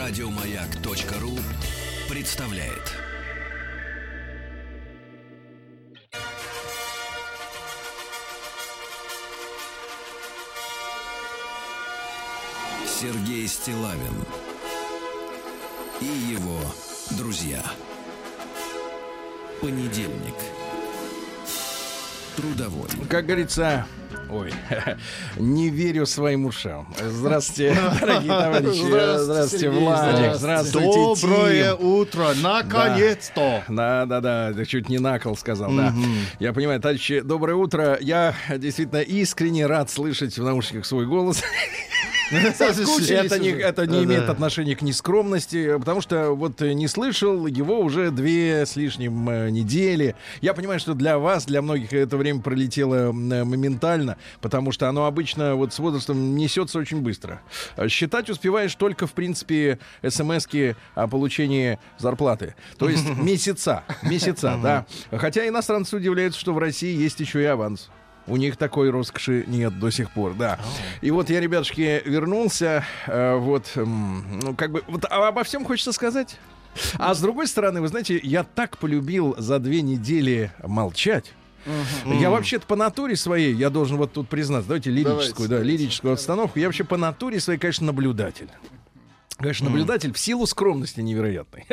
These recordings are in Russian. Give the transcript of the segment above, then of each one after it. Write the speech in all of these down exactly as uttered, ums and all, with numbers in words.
Радиомаяк.ру представляет. Сергей Стиллавин и его друзья. Понедельник. Трудовой. Как говорится, ой, не верю своим ушам. Здравствуйте, дорогие товарищи. Здравствуйте, здравствуйте Владик. Здравствуйте, Доброе Тим. утро, наконец-то. Да, да, да, да, чуть не на кол сказал, mm-hmm. да. Я понимаю, товарищи, доброе утро. Я действительно искренне рад слышать в наушниках свой голос. Это не, это не имеет отношения к нескромности, потому что вот не слышал его уже две с лишним недели. Я понимаю, что для вас, для многих это время пролетело моментально, потому что оно обычно вот с возрастом несется очень быстро. Считать успеваешь только, в принципе, смс-ки о получении зарплаты. То есть месяца, месяца, да. Хотя иностранцы удивляются, что в России есть еще и аванс. У них такой роскоши нет до сих пор, да. И вот я, ребятушки, вернулся, э, вот, э, ну, как бы, вот обо всем хочется сказать. А с другой стороны, вы знаете, я так полюбил за две недели молчать. Uh-huh. Я вообще-то по натуре своей, я должен вот тут признаться, давайте лирическую, давайте, да, лирическую обстановку. Я вообще по натуре своей, конечно, наблюдатель. Конечно, наблюдатель mm. в силу скромности невероятной.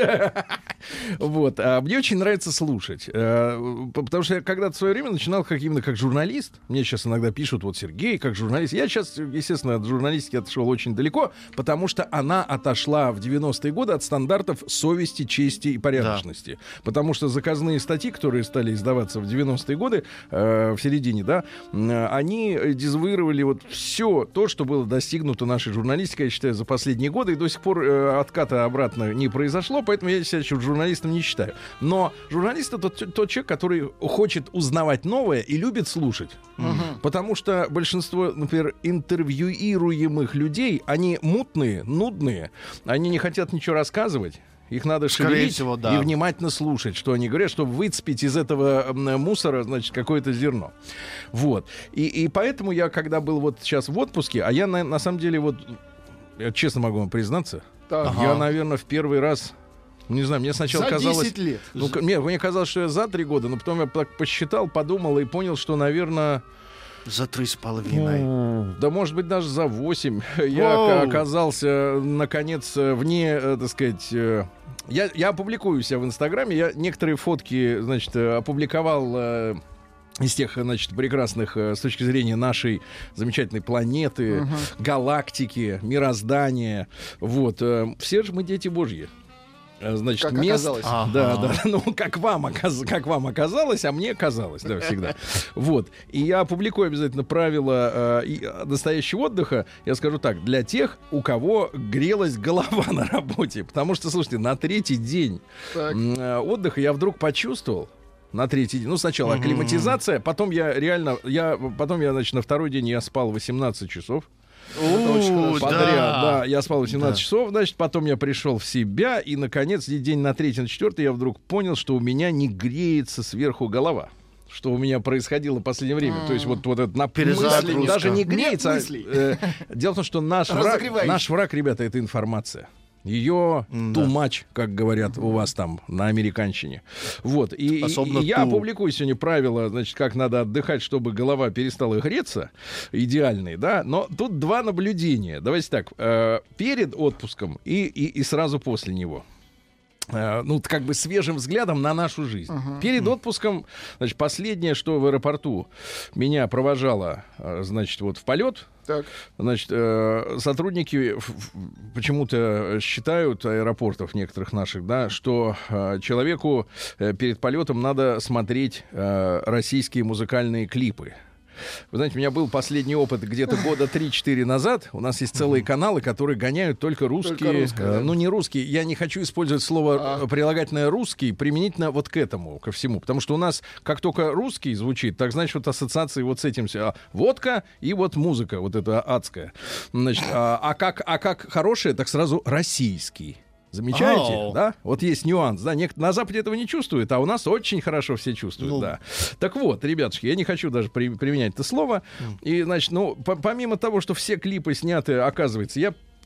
Вот. А мне очень нравится слушать. Потому что я когда-то в свое время начинал как именно как журналист. Мне сейчас иногда пишут, вот Сергей, как журналист. Я сейчас, естественно, от журналистики отошел очень далеко, потому что она отошла в девяностые годы от стандартов совести, чести и порядочности. Да. Потому что заказные статьи, которые стали издаваться в девяностые годы, э, в середине, да, э, они дезавуировали вот все то, что было достигнуто нашей журналистикой, я считаю, за последние годы. И до сих пор э, отката обратно не произошло, поэтому я себя журналистом не считаю. Но журналист — это тот, тот человек, который хочет узнавать новое и любит слушать. Uh-huh. Потому что большинство, например, интервьюируемых людей, они мутные, нудные, они не хотят ничего рассказывать. Их надо шевелить всего, да. и внимательно слушать, что они говорят, чтобы выцепить из этого мусора, значит, какое-то зерно. Вот. И, и поэтому я, когда был вот сейчас в отпуске, а я на, на самом деле вот... Я честно могу вам признаться, ага. я, наверное, в первый раз, не знаю, мне сначала за казалось... десять лет. Ну, мне, мне казалось, что я за три года, но потом я так посчитал, подумал и понял, что, наверное... За три с половиной. Ну, да, может быть, даже за восемь. Я Воу. оказался, наконец, вне, так сказать... Я, я опубликую себя в Инстаграме, я некоторые фотки, значит, опубликовал... из тех, значит, прекрасных э, с точки зрения нашей замечательной планеты, uh-huh. галактики, мироздания. Вот. Э, все же мы дети Божьи. Значит, как мест, оказалось. Ага. Да, да, ну, как вам, оказ... как вам оказалось, а мне казалось, да, всегда. Вот. И я опубликую обязательно правила э, настоящего отдыха. Я скажу так, для тех, у кого грелась голова на работе. Потому что, слушайте, на третий день э, отдыха я вдруг почувствовал, на третий день. Ну, сначала mm-hmm. акклиматизация, потом я реально, я, потом я, значит, на второй день я спал восемнадцать часов. О, подряд, да. да, я спал восемнадцать да. часов, значит, потом я пришел в себя, и, наконец, день на третий, на четвертый я вдруг понял, что у меня не греется сверху голова. Что у меня происходило в последнее время. Mm. То есть вот, вот это на мысли даже не греется. А, э, дело в том, что наш враг, наш враг, ребята, это информация. Ее mm, too much, как говорят mm. у вас там на американщине. Вот. И, и, и я опубликую сегодня правила, значит, как надо отдыхать, чтобы голова перестала греться. Идеальные, да. Но тут два наблюдения. Давайте так. Э, перед отпуском и, и, и сразу после него. Э, ну, как бы свежим взглядом на нашу жизнь. Uh-huh. Перед uh-huh. отпуском, значит, последнее, что в аэропорту меня провожало, значит, вот в полет. Так. Значит, э, сотрудники почему-то считают, аэропортов некоторых наших, да, что э, человеку э, перед полетом надо смотреть э, российские музыкальные клипы. Вы знаете, у меня был последний опыт где-то года три-четыре назад. У нас есть целые каналы, которые гоняют только русские. Только русские, э, да. Ну, не русские. Я не хочу использовать слово а. прилагательное «русский» применительно вот к этому, ко всему. Потому что у нас, как только русский звучит, так, значит, вот ассоциации вот с этим. А, водка и вот музыка, вот эта адская. Значит, а, а, как, а как хорошая, так сразу российский. Замечаете, oh. да? Вот есть нюанс, да? Нек- на Западе этого не чувствуют, а у нас очень хорошо все чувствуют, ну. да. Так вот, ребятушки, я не хочу даже при- применять это слово. Mm. И, значит, ну, по- помимо того, что все клипы сняты, оказывается, я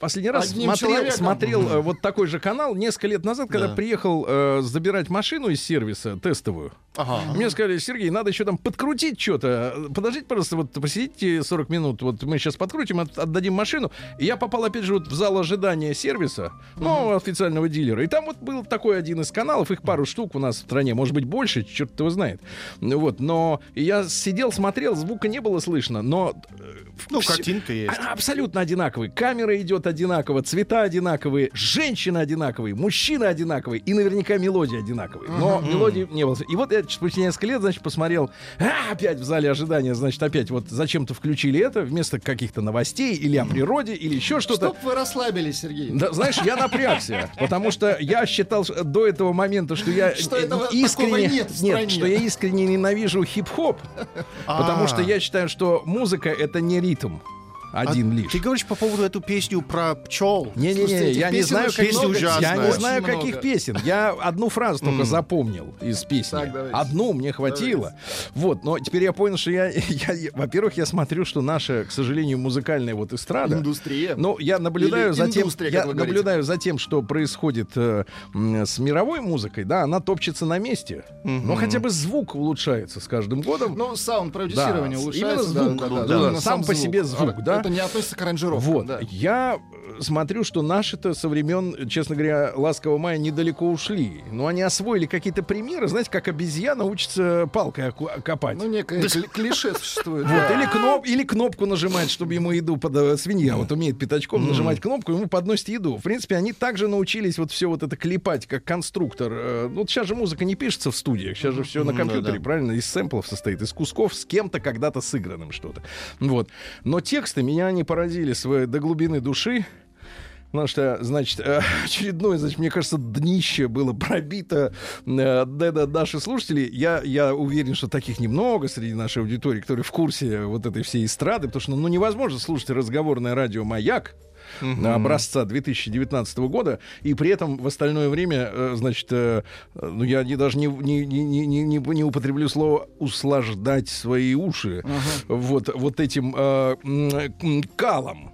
последний раз Одним смотрел, человеком. смотрел э, вот такой же канал несколько лет назад, когда Да. приехал э, забирать машину из сервиса тестовую. Ага. Мне сказали: Сергей, надо еще там подкрутить что-то. Подождите, пожалуйста, вот посидите сорок минут, вот мы сейчас подкрутим, от- отдадим машину. И я попал опять же вот в зал ожидания сервиса, ну, официального дилера. И там вот был такой один из каналов, их пару штук у нас в стране, может быть больше, черт его знает. Ну вот, но я сидел, смотрел, звука не было слышно, но... э, Ну, всё- картинка есть. Она абсолютно одинаковые. Камера идет одинаково, цвета одинаковые, женщины одинаковые, мужчины одинаковые и наверняка мелодии одинаковые. Но мелодии не было. И вот я спустя несколько лет, значит, посмотрел, а, опять в зале ожидания, значит, опять вот зачем-то включили это вместо каких-то новостей или о природе, или еще что-то. Чтоб вы расслабились, Сергей. Да, знаешь, я напрягся, потому что я считал ш- до этого момента, что я Что э, этого искренне, такого нет в стране. что я искренне ненавижу хип-хоп, потому А. что я считаю, что музыка — это не ритм один А лишь. Ты говоришь по поводу эту песню про пчел? Не-не-не, Слушайте, этих я не песен знаю, очень каких, много, я ужасная. не Очень знаю много. каких песен. Я одну фразу только запомнил из песни. Так, давайте. Одну мне хватило. Вот, но теперь я понял, что я, я- я- во-первых, я смотрю, что наша, к сожалению, музыкальная вот эстрада. Индустрия. Но я наблюдаю Или за тем, индустрия, я как вы говорите. наблюдаю за тем, что происходит э, м, с мировой музыкой. Да, она топчется на месте, но хотя бы звук улучшается с каждым годом. Ну, саунд-продюсирование Да, улучшается. именно звук, да, да, да, да, именно сам по себе звук, А, да. Это не относится к аранжировке. Вот. да. Я э, смотрю, что наши-то со времен, честно говоря, «Ласкового мая» недалеко ушли. Но они освоили какие-то примеры. Знаете, как обезьяна учится палкой оку- копать. Ну, некое кли- клише существует. Вот, да. или, кноп, или кнопку нажимать, чтобы ему еду под э, свинья. Вот умеет пятачком нажимать кнопку, ему подносит еду. В принципе, они также научились вот все вот это клепать, как конструктор. Э, Ну, вот сейчас же музыка не пишется в студиях, сейчас же все на Мгм, компьютере, да-да. правильно? Из сэмплов состоит, из кусков с кем-то когда-то сыгранным что-то. Вот. Но тексты меня не поразили своей до глубины души. Потому что, значит, э, очередное, значит, мне кажется, днище было пробито э, да, да, наши слушатели. Я, я уверен, что таких немного среди нашей аудитории, которые в курсе вот этой всей эстрады, потому что, ну, невозможно слушать разговорное радио «Маяк», образца две тысячи девятнадцатого года, и при этом в остальное время, э, значит, э, э, ну, я не, даже не, не, не, не, не, не употреблю слово «услаждать свои уши» вот, вот этим э, м, м, калом.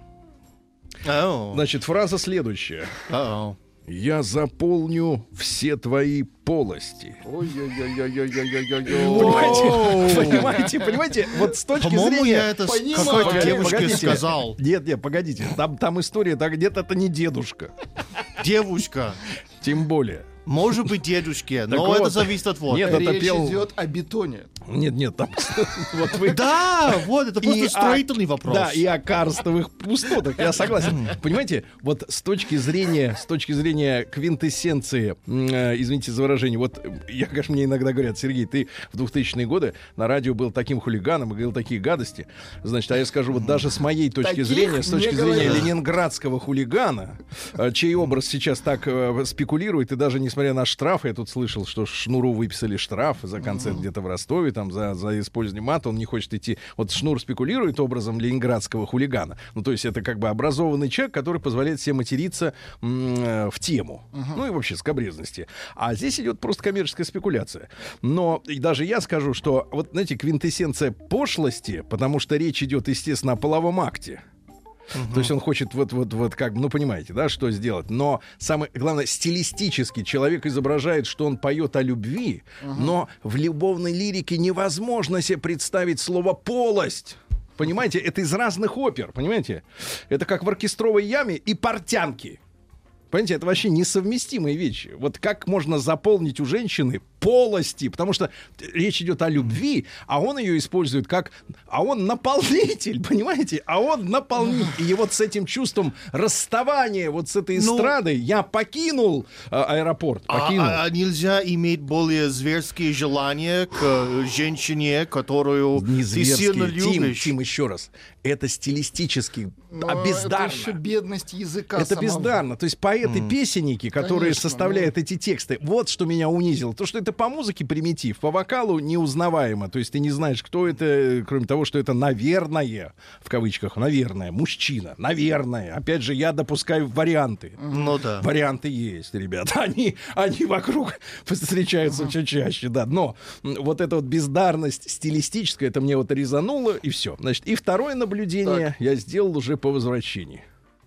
Ау. Значит, фраза следующая. Ау. «Я заполню все твои полости». Ой-ой-ой-ой-ой-ой-ой-ой. Понимаете? Понимаете? Понимаете? Вот с точки По-моему, зрения... я это с Понимаю. какой Погодите, девушке погодите. сказал. Нет, нет, погодите. Там, там история, так где-то это не дедушка. Девушка. Тем более. Может быть, дедушке, но вот. это зависит от вот. Нет, это Речь пел- идет о бетоне. Нет, нет, там... Вот вы... Да, вот, это просто И о- строительный вопрос. Да, и о карстовых пустотах, я согласен. Понимаете, вот с точки зрения, с точки зрения квинтэссенции, м, э, извините за выражение, вот э, я, конечно, мне иногда говорят: Сергей, ты в двухтысячные годы на радио был таким хулиганом и говорил такие гадости. Значит, а я скажу, вот даже с моей точки Таких зрения, с точки не зрения говорят. ленинградского хулигана, э, чей образ сейчас так э, спекулирует, и даже несмотря на штрафы, я тут слышал, что Шнуру выписали штраф за концерт где-то в Ростове, там, за, за использование мата, он не хочет идти. Вот Шнур спекулирует образом ленинградского хулигана. Ну, то есть это как бы образованный человек, который позволяет себе материться м, э, в тему. Ну и вообще скабрезности. А здесь идет просто коммерческая спекуляция. Но и даже я скажу, что вот, знаете, квинтэссенция пошлости, потому что речь идет, естественно, о половом акте. То есть он хочет вот, вот, вот как, ну понимаете, да, что сделать. Но самое главное, стилистически человек изображает, что он поет о любви, но в любовной лирике невозможно себе представить слово «полость». Понимаете, это из разных опер, понимаете? Это как в оркестровой яме и портянки. Понимаете, это вообще несовместимые вещи. Вот как можно заполнить у женщины полости, потому что речь идет о любви, а он ее использует как... А он наполнитель, понимаете? А он наполнитель. И вот с этим чувством расставания, вот с этой Ну, эстрадой, я покинул а, аэропорт, А, покинул. а- а нельзя иметь более зверские желания к э, женщине, которую Не ты сильно зверские. Тим, любишь? Тим, еще раз. Это стилистически Но а бездарно. Это еще бедность языка Это самого. бездарно. То есть поэты-песенники, которые Конечно, составляют эти тексты, вот что меня унизило. То, что это по музыке примитив, по вокалу неузнаваемо. То есть ты не знаешь, кто это, кроме того, что это, наверное, в кавычках, наверное, мужчина. Наверное. Опять же, я допускаю варианты. Ну да. Варианты есть, ребята. Они, они вокруг встречаются все чаще, да. Но м, вот эта вот бездарность стилистическая, это мне вот резануло, и все. Значит, и второе наблюдение я сделал уже по возвращении.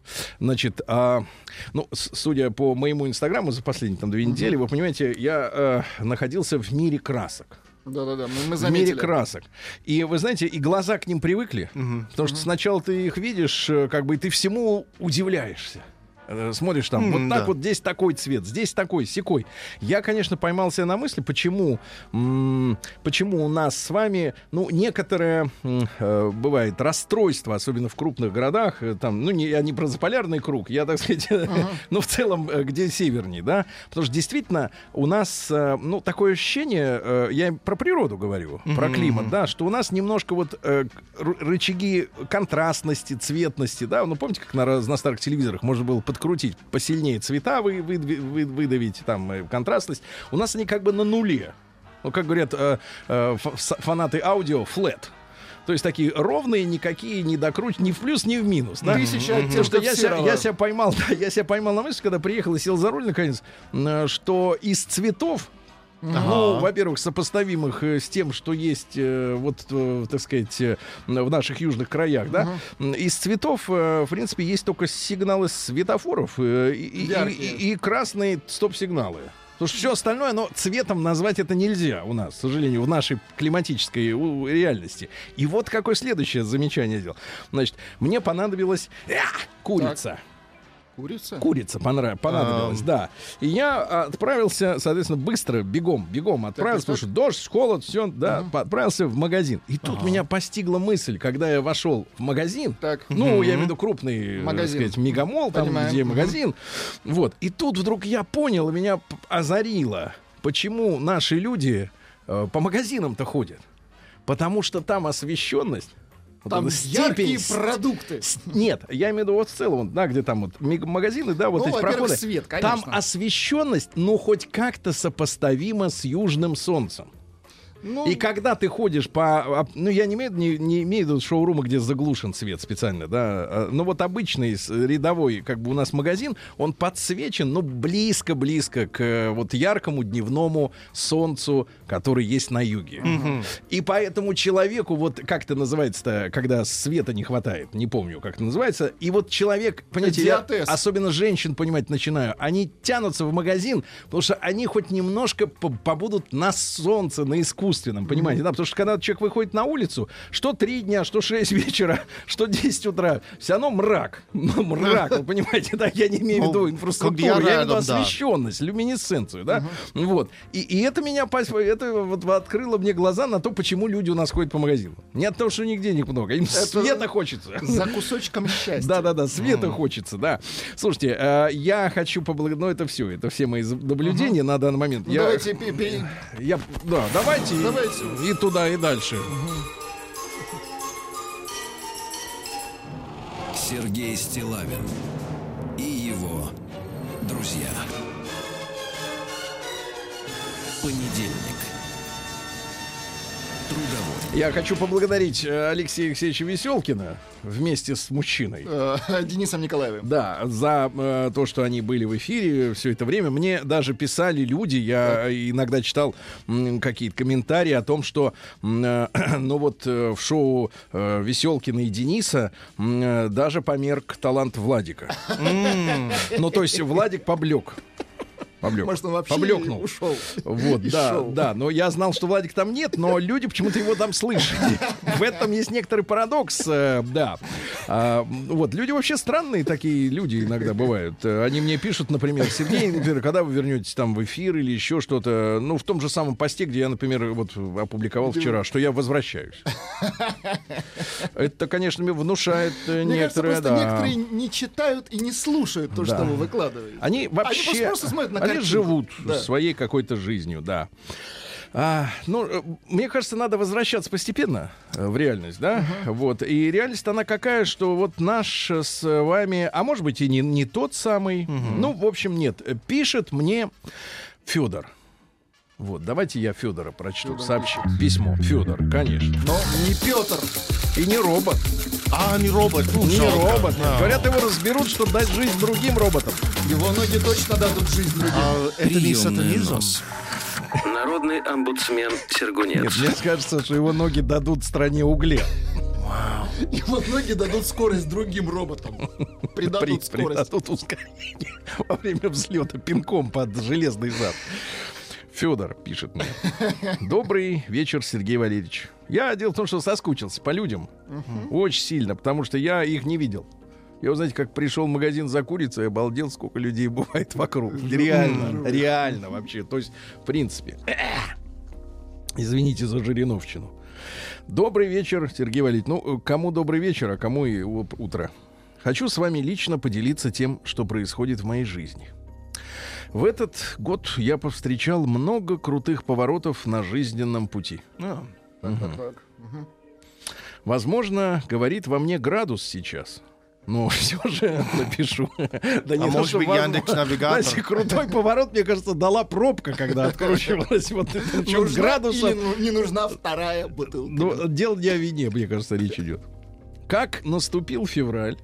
Значит, а, ну, с- судя по моему инстаграму за последние там две недели, вы понимаете, я э, находился в мире красок. Да-да-да, мы, мы В мире заметили. красок. И вы знаете, и глаза к ним привыкли, потому что сначала ты их видишь, э, как бы и ты всему удивляешься. Э, Смотришь там, М, вот так да. вот здесь такой цвет, здесь такой, сякой. Я, конечно, поймал себя на мысли, почему, м, почему у нас с вами, ну, некоторое м, э, бывает расстройство, особенно в крупных городах, э, там, ну, не, я не про заполярный круг, я, так сказать, ну, в целом, э, где северней, да, потому что действительно у нас, э, ну, такое ощущение, э, я про природу говорю, про климат, да, что у нас немножко вот э, р- рычаги контрастности, цветности, да, ну, помните, как на, раз- на старых телевизорах можно было подкрутить посильнее цвета, вы, вы- вы- выдавить там э, контрастность, у нас они как бы на нуле. Ну, как говорят э, э, ф- с- фанаты аудио, флэт. То есть такие ровные, никакие, не докруть, ни в плюс, ни в минус. Да? Тысяча Потому что оттенков я себя, серого. я себя поймал, да, я себя поймал на мысли, когда приехал и сел за руль, наконец, э, что из цветов, ну, во-первых, сопоставимых э, с тем, что есть, э, вот, э, так сказать, э, в наших южных краях, да, м, из цветов, э, в принципе, есть только сигналы светофоров э, и, и- Яркие. и- и красные стоп-сигналы. Потому что все остальное, но цветом назвать это нельзя у нас, к сожалению, в нашей климатической у- реальности. И вот какое следующее замечание сделал. Значит, мне понадобилась э, курица. Курица? Курица понрав- понадобилась, Ам. да. И я отправился, соответственно, быстро, бегом, бегом отправился, так, потому что дождь, холод, все, да, по- отправился в магазин. И тут меня постигла мысль, когда я вошел в магазин, Так. ну, я имею в виду крупный, Магазин. магазин. сказать, мегамол, там, Понимаем. где Мгм. магазин. Вот. И тут вдруг я понял, и меня п- озарило, почему наши люди э, по магазинам-то ходят. Потому что там освещенность, вот Там эта яркие степень с- продукты. с- Нет, я имею в виду вот в целом, да, где там вот мега- магазины, да, вот Ну, эти во-первых, проходы. свет, Там конечно. освещенность, ну, хоть как-то сопоставима с южным солнцем. Ну, И когда ты ходишь по... об- Ну, я не имею, не, не имею в виду шоурумы, где заглушен свет специально, да. а, Но вот обычный, с- рядовой, как бы у нас магазин, он подсвечен, ну, близко-близко к э, вот яркому дневному солнцу, который есть на юге. И поэтому человеку, вот как это называется-то, когда света не хватает, не помню, как это называется, и вот человек, понимаете, я Диатез. особенно женщин, понимать, начинаю, они тянутся в магазин, потому что они хоть немножко по- побудут на солнце, на искусственном, понимаете, да, потому что когда человек выходит на улицу, что три дня, что шесть вечера, что десять утра, все равно мрак, ну, мрак, вы понимаете, да, я не имею в виду Ну, инфраструктуру, как я я имею в виду рядом, да. освещенность, люминесценцию, да, вот, и, и это меня, пос- это вот открыло мне глаза на то, почему люди у нас ходят по магазину. Не от того, что у них денег много, им света хочется. за кусочком счастья. Да-да-да, света хочется, да. Слушайте, э, я хочу поблагодарить... Ну, это все, это все мои наблюдения на данный момент. Ну, Я, давайте пе- пе- я, да, давайте, и- Давайте. И, туда, и дальше. Сергей Стиллавин и его друзья. Понедельник. Трудовой. Я хочу поблагодарить э, Алексея Алексеевича Веселкина вместе с мужчиной. э, Денисом Николаевым. Да, за э, то, что они были в эфире все это время. Мне даже писали люди, я иногда читал м, какие-то комментарии о том, что м, э, ну вот э, в шоу э, Веселкина и Дениса м, э, даже померк талант Владика. Ну, то есть Владик поблек. Поблек. Может, он вообще Поблекнул. ушел. Вот, из да, шоу. да, но я знал, что Владик там нет, но люди почему-то его там слышали. В этом есть некоторый парадокс, э, да. А, вот, люди вообще странные такие люди иногда бывают. Э, Они мне пишут, например, Сергей, например, когда вы вернетесь там в эфир или еще что-то, ну, в том же самом посте, где я, например, вот опубликовал вчера, что я возвращаюсь. Это, конечно, мне внушает э, Мне кажется, некоторые, просто да. некоторые не читают и не слушают то, Да. что вы выкладываете. Они вообще, просто- просто смотрят на они картинку. живут Да. своей какой-то жизнью, да. А, ну, э, мне кажется, надо возвращаться постепенно э, в реальность, да. Вот. И реальность она какая, что вот наш э, с вами, а может быть и не, не тот самый. Ну, в общем, нет. Э, Пишет мне Федор. Вот, давайте я Федора прочту. Сообщи. Письмо. Федор, конечно. Но не Петр. И не робот. А, не робот. Ну, Не жалко. робот. Да. Говорят, его разберут, чтобы дать жизнь другим роботам. Его ноги точно дадут жизнь людям. А, это не Приемный сатанизм? нос. Народный омбудсмен Нет, Сергунец. мне кажется, что его ноги дадут стране угля. Его ноги дадут скорость другим роботам. Придадут При- скорость. Придадут ускорение во время взлета пинком под железный зад. Федор пишет мне. Добрый вечер, Сергей Валерьевич. Я дело в том, что соскучился по людям. Угу. Очень сильно, потому что я их не видел. Я, вы знаете, как пришел в магазин за курицей, обалдел, сколько людей бывает вокруг. Реально, реально вообще. То есть, в принципе. Извините за жириновщину. Добрый вечер, Сергей Валерьевич. Ну, кому добрый вечер, а кому и утро. Хочу с вами лично поделиться тем, что происходит в моей жизни. В этот год я повстречал много крутых поворотов на жизненном пути. А, так, Угу. так, так. Угу. Возможно, говорит во мне градус сейчас. Но все же напишу. Да А может быть, Яндекс.Навигатор? Знаете, крутой поворот, мне кажется, дала пробка, когда откручивалась вот этот счет Нужна градусов. или ну- не нужна вторая бутылка? Ну, дело не о вине, мне кажется, речь идет. Как наступил февраль,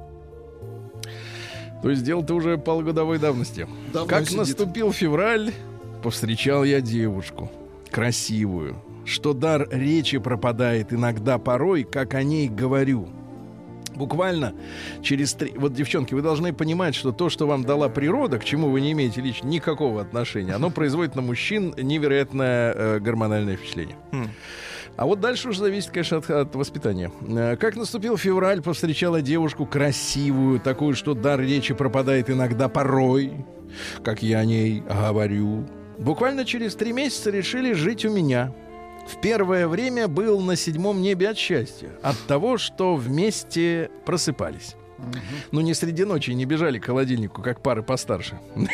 то есть дело-то уже полугодовой давности. Давно Как сидит. наступил февраль, повстречал я девушку, красивую, что дар речи пропадает иногда порой, как о ней говорю. Буквально через три... Вот, девчонки, вы должны понимать, что то, что вам дала природа, к чему вы не имеете лично никакого отношения, оно производит на мужчин невероятное э, гормональное впечатление. А вот дальше уже зависит, конечно, от, от воспитания. Э, Как наступил февраль, повстречала девушку красивую, такую, что дар речи пропадает иногда порой, как я о ней говорю. Буквально через три месяца решили жить у меня. В первое время был на седьмом небе от счастья. От того, что вместе просыпались. Ну, не среди ночи не бежали к холодильнику, как пары постарше.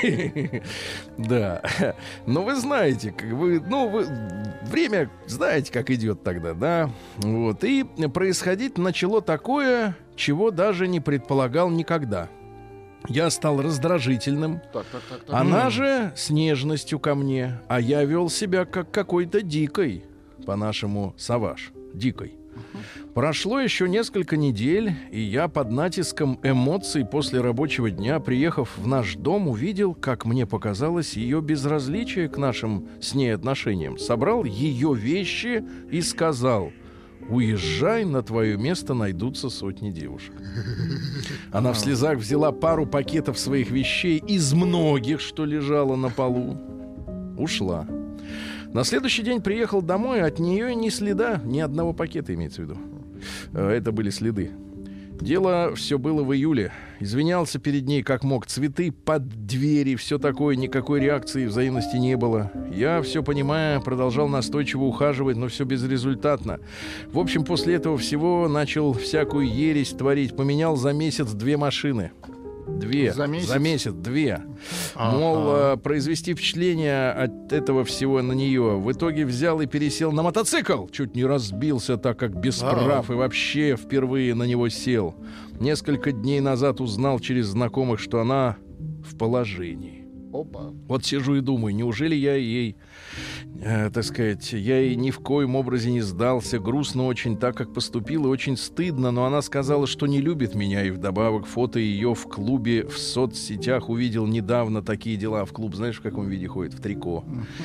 Да. Но вы знаете, как вы, ну, вы время знаете, как идет тогда, да? Вот. И происходить начало такое, чего даже не предполагал никогда. Я стал раздражительным. Так, так, так, так. Она же с нежностью ко мне, а я вел себя как какой-то дикой, по-нашему саваж, дикой. Прошло еще несколько недель, и я под натиском эмоций после рабочего дня, приехав в наш дом, увидел, как мне показалось, ее безразличие к нашим с ней отношениям. Собрал ее вещи и сказал: уезжай, на твое место найдутся сотни девушек. Она в слезах взяла пару пакетов своих вещей из многих, что лежало на полу. Ушла. На следующий день приехал домой, от нее ни следа, ни одного пакета, имеется в виду. Это были следы. Дело все было в июле. Извинялся перед ней как мог. Цветы под двери, все такое, никакой реакции, взаимности не было. Я, все понимая, продолжал настойчиво ухаживать, но все безрезультатно. В общем, после этого всего начал всякую ересь творить. Поменял за месяц две машины. Две. За месяц? За месяц две. Ага. Мол, э, произвести впечатление от этого всего на нее. В итоге взял и пересел на мотоцикл. Чуть не разбился, так как без А-а. прав. И вообще впервые на него сел. Несколько дней назад узнал через знакомых, что она в положении. Опа. Вот сижу и думаю, неужели я ей, э, так сказать, я ей ни в коем образе не сдался. Грустно очень, так как поступила, очень стыдно. Но она сказала, что не любит меня. И вдобавок фото ее в клубе в соцсетях увидел недавно. Такие дела. В клуб, знаешь, в каком виде ходит? В трико.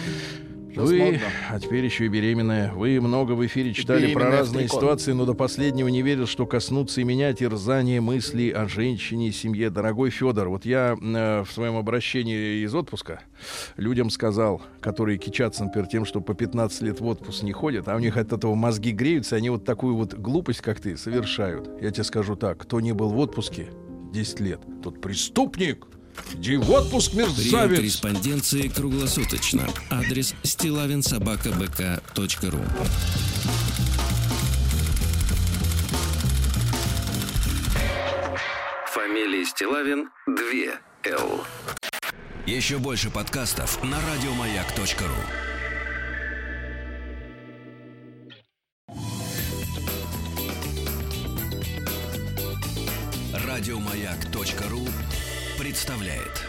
Вы, а теперь еще и беременная. Вы много в эфире читали Беременная про в разные трико. ситуации, но до последнего не верил, что коснутся и меня терзания мысли о женщине и семье. Дорогой Федор, вот я э, в своем обращении из отпуска людям сказал, которые кичатся, например, тем, что по пятнадцать лет в отпуск не ходят, а у них от этого мозги греются, они вот такую вот глупость, как ты, совершают. Я тебе скажу так, кто не был в отпуске десять лет, тот преступник. Иди в отпуск, Прием мерзавец! корреспонденции круглосуточно. Адрес стилавин собака бэ ка точка ру. Фамилия Стилавин два эл. Еще больше подкастов на радиомаяк точка ру. Радиомаяк точка ру представляет.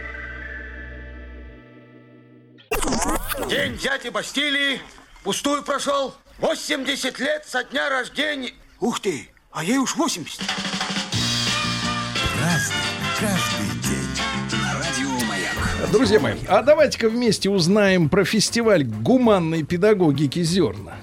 День дяди Бастилии пустую прошел. восемьдесят лет со дня рождения. Ух ты, а ей уж восемьдесят. Друзья мои, а давайте-ка вместе узнаем про фестиваль гуманной педагогики «Зерна». Мгм.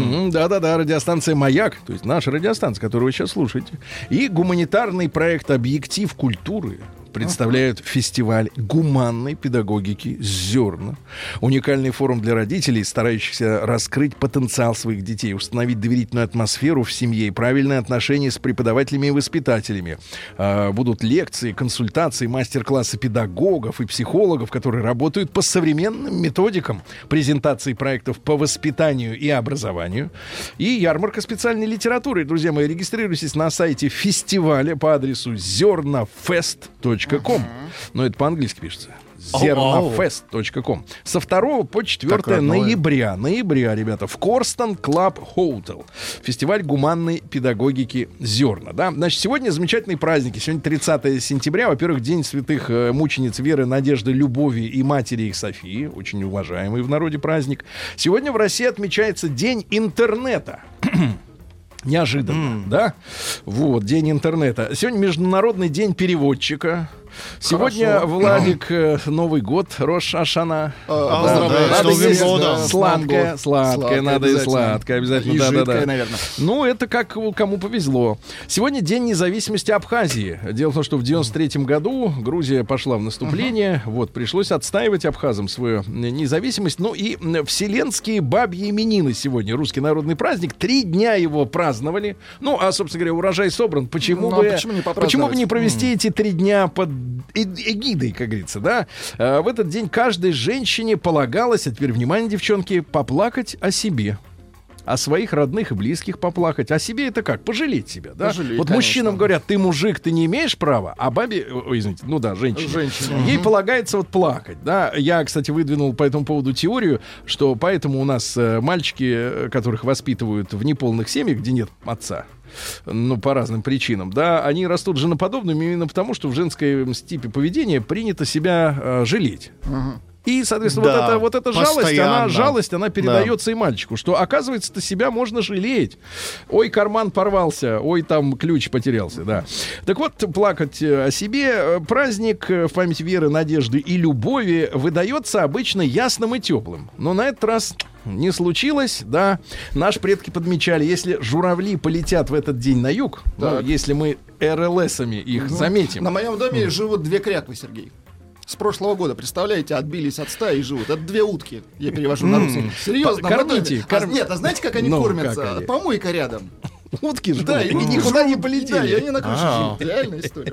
Mm-hmm. Да-да-да, радиостанция «Маяк», то есть наша радиостанция, которую вы сейчас слушаете, и гуманитарный проект «Объектив культуры» представляют фестиваль гуманной педагогики «Зерна». Уникальный форум для родителей, старающихся раскрыть потенциал своих детей, установить доверительную атмосферу в семье и правильные отношения с преподавателями и воспитателями. А, будут лекции, консультации, мастер-классы педагогов и психологов, которые работают по современным методикам презентации проектов по воспитанию и образованию. И ярмарка специальной литературы. Друзья мои, регистрируйтесь на сайте фестиваля по адресу зернафест точка ком. Но это по-английски пишется. зернафест точка ком. Со второго по четвёртое ноября. Ноября, ребята, в Корстон Клаб Хоутел. Фестиваль гуманной педагогики «Зерна». Да? Значит, сегодня замечательные праздники. Сегодня тридцатое сентября. Во-первых, День святых э, мучениц Веры, Надежды, Любови и матери их Софии. Очень уважаемый в народе праздник. Сегодня в России отмечается День интернета. Неожиданно, mm. да? Вот, День интернета. Сегодня Международный день переводчика. Сегодня, хорошо. Владик, Новый год, Рош Ашана. А, да, да, надо есть да, сладкое, сладкое, надо и сладкое обязательно. И да, жидкое, да, да. наверное. Ну, это как кому повезло. Сегодня День независимости Абхазии. Дело в том, что в девяносто третьем году Грузия пошла в наступление. Uh-huh. Вот, пришлось отстаивать абхазам свою независимость. Ну и вселенские бабьи именины сегодня. Русский народный праздник. Три дня его праздновали. Ну, а, собственно говоря, урожай собран. Почему, ну, бы, почему, не, почему бы не провести mm. эти три дня под эгидой, как говорится, да? А в этот день каждой женщине полагалось, а теперь, внимание, девчонки, поплакать о себе. О своих родных и близких поплакать. О себе это как? Пожалеть себя, да? Пожалеть, вот конечно. Мужчинам говорят, ты мужик, ты не имеешь права, а бабе, ой, извините, ну да, женщине, женщине. Ей угу. полагается вот плакать, да? Я, кстати, выдвинул по этому поводу теорию, что поэтому у нас э, мальчики, которых воспитывают в неполных семьях, где нет отца, ну, по разным причинам, да, они растут женоподобными именно потому, что в женском типе поведения принято себя э, жалеть. Угу. И, соответственно, да, вот эта, вот эта жалость, она, жалость, она передается да. и мальчику, что, оказывается-то, себя можно жалеть. Ой, карман порвался, ой, там ключ потерялся, да. Так вот, плакать о себе. Праздник в память Веры, Надежды и Любови выдается обычно ясным и теплым. Но на этот раз не случилось, да. Наши предки подмечали, если журавли полетят в этот день на юг, ну, если мы эр эл эсами их угу. заметим. На моем доме угу. живут две кряквы, Сергей. С прошлого года, представляете, отбились от стаи и живут. Это две утки. Я перевожу на русский. Серьезно. Кормите. А, нет, а знаете, как они ну, кормятся? Как они? Помойка рядом. Утки же. Да, и никуда не полетели. Да, и они на крыше живут. Реальная история.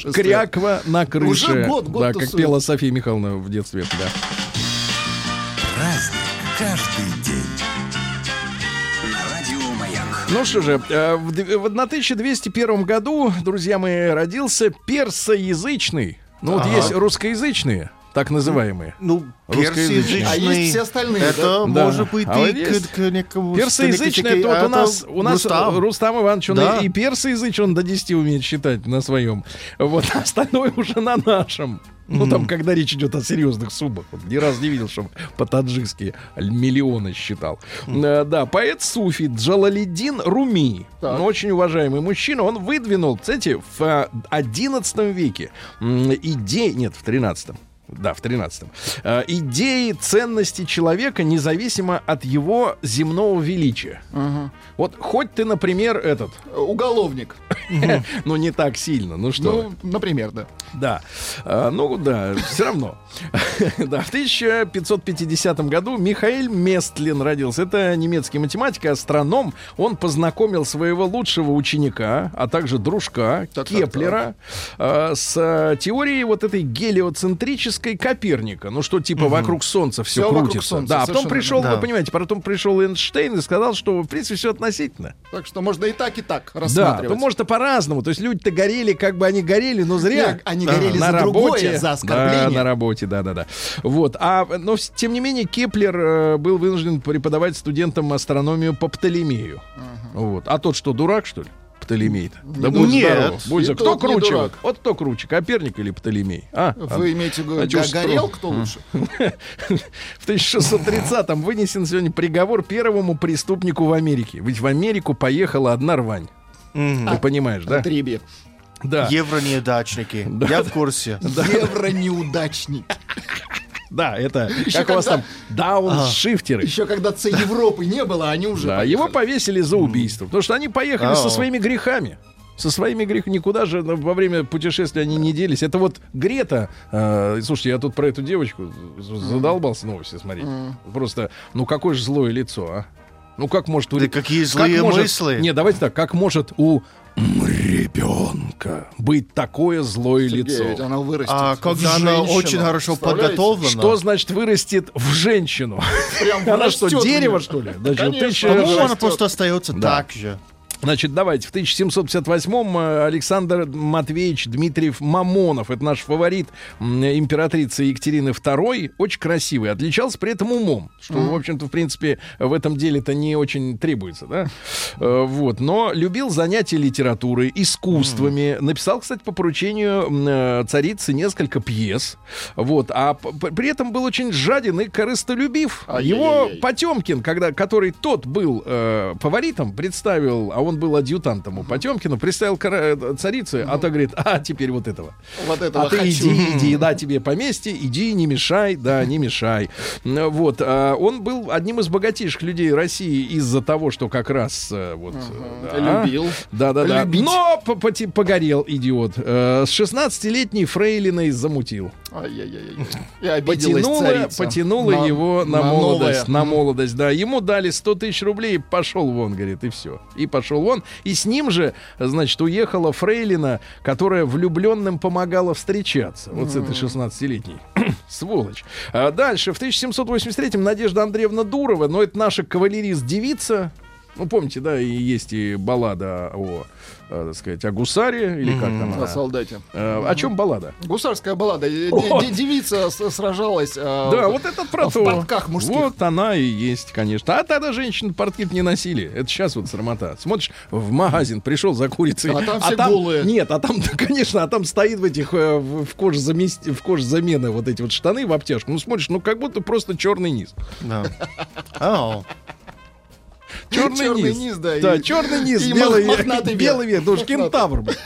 Кряква на крыше. Уже год, год да, как пела Софья Михайловна в детстве. Да. Праздник каждый день. Ну что же, в тысяча двести первом году, друзья мои, родился персоязычный. Ну вот ага. есть русскоязычные, так называемые. Ну, персоязычные. А есть все остальные. Это да? может да. быть а и вот к, к некому... Персоязычный, это вот у нас, у нас Рустам. Рустам Иванович, он да. и, и персоязычный, он до десяти умеет считать на своем. Вот, остальное уже на нашем. Ну, там, mm. когда речь идет о серьезных суммах. Вот, ни разу не видел, чтобы по-таджикски миллионы считал. Mm. А, да, поэт суфи Джалалиддин Руми, ну, очень уважаемый мужчина, он выдвинул, кстати, в одиннадцатом веке идеи... Нет, в тринадцатом. Да, в тринадцатом. Э, идеи ценности человека независимо от его земного величия. Uh-huh. Вот хоть ты, например, этот... Уголовник. Ну, не так сильно. Ну, что? Ну, например, да. Да. А, ну, да, все равно. Да, в тысяча пятьсот пятидесятом году Михаэль Местлин родился. Это немецкий математик и астроном. Он познакомил своего лучшего ученика, а также дружка так, Кеплера так, так. с теорией вот этой гелиоцентрической Коперника. Ну, что типа угу. вокруг Солнца все, все крутится. Солнца, да, а потом пришел, да. вы понимаете, потом пришел Эйнштейн и сказал, что, в принципе, все относительно. Так что можно и так, и так рассматривать. Да, то может и по-разному. То есть люди-то горели, как бы они горели, но зря. Нет, они горели а, за на другое, работе, за оскорбление. Да, на работе, да-да-да. Вот. А, но, тем не менее, Кеплер э, был вынужден преподавать студентам астрономию по Птолемею. Ага. Вот. А тот что, дурак, что ли? Птолемей-то. Да будь здоров. Будь здоров. Кто круче? Вот, вот кто круче, Коперник или Птолемей? А? Вы а, имеете в виду, а горел кто лучше? В тысяча шестьсот тридцатом вынесен сегодня приговор первому преступнику в Америке. Ведь в Америку поехала одна рвань. Ты понимаешь, да? Трибе. Да. Евро-неудачники. Да. Я в курсе. Да. Евро-неудачники. Да, это как у вас там дауншифтеры. Еще когда С Европы не было, они уже Да, его повесили за убийство, потому что они поехали со своими грехами. Со своими грехами никуда же во время путешествия они не делись. Это вот Грета. Э, слушайте, я тут про эту девочку задолбался новости смотреть. Просто, ну какое же злое лицо, а? Ну как может... Да какие злые как может, мысли? Не, давайте так. Как может у ребенка быть такое злое Сергей, лицо? ведь она вырастет. А когда она очень хорошо подготовлена. Что значит вырастет в женщину? Прям Она что, растет дерево, у что ли? Значит, Конечно. тысяча- По-моему, она растет. просто остается Да. так же. Значит, давайте, в тысяча семьсот пятьдесят восьмом Александр Матвеевич Дмитриев Мамонов, это наш фаворит м, императрицы Екатерины второй, очень красивый, отличался при этом умом, что, mm. в общем-то, в принципе, в этом деле-то не очень требуется, да? Э, вот, но любил занятия литературой, искусствами, mm. написал, кстати, по поручению э, царицы несколько пьес, вот, а п- при этом был очень жаден и корыстолюбив. Его Потемкин, когда, который тот был э, фаворитом, представил, а он был адъютантом у Потемкина, представил кара- царице, а та говорит, а теперь вот этого. Вот этого А ты хочу. иди, иди, да, тебе поместье, иди, не мешай, да, не мешай. Вот, а он был одним из богатейших людей России из-за того, что как раз э, вот... Ага. да, Любил. Да-да-да. Любить. Но по- поти- погорел, идиот. Э, С шестнадцатилетней фрейлиной замутил. Ай-яй-яй. И обиделась Потянула, царица. потянула На- его на, на молодость. новое. На молодость, да. Ему дали сто тысяч рублей, пошел вон, говорит, и все. И пошел вон. И с ним же, значит, уехала фрейлина, которая влюбленным помогала встречаться. Вот с этой шестнадцатилетней. Сволочь. А дальше, в тысяча семьсот восемьдесят третьем Надежда Андреевна Дурова, но это наша кавалерист-девица. Ну, помните, да, и есть и баллада о, э, так сказать, о гусаре, или как там О она? солдате. Э, О чем баллада? Гусарская баллада. Д- Вот. д- Девица с- сражалась э, Да, вот этот про в то. портках мужских. Вот она и есть, конечно. А тогда женщины портки не носили. Это сейчас вот срамота. Смотришь, в магазин пришел за курицей. А там все голые. Нет, а там, да, конечно, а там стоит в этих, э, в, в кожзамес- в кожзамены вот эти вот штаны в обтяжку. Ну, смотришь, ну, как будто просто черный низ. Да. Ау. Черный, Черный низ. низ, да, Да, и- черный низ, и белый, мох- мохнатый белый верх. верх. Тоже кентавр, блин.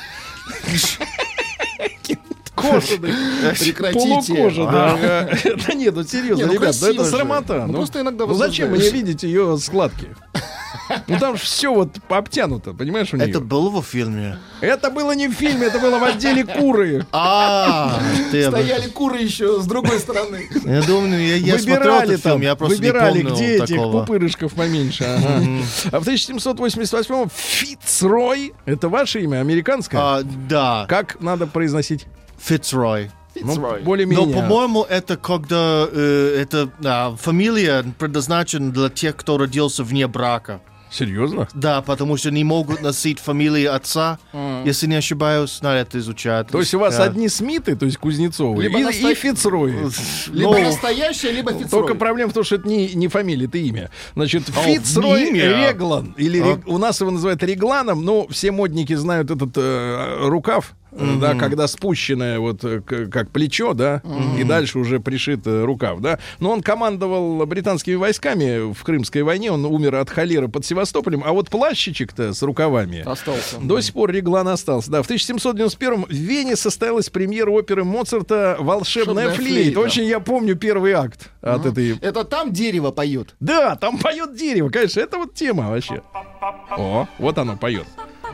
Кожаный. Прекратите. Полукожа, да. Да нет, ну серьезно, Не, ну ребят, ну это красиво же. срамота. Ну, просто иногда ну зачем мне возбуждаешь. видеть ее складки? Ну там же все вот обтянуто, понимаешь, у нее. Это было в фильме? Это было не в фильме, это было в отделе куры. А, ты об- Стояли куры еще с другой стороны. Я думаю, я, я смотрел Выбирали этот фильм, там, я просто выбирали, не помню где этих такого. пупырышков поменьше. ага. А в тысяча семьсот восемьдесят восьмом Фицрой, это ваше имя, американское? А, да, Как надо произносить? Фицрой. Ну, Фицрой. Но, более-менее. по-моему, это когда э, это а, фамилия предназначена для тех, кто родился вне брака. Серьезно? Да, потому что не могут носить фамилии отца, если не ошибаюсь, надо это изучать. То есть у вас Да. одни Смиты, то есть Кузнецовы, Либо и, наста- и Фицрои. Либо Ну, настоящая, либо Фицрой. Только проблема в том, что это не, не фамилия, это имя. Значит, О, Фицрой имя. Реглан. Или А. рег- у нас его называют Регланом, но все модники знают этот э, рукав. э, Да, когда спущенное вот э, к- как плечо, да, и дальше уже пришит э, рукав, да. Но он командовал британскими войсками в Крымской войне, он умер от холеры под Севастополем, а вот плащичек-то с рукавами Остался. до сих пор Реглан остался. Да, в тысяча семьсот девяносто первом в Вене состоялась премьера оперы Моцарта «Волшебная «Волшебная флейта». флейта». Очень я помню первый акт от этой... Это там дерево поет. Да, там поет дерево, конечно, это вот тема вообще. О, вот оно поет.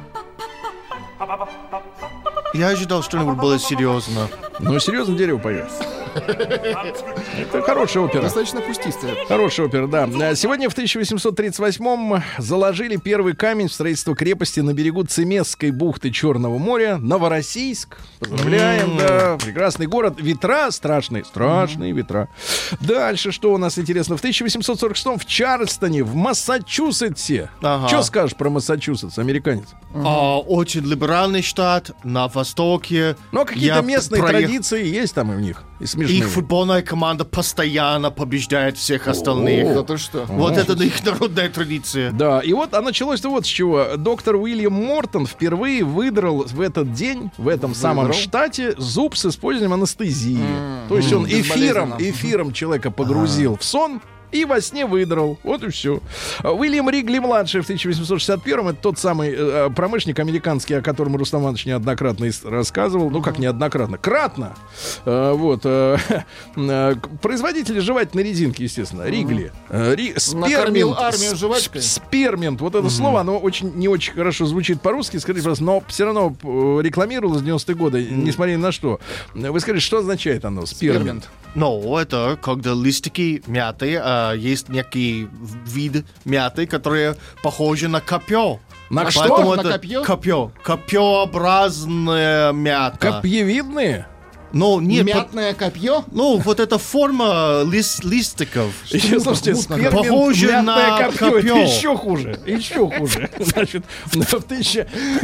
Я ожидал что-нибудь более серьезно. Ну, серьезно, дерево поет. Это хорошая опера. Достаточно кустистая. Хорошая опера, да. А Сегодня в тысяча восемьсот тридцать восьмом заложили первый камень в строительство крепости на берегу Цемесской бухты Черного моря. Новороссийск. Поздравляем, да. Прекрасный город. Ветра страшные. Страшные ветра. Дальше, что у нас интересно? В тысяча восемьсот сорок шестом в Чарльстоне, в Массачусетсе. Ага. Что скажешь про Массачусетс, американец? А, очень либеральный штат на востоке. Но какие-то Я местные проех- традиции есть там и в них. И смешные. Их футбольная команда постоянно побеждает всех остальных. Да ты что? Вот это их народная традиция. Да, и вот а началось-то вот с чего. Доктор Уильям Мортон впервые выдрал в этот день, в этом самом штате, зуб с использованием анестезии. То есть он эфиром, безболезненно. эфиром человека погрузил в сон, и во сне выдрал. Вот и все. Уильям Ригли-младший в тысяча восемьсот шестьдесят первом, это тот самый э, промышленник американский, о котором Рустам Иванович неоднократно рассказывал. Ну, как неоднократно? Кратно. Э, вот. Э, э, производители жевательной резинки, естественно. Ригли. Э, ри, накормил армию жвачкой. Спермент. Вот это mm-hmm. слово, оно очень, не очень хорошо звучит по-русски, скажите, пожалуйста, но все равно рекламировалось в девяностые годы, mm-hmm. несмотря ни на что. Вы скажите, что означает оно? Спермент. Ну, это когда листики мяты, а есть некий вид мяты, которые похожи на копье. На а что? На копье? Копье. Копьеобразная мята. Копьевидные? Ну, нет, мятное по... копье? Ну, вот эта форма лист, листиков. Еще, слушайте, спермент, похоже на копье. копье. Это еще хуже. Еще хуже. Значит, в тысяча...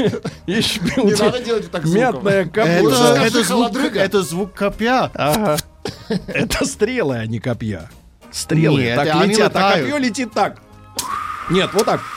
Не надо делать так звуком. Мятное копье. Это, это, звук, это звук копья. Ага. Это стрелы, а не копья. Стрелы Нет, так летят, а копье летит так. Нет, вот так.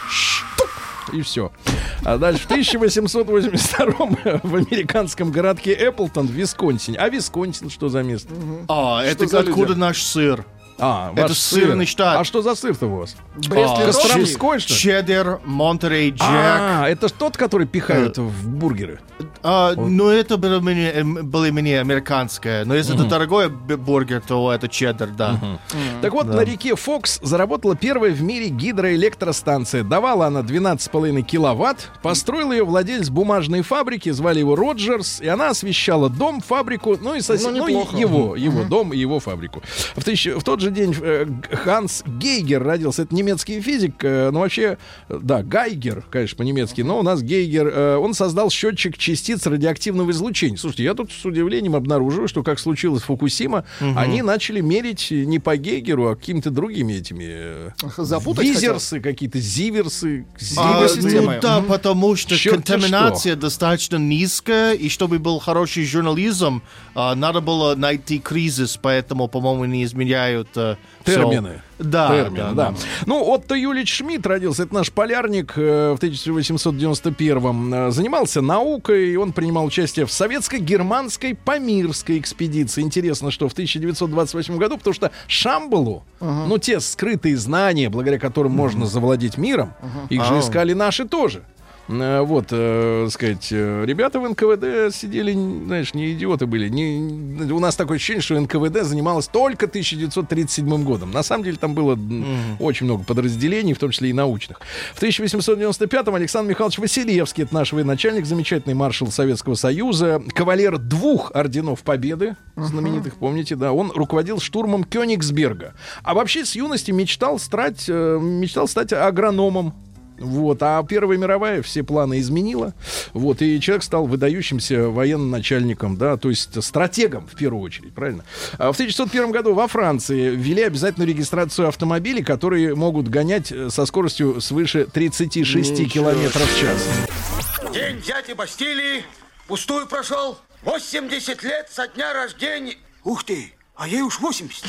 И все. А дальше в тысяча восемьсот восемьдесят втором в американском городке Эпплтон в Висконсине. А Висконсин что за место? А, это откуда наш сыр. А, это сырный сыр. штат. А что за сыр-то у вас? Костромской, что ли? Чеддер, Монтерей Джек. А, это тот, который пихают в бургеры? А, ну, это было мне, было мне американское. Но если uh-huh. это дорогой бургер, то это чеддер, да. Uh-huh. Uh-huh. Так вот, да. на реке Фокс заработала первая в мире гидроэлектростанция. Давала она двенадцать с половиной киловатт. Построил ее владелец бумажной фабрики, звали его Роджерс. И она освещала дом, фабрику, ну и сосед... ну, ну, его, его uh-huh. дом и его фабрику. В, тысяч... в тот же день э, Ханс Гейгер родился. Это немецкий физик. Э, ну, вообще, да, Гайгер, конечно, по-немецки. Но у нас Гейгер. Э, он создал счетчик частиц радиоактивного излучения. Слушайте, я тут с удивлением обнаруживаю, что, как случилось в Фукусима, угу. они начали мерить не по Гейгеру, а какими-то другими этими... Запутать Визерсы, хотел? какие-то зиверсы. А, ну да, угу. потому что Черт контаминация что. достаточно низкая, и чтобы был хороший журнализм, а, надо было найти кризис, поэтому, по-моему, не изменяют а, термины. Все. Да, термины, да, да. да. Ну, Отто Юлич Шмидт родился, это наш полярник, э, в тысяча восемьсот девяносто первом. Э, занимался наукой, он принимал участие в советско-германской Памирской экспедиции. Интересно, что в тысяча девятьсот двадцать восьмом году, потому что Шамбалу, uh-huh. ну, те скрытые знания, благодаря которым uh-huh. можно завладеть миром, uh-huh. их же искали наши тоже. Вот, э, сказать, ребята в эн ка вэ дэ сидели, знаешь, не идиоты были. Не, у нас такое ощущение, что эн ка вэ дэ занималась только тысяча девятьсот тридцать седьмым годом. На самом деле там было mm-hmm. очень много подразделений, в том числе и научных. В тысяча восемьсот девяносто пятом Александр Михайлович Василевский, это наш военачальник, замечательный маршал Советского Союза, кавалер двух орденов Победы, знаменитых, uh-huh. помните, да, он руководил штурмом Кёнигсберга. А вообще с юности мечтал стать, э, мечтал стать агрономом. Вот, а Первая мировая все планы изменила. Вот, и человек стал выдающимся военным начальником, да, то есть стратегом в первую очередь, правильно? А в тысяча девятьсот первом году во Франции ввели обязательную регистрацию автомобилей, которые могут гонять со скоростью свыше тридцать шесть километров в час. День дяди Бастилии пустую прошел. восемьдесят лет со дня рождения. Ух ты, а ей уж восемьдесят.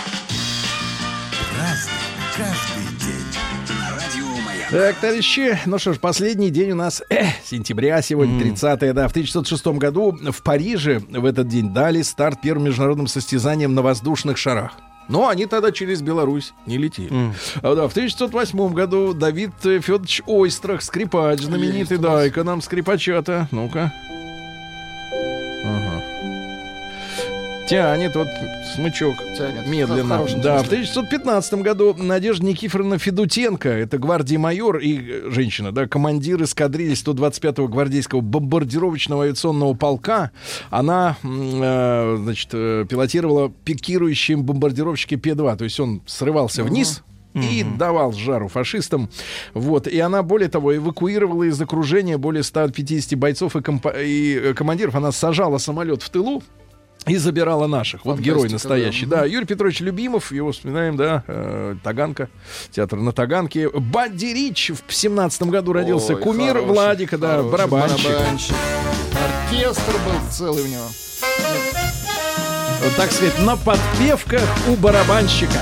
Разный, каждый день. Так, товарищи, ну что ж, последний день у нас э, сентября, сегодня тридцатое, да. В тысяча девятьсот шестом году в Париже в этот день дали старт первым международным состязаниям на воздушных шарах. Но они тогда через Беларусь не летели. Mm. А, да, в тысяча девятьсот восьмом году Давид Федорович Ойстрах, скрипач знаменитый, дай-ка нам скрипача-то. Ну-ка. Ага. Тянет вот смычок. Тянет. Медленно. Да, в тысяча девятьсот пятнадцатом году Надежда Никифоровна Федутенко, это гвардии майор и женщина, да, командир эскадрильи сто двадцать пятого гвардейского бомбардировочного авиационного полка. Она, э, значит, пилотировала пикирующим бомбардировщики Пе два. То есть он срывался uh-huh. вниз и mm-hmm. давал жару фашистам. Вот. И она, более того, эвакуировала из окружения более ста пятидесяти бойцов и, комп- и командиров. Она сажала самолет в тылу и забирала наших. Вот герой настоящий. Да. Да, Юрий Петрович Любимов, его вспоминаем, да, э, Таганка, театр на Таганке. Бадди Рич в семнадцатом году родился. Ой, кумир хороший, Владика, да, хороший, барабанщик. барабанщик. Оркестр был целый у него. Вот так сказать, на подпевках у барабанщика.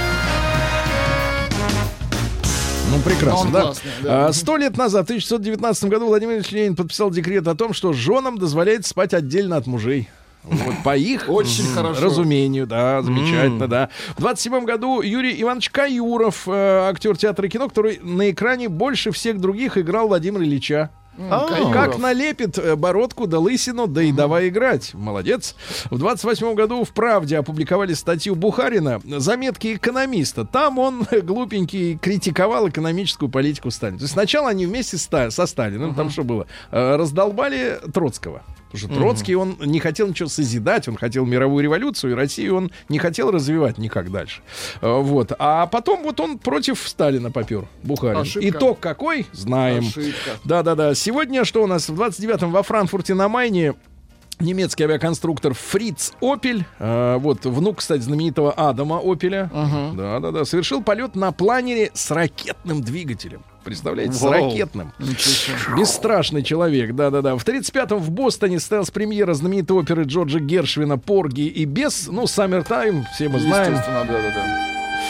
Ну, прекрасно, да. Классный, да. Сто лет назад, в тысяча девятьсот девятнадцатом году, Владимир Ильич Ленин подписал декрет о том, что женам дозволяется спать отдельно от мужей. Вот по их Очень хорошо. разумению, да, замечательно, mm. да. В двадцать седьмом году Юрий Иванович Каюров, э, актер театра и кино, который на экране больше всех других играл Владимира Ильича. Mm, как налепит бородку да лысину, да и mm-hmm. давай играть. Молодец. В двадцать восьмом году в «Правде» опубликовали статью Бухарина «Заметки экономиста». Там он, глупенький, критиковал экономическую политику Сталина. То есть сначала они вместе ста- со Сталиным, mm-hmm. там что было, раздолбали Троцкого. Потому что Троцкий, он не хотел ничего созидать, он хотел мировую революцию, и Россию он не хотел развивать никак дальше. Вот. А потом вот он против Сталина попер, Бухарин. Ошибка. Итог какой? Знаем. Ошибка. Да-да-да. Сегодня что у нас? В двадцать девятом во Франкфурте на Майне немецкий авиаконструктор Фриц Опель, э, вот внук, кстати, знаменитого Адама Опеля, uh-huh. да-да-да, совершил полет на планере с ракетным двигателем. Представляете, wow. с ракетным. Бесстрашный человек, да-да-да. В тридцать пятом в Бостоне состоялась премьера знаменитой оперы Джорджа Гершвина «Порги и бес». Ну, «Саммертайм», все мы знаем. Естественно, да-да-да.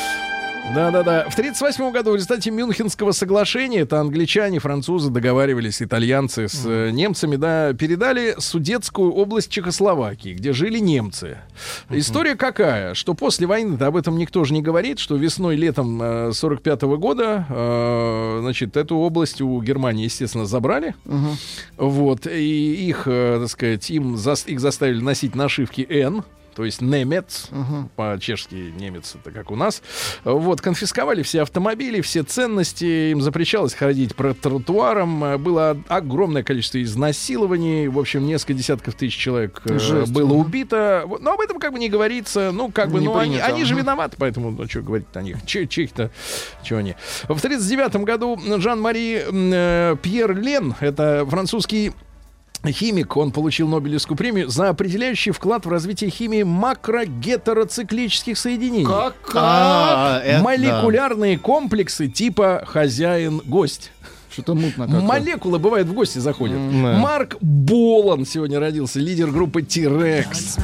Да-да-да. В тридцать восьмом году в результате Мюнхенского соглашения, это англичане, французы договаривались, итальянцы с э, немцами, да, передали Судетскую область Чехословакии, где жили немцы. Uh-huh. История какая? Что после войны, об этом никто же не говорит, что весной, летом э, сорок пятого года, э, значит, эту область у Германии, естественно, забрали. Uh-huh. Вот. И их, э, так сказать, им за, их заставили носить нашивки «Н». То есть немец, uh-huh. по-чешски немец, это как у нас. Вот, конфисковали все автомобили, все ценности, им запрещалось ходить по тротуарам, было огромное количество изнасилований, в общем, несколько десятков тысяч человек Жесть. было убито. Но об этом как бы не говорится, ну, как бы, не ну, принято, они, они же виноваты, поэтому, ну, что говорить о них, чьих-то, чего они. В тридцать девятом году Жан-Мари э, Пьер Лен, это французский химик, он получил Нобелевскую премию за определяющий вклад в развитие химии макрогетероциклических соединений. Как? А, это, Молекулярные да. комплексы типа хозяин-гость. Что-то мутно как-то. Молекулы, бывает, в гости заходят. Mm. Марк Болан сегодня родился, лидер группы T-Rex.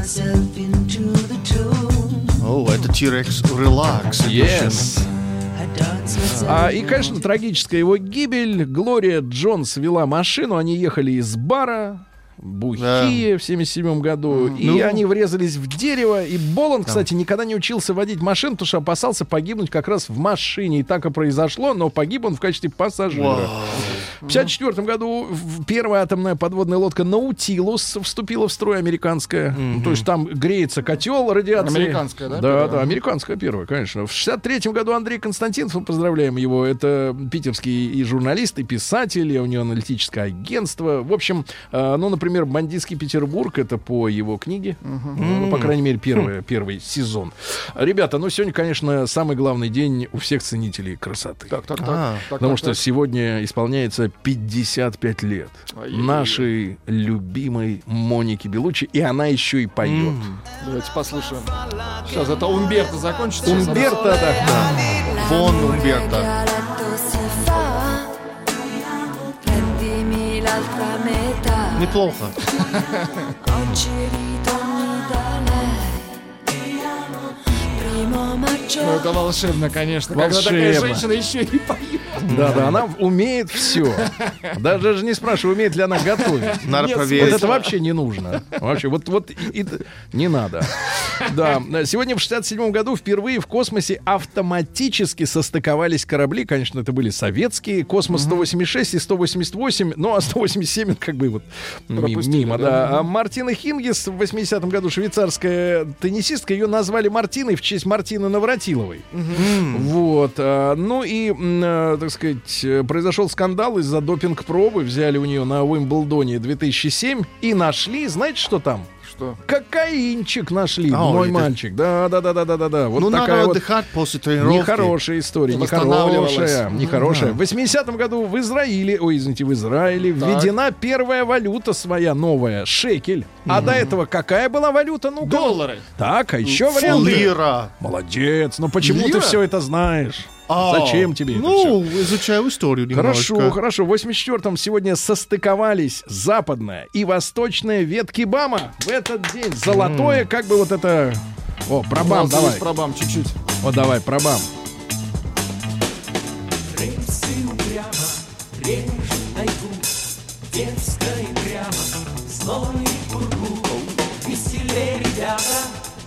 О, oh, это T-Rex Relax. Yes. А, и, конечно, трагическая его гибель. Глория Джонс вела машину, они ехали из бара, бухие, да. в семьдесят седьмом году, mm. и ну. они врезались в дерево. И Болан, да. кстати, никогда не учился водить машину, потому что опасался погибнуть как раз в машине. И так и произошло, но погиб он в качестве пассажира. Wow. В пятьдесят четвёртом году первая атомная подводная лодка «Наутилус» вступила в строй, американская. Mm-hmm. То есть там греется котел радиации. Американская, да? Да, первая? да, американская первая, конечно. В шестьдесят третьем году Андрей Константинов, мы поздравляем его, это питерский и журналист, и писатель, и у него аналитическое агентство. В общем, э, ну, например, «Бандитский Петербург», это по его книге. Uh-huh. Ну, по крайней мере, первый, первый сезон. Ребята, ну, сегодня, конечно, самый главный день у всех ценителей красоты. Так, так, так. А, так потому так, что так. сегодня исполняется пятьдесят пять лет Ай-яй-яй. нашей любимой Монике Белуччи, и она еще и поет. Mm. Давайте послушаем. Сейчас это Умберто закончится. Умберто, да. да. Вон Умберто. Неплохо. Ну, это волшебно, конечно. Волшебно. Когда такая женщина еще и поет. Да, да, она умеет все. Даже, даже не спрашиваю, умеет ли она готовить. Надо Нет, проверить. Вот это вообще не нужно. Вообще, вот, вот и, и, не надо. Да, сегодня в шестьдесят седьмом году впервые в космосе автоматически состыковались корабли. Конечно, это были советские. Космос сто восемьдесят шесть и сто восемьдесят восемь. Ну, а сто восемьдесят семь как бы вот Пропустили, мимо. Да. Да. А Мартина Хингис в восьмидесятом году, швейцарская теннисистка, ее назвали Мартиной в честь Мартины Навратиловой. Mm-hmm. Вот. А, ну и, а, так сказать, произошел скандал из-за допинг-пробы. Взяли у нее на Уимблдоне две тысячи семь и нашли, знаете, что там? Что? Кокаинчик нашли, а, мой это... мальчик. Да, да, да, да, да, да, да. Вот ну, такая надо вот отдыхать после тренировки. Нехорошая история, нехорошая, нехорошая. В восьмидесятом году в Израиле, ой, извините, в Израиле так. введена первая валюта своя новая, шекель. А mm-hmm. до этого какая была валюта? Ну, доллары. Так, а еще Фу, варианты. Лира. Молодец. Но почему Лира? ты все это знаешь? А, Зачем тебе ну, это все? изучаю историю немножко. Хорошо, хорошо. В восемьдесят четвёртом сегодня состыковались западная и восточная ветки БАМа. В этот день золотое, mm. как бы вот это... О, пробам, давай. Пробам чуть-чуть. Вот давай, пробам.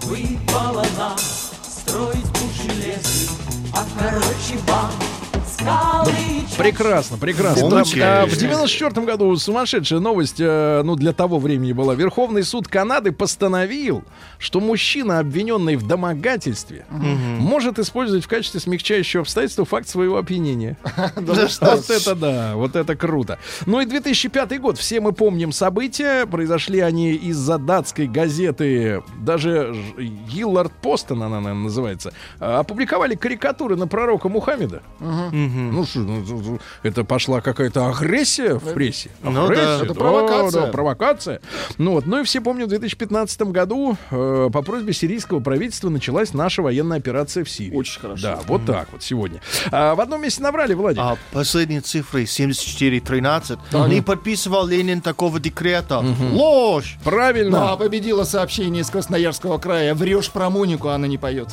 выпала нам строить буши лесы, а короче вам скалы. Прекрасно, прекрасно. Бомбочки. А в девяносто четвёртом году сумасшедшая новость, э, ну, для того времени была. Верховный суд Канады постановил, что мужчина, обвиненный в домогательстве, может использовать в качестве смягчающего обстоятельства факт своего опьянения. Вот это да, вот это круто. Ну и две тысячи пятый год. Все мы помним события. Произошли они из-за датской газеты, даже Гиллард Постон, она, наверное, называется, опубликовали карикатуры на пророка Мухаммеда. Ну что, ну, это пошла какая-то агрессия в прессе. Ну, Агрессия, да. Это да, провокация. да, провокация. Ну вот, ну и все помнят, в две тысячи пятнадцатом году э, по просьбе сирийского правительства началась наша военная операция в Сирии. Очень хорошо. Да, вот так вот сегодня. А, в одном месте набрали, Владик. А последние цифры семьдесят четыре тринадцать. Не подписывал Ленин такого декрета. Ложь! Правильно. Ну, а победило сообщение из Красноярского края. Врешь про Монику, она не поет.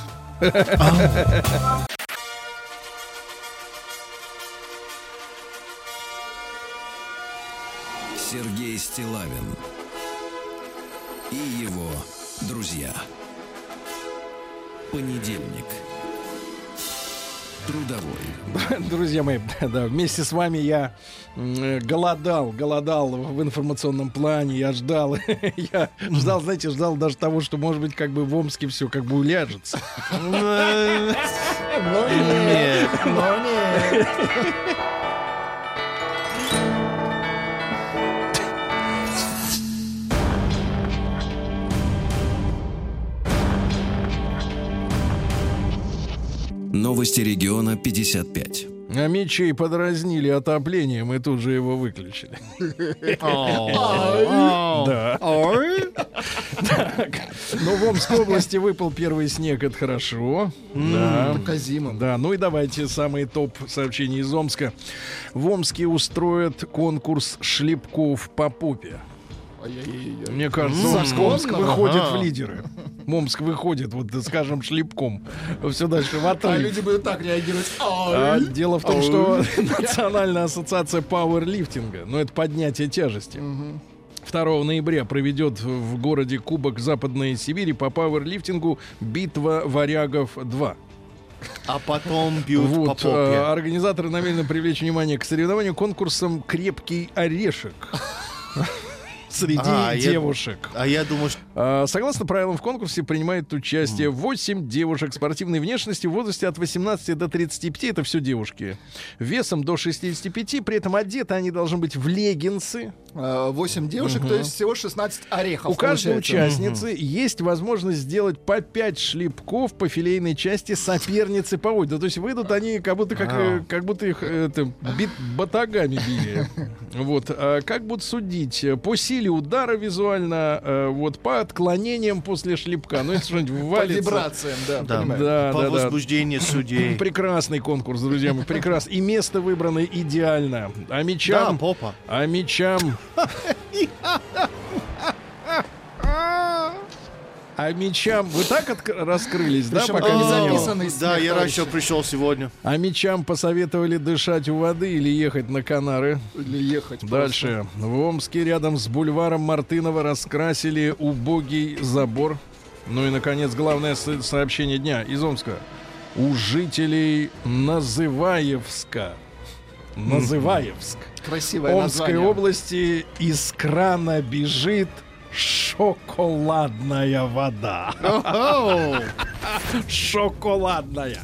Сергей Стиллавин и его друзья. Понедельник. Трудовой. Друзья мои, да, вместе с вами я м, голодал, голодал в информационном плане, я ждал, я ждал, знаете, ждал даже того, что, может быть, как бы в Омске все как бы уляжется. Но нет, но нет. Новости региона пятьдесят пять. А мечей подразнили отоплением и тут же его выключили. Да. Так. Ну, в Омской области выпал первый снег, это хорошо. Да. Казима. Да, ну и давайте самые топ сообщения из Омска. В Омске устроят конкурс шлепков по попе. Ай-яй-яй. Мне кажется, Омск, Омск выходит в лидеры. Омск выходит, вот, скажем, шлепком. Все дальше в А отрыв. люди будут так реагировать. А, дело в том, что Национальная ассоциация пауэрлифтинга, ну это поднятие тяжести, второго ноября проведет в городе Кубок Западной Сибири по пауэрлифтингу «Битва варягов два». А потом бьют по Вот, попе. э, организаторы намерены привлечь внимание к соревнованию конкурсом «Крепкий орешек» среди А, я- девушек. А я думаю, что... А, Согласно правилам, в конкурсе принимает участие восемь девушек спортивной внешности в возрасте от восемнадцати до тридцати пяти. Это все девушки. Весом до шестидесяти пяти. При этом одеты они должны быть в леггинсы. восемь девушек, то есть всего шестнадцать орехов. У каждой получается. участницы есть возможность сделать по пять шлепков по филейной части соперницы по воде. То есть выйдут они как будто, как, э, как будто их э, это, бит, батагами били. Вот. А как будут судить? По силе удара визуально, э, вот, по отклонениям после шлепка. Ну, это что-нибудь По валится. вибрациям, да, Да. понимаю. Да, По да, да. возбуждению судей. Прекрасный конкурс, друзья мои, прекрасно. И место выбрано идеально. А Да, мечам... попа. А мечам... А мечам... Вы так отк- раскрылись, да, Причем пока это не не заняло? записанный Да, смех, я товарищи. раньше пришел сегодня. А мечам посоветовали дышать у воды или ехать на Канары. Или ехать Дальше. В Омске рядом с бульваром Мартынова раскрасили убогий забор. Ну и, наконец, главное со- сообщение дня из Омска. У жителей Называевска. Называевск. просто. Красивое Омской название. области из крана бежит шоколадная вода. Шоколадная.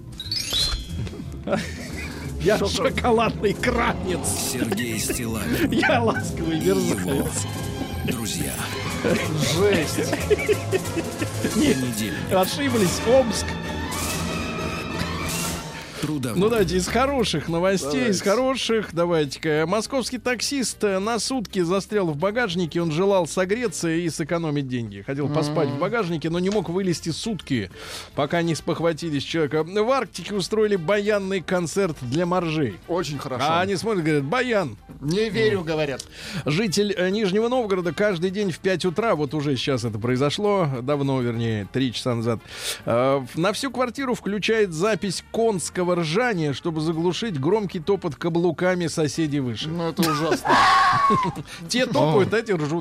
Я шоколадный кранец. Сергей Стиллавин Я ласковый и его мерзавец. друзья. Жесть. Понедельник. Ошиблись, Омск. Трудовой. Ну давайте из хороших новостей, Давайте. из хороших, давайте-ка. Московский таксист э, на сутки застрял в багажнике. Он желал согреться и сэкономить деньги. Хотел поспать в багажнике, но не мог вылезти сутки, пока не спохватились человека. В Арктике устроили баянный концерт для моржей. Очень хорошо. А они смотрят, говорят, баян. Не верю, говорят. Житель э, Нижнего Новгорода каждый день в пять утра, вот уже сейчас это произошло, давно, вернее, три часа назад, э, в- на всю квартиру включает запись конского ржания, чтобы заглушить громкий топот каблуками соседей выше. Ну, это ужасно. Те топают, эти ржут.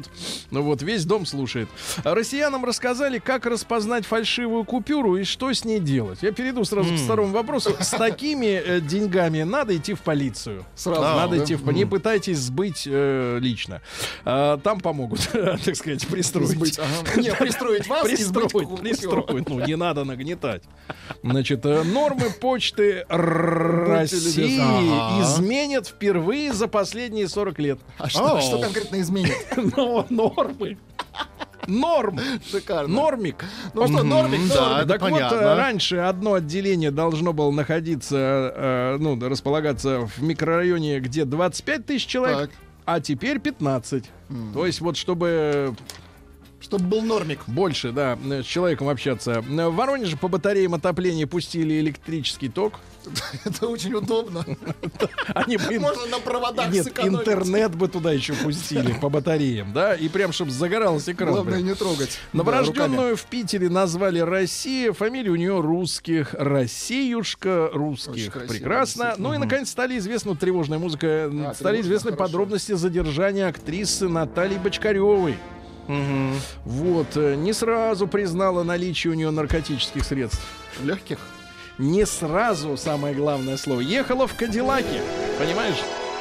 Ну вот, весь дом слушает. Россиянам рассказали, как распознать фальшивую купюру и что с ней делать. Я перейду сразу mm. к второму вопросу. С такими э, деньгами надо идти в полицию. Сразу а, надо да? идти в полицию. Mm. Не пытайтесь сбыть э, лично. А, там помогут, так сказать, пристроить. Сбыть, ага. Не, пристроить вас пристроить, пристроить. Ну, не надо нагнетать. Значит, нормы почты России ага. изменят впервые за последние сорок лет. А что, что конкретно изменит? Ну, нормы. Норм. Шикарно. Нормик. Ну что, нормик, да, так вот, раньше одно отделение должно было находиться, э, ну, располагаться в микрорайоне, где двадцать пять тысяч человек, так. а теперь пятнадцать. Mm. То есть вот, чтобы... Чтобы был нормик. Больше, да, с человеком общаться. В Воронеже по батареям отопления пустили электрический ток. Это очень удобно. Они бы... Можно на проводах Нет, сэкономить. Интернет бы туда еще пустили по батареям, да, и прям, чтобы загорался экран. Главное прям. не трогать. Новорожденную да, в Питере назвали Россия. Фамилия у нее русских. Россиюшка русских. Красиво, прекрасно. Красиво. Ну и, наконец, стали известны, тревожная музыка, а, стали известны хорошо. подробности задержания актрисы Натальи Бочкаревой. Угу. Вот, не сразу признала наличие у нее наркотических средств. Легких? Не сразу, самое главное слово. Ехала в Кадиллаке, понимаешь?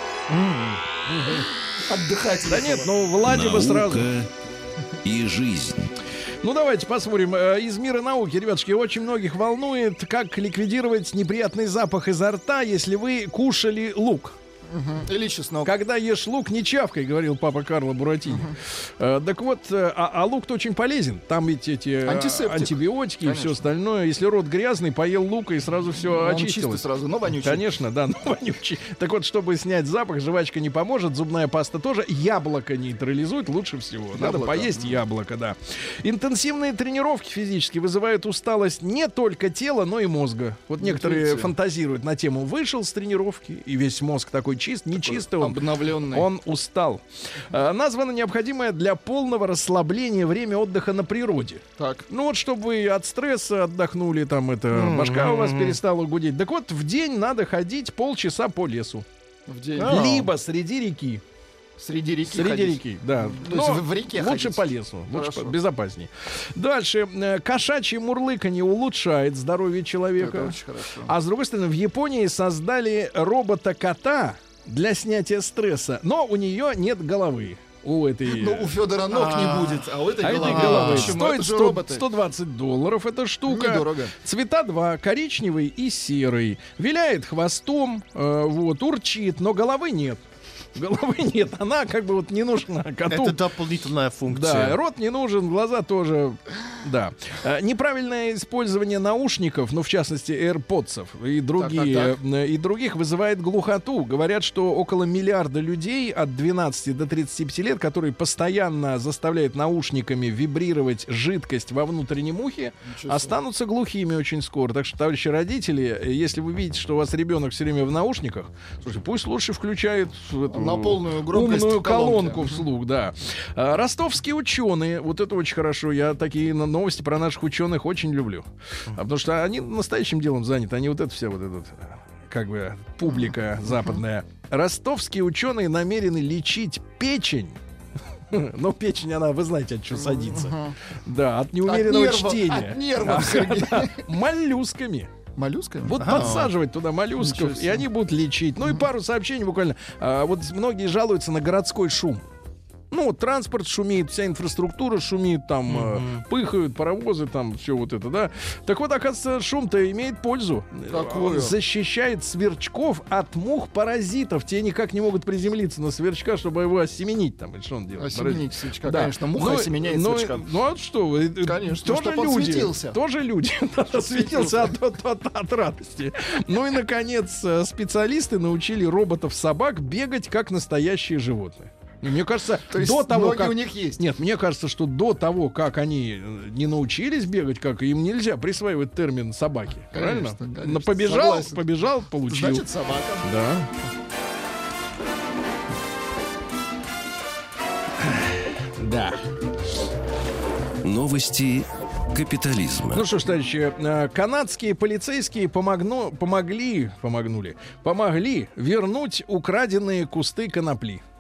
Mm-hmm. Отдыхать. Да нет, ну Влади бы сразу. И жизнь. Ну давайте посмотрим. Из мира науки, ребятушки, очень многих волнует, как ликвидировать неприятный запах изо рта, если вы кушали лук. Угу. Или чеснок. Когда ешь лук, не чавкай, говорил папа Карло Буратино. Угу. Э, так вот, а, а лук-то очень полезен. Там ведь эти Антисептик. антибиотики Конечно. и все остальное. Если рот грязный, поел лука и сразу все ну, очистилось. Он чистый сразу, но вонючий. Конечно, да, но вонючий. Так вот, чтобы снять запах, жвачка не поможет, зубная паста тоже. Яблоко нейтрализует лучше всего. Яблоко. Надо поесть угу. яблоко, да. Интенсивные тренировки физически вызывают усталость не только тела, но и мозга. Вот некоторые Интуиция. фантазируют на тему: вышел с тренировки, и весь мозг такой чист, не чистый, он, обновленный. он устал. А, названо необходимое для полного расслабления время отдыха на природе. Так. Ну вот, чтобы вы от стресса отдохнули, там это mm-hmm. башка у вас перестала гудеть. Так вот, в день надо ходить полчаса по лесу. В день. Oh. Либо среди реки. Среди реки Среди ходить. реки, да. То есть в реке лучше ходить. по лесу, лучше по, безопаснее. Дальше. Кошачье мурлыканье улучшает здоровье человека. Это очень хорошо. А с другой стороны, в Японии создали робота-кота для снятия стресса, но у нее нет головы. У этой... Ну, у Федора ног А-а-а. не будет, а у этой а головы. Этой головы. А-а-а. Стоит сто, сто двадцать долларов эта штука. Недорого. Цвета два, коричневый и серый. Виляет хвостом, э, вот, урчит, но головы нет. Головы нет, она как бы вот не нужна коту. Это дополнительная функция. Да, рот не нужен, глаза тоже, да. А, неправильное использование наушников, ну, в частности, AirPods и, другие, так, так, так. и других вызывает глухоту. Говорят, что около миллиарда людей от двенадцати до тридцати пяти лет, которые постоянно заставляют наушниками вибрировать жидкость во внутреннем ухе, останутся глухими очень скоро. Так что, товарищи родители, если вы видите, что у вас ребенок все время в наушниках, слушайте, пусть лучше включает эту на полную громкость умную колонку вслух, да. А, ростовские ученые, вот это очень хорошо, я такие новости про наших ученых очень люблю, а, потому что они настоящим делом заняты, они вот это все вот этот, как бы, публика западная. Ростовские ученые намерены лечить печень. Но печень, она, вы знаете, от чего садится. Да, от неумеренного чтения. От нервов, Сергей. Моллюсками. Моллюсками? Вот ага. подсаживать туда моллюсков, и они будут лечить. Ну и пару сообщений буквально. А, вот многие жалуются на городской шум. Ну, вот транспорт шумит, вся инфраструктура шумит, там mm-hmm. э, пыхают паровозы, там все вот это, да. Так вот, оказывается, шум-то имеет пользу. Какую? Он защищает сверчков от мух-паразитов. Те никак не могут приземлиться на сверчка, чтобы его осеменить там. Или что он делает? Осеменить сверчка, да. Конечно. Муха но, осеменяет но, сверчка. Ну, а что вы? Конечно, тоже чтобы люди, он светился. Тоже люди. Светился от, от, от, от радости. Ну и, наконец, специалисты научили роботов-собак бегать как настоящие животные. Мне кажется, То есть до того, как... у них есть. Нет, мне кажется, что до того, как они не научились бегать, как им нельзя присваивать термин собаки. Конечно, правильно? Конечно. Побежал, Согласен. побежал, получил. Значит, собака. Да. Да. Новости капитализма. Ну что ж, товарищи, канадские полицейские помогну, помогли, помогнули, помогли вернуть украденные кусты конопли.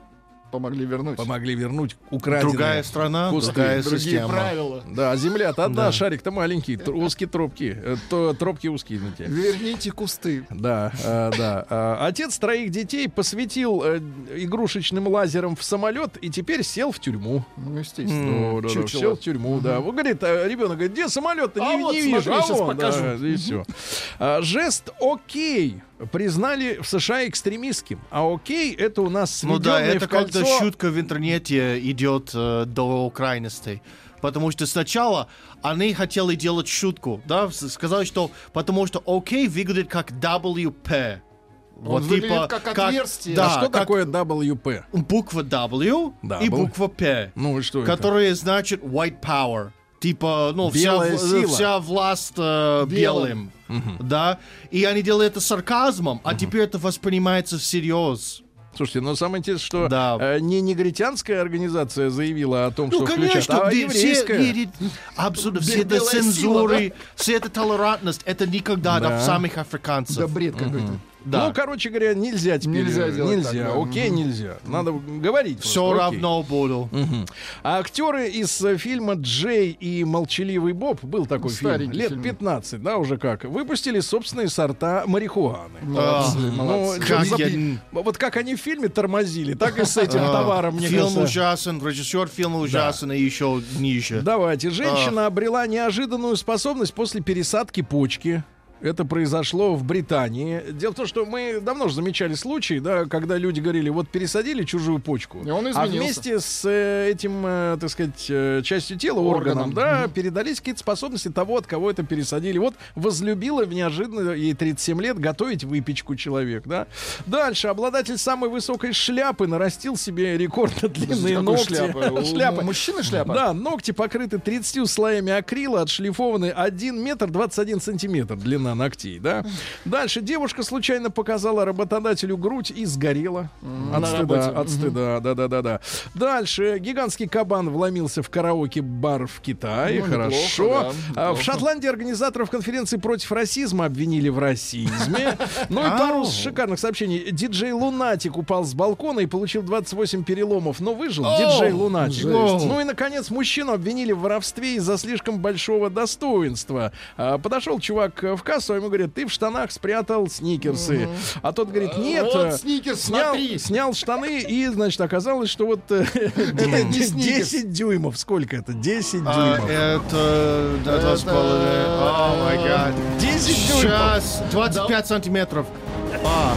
Помогли вернуть. Помогли вернуть украденные Другая страна, кусты. другая Другие система. правила. Да, земля-то одна, Да. шарик-то маленький, тр- узкие тропки, э, то, тропки узкие. знаете. Верните кусты. Да, э, да. Э, Отец троих детей посвятил э, игрушечным лазером в самолет и теперь сел в тюрьму. Ну, естественно. Ну, да, да, Чучело. сел в тюрьму, да. Вот говорит, а, ребенок говорит, где самолет-то? А Не, вот, не смотри, вижу. А щас вон, покажу. да, и все. А, жест «Окей» признали в США экстремистским. А «Окей» — это у нас Ну да, сведенные это в кольцо... когда шутка в интернете идет э, до крайностей. Потому что сначала они хотели делать шутку, да, с- сказали, что потому что окей выглядит как дабл ю пи. Он выглядит как отверстие. А Да, что как такое дабл ю пи? буква W Да, и был- буква P, Ну и что это? которые значит white power. Типа, ну, вся, Белая в- сила. вся власть э, белым. Да. И они делают это сарказмом, а теперь это воспринимается всерьез. Слушайте, но самое интересное, что Да. э, не негритянская организация заявила о том, Ну, что включат, конечно, а где еврейская. все, не- абсолютно, все это белая сила, цензуры, вся эта толерантность, это никогда Да. да, в самих африканцев. Да бред какой-то. Да. Ну, короче говоря, нельзя теперь. Нельзя делать Нельзя. так, да. Окей, нельзя. Надо говорить. Все просто, окей. равно буду. Мгм. А актеры из э, фильма «Джей и молчаливый Боб», был такой фильм, Старенький лет фильм. пятнадцать, да, уже как, выпустили собственные сорта марихуаны. Молодцы, А, молодцы. Ну, как за- я- Вот как они в фильме тормозили, так и с этим А, товаром, мне Фильм кажется. ужасен, режиссер фильма ужасен и еще ниже. Давайте. Женщина обрела неожиданную способность после пересадки почки. Это произошло в Британии. Дело в том, что мы давно уже замечали случаи, да, когда люди говорили, вот пересадили чужую почку, И он а изменился. вместе с э, этим, э, так сказать, э, частью тела, органом, Органом. да, передались какие-то способности того, от кого это пересадили. Вот возлюбила неожиданно, ей тридцать семь лет, готовить выпечку человек, да. Дальше. Обладатель самой высокой шляпы нарастил себе рекордно длинные Какой ногти. шляпа? У Шляпа. мужчины шляпа? Да, ногти покрыты тридцатью слоями акрила, отшлифованы один метр двадцать один сантиметр длина ногтей, да. Дальше девушка случайно показала работодателю грудь и сгорела. От на стыда, работе. от стыда, да-да-да-да. Дальше гигантский кабан вломился в караоке-бар в Китае, Ну, неплохо, хорошо. да, А в неплохо. Шотландии организаторов конференции против расизма обвинили в расизме. Ну и пару Ау. шикарных сообщений. Диджей Лунатик упал с балкона и получил двадцать восемь переломов, но выжил. О, Диджей Лунатик. жесть. Ну и, наконец, мужчину обвинили в воровстве из-за слишком большого достоинства. А, подошел чувак э, в кассу, а ему говорят, ты в штанах спрятал сникерсы. А тот говорит, нет. Вот э, сникерс, снял, смотри. снял штаны, и, значит, оказалось, что вот э, Это не сникерс. десять дюймов. Сколько это? десять А, дюймов. это... да, два с Это- половиной. О, май гад. десять дюймов. Сейчас двадцать пять сантиметров. А,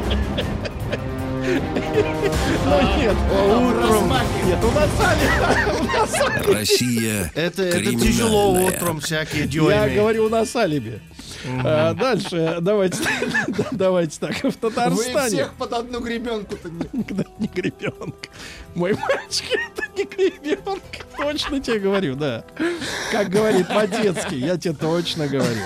Ну, нет, утром. Нет, у нас алиби. Россия это, это тяжело криминальная. утром, всякие дюймы. Я говорю, у нас алиби. А, дальше, давайте, давайте так, в Вы Татарстане. всех под одну гребенку-то не... Это не гребенка. Мой мальчик, это не гребенка. Точно тебе говорю, да. Как говорит по-детски, я тебе точно говорю.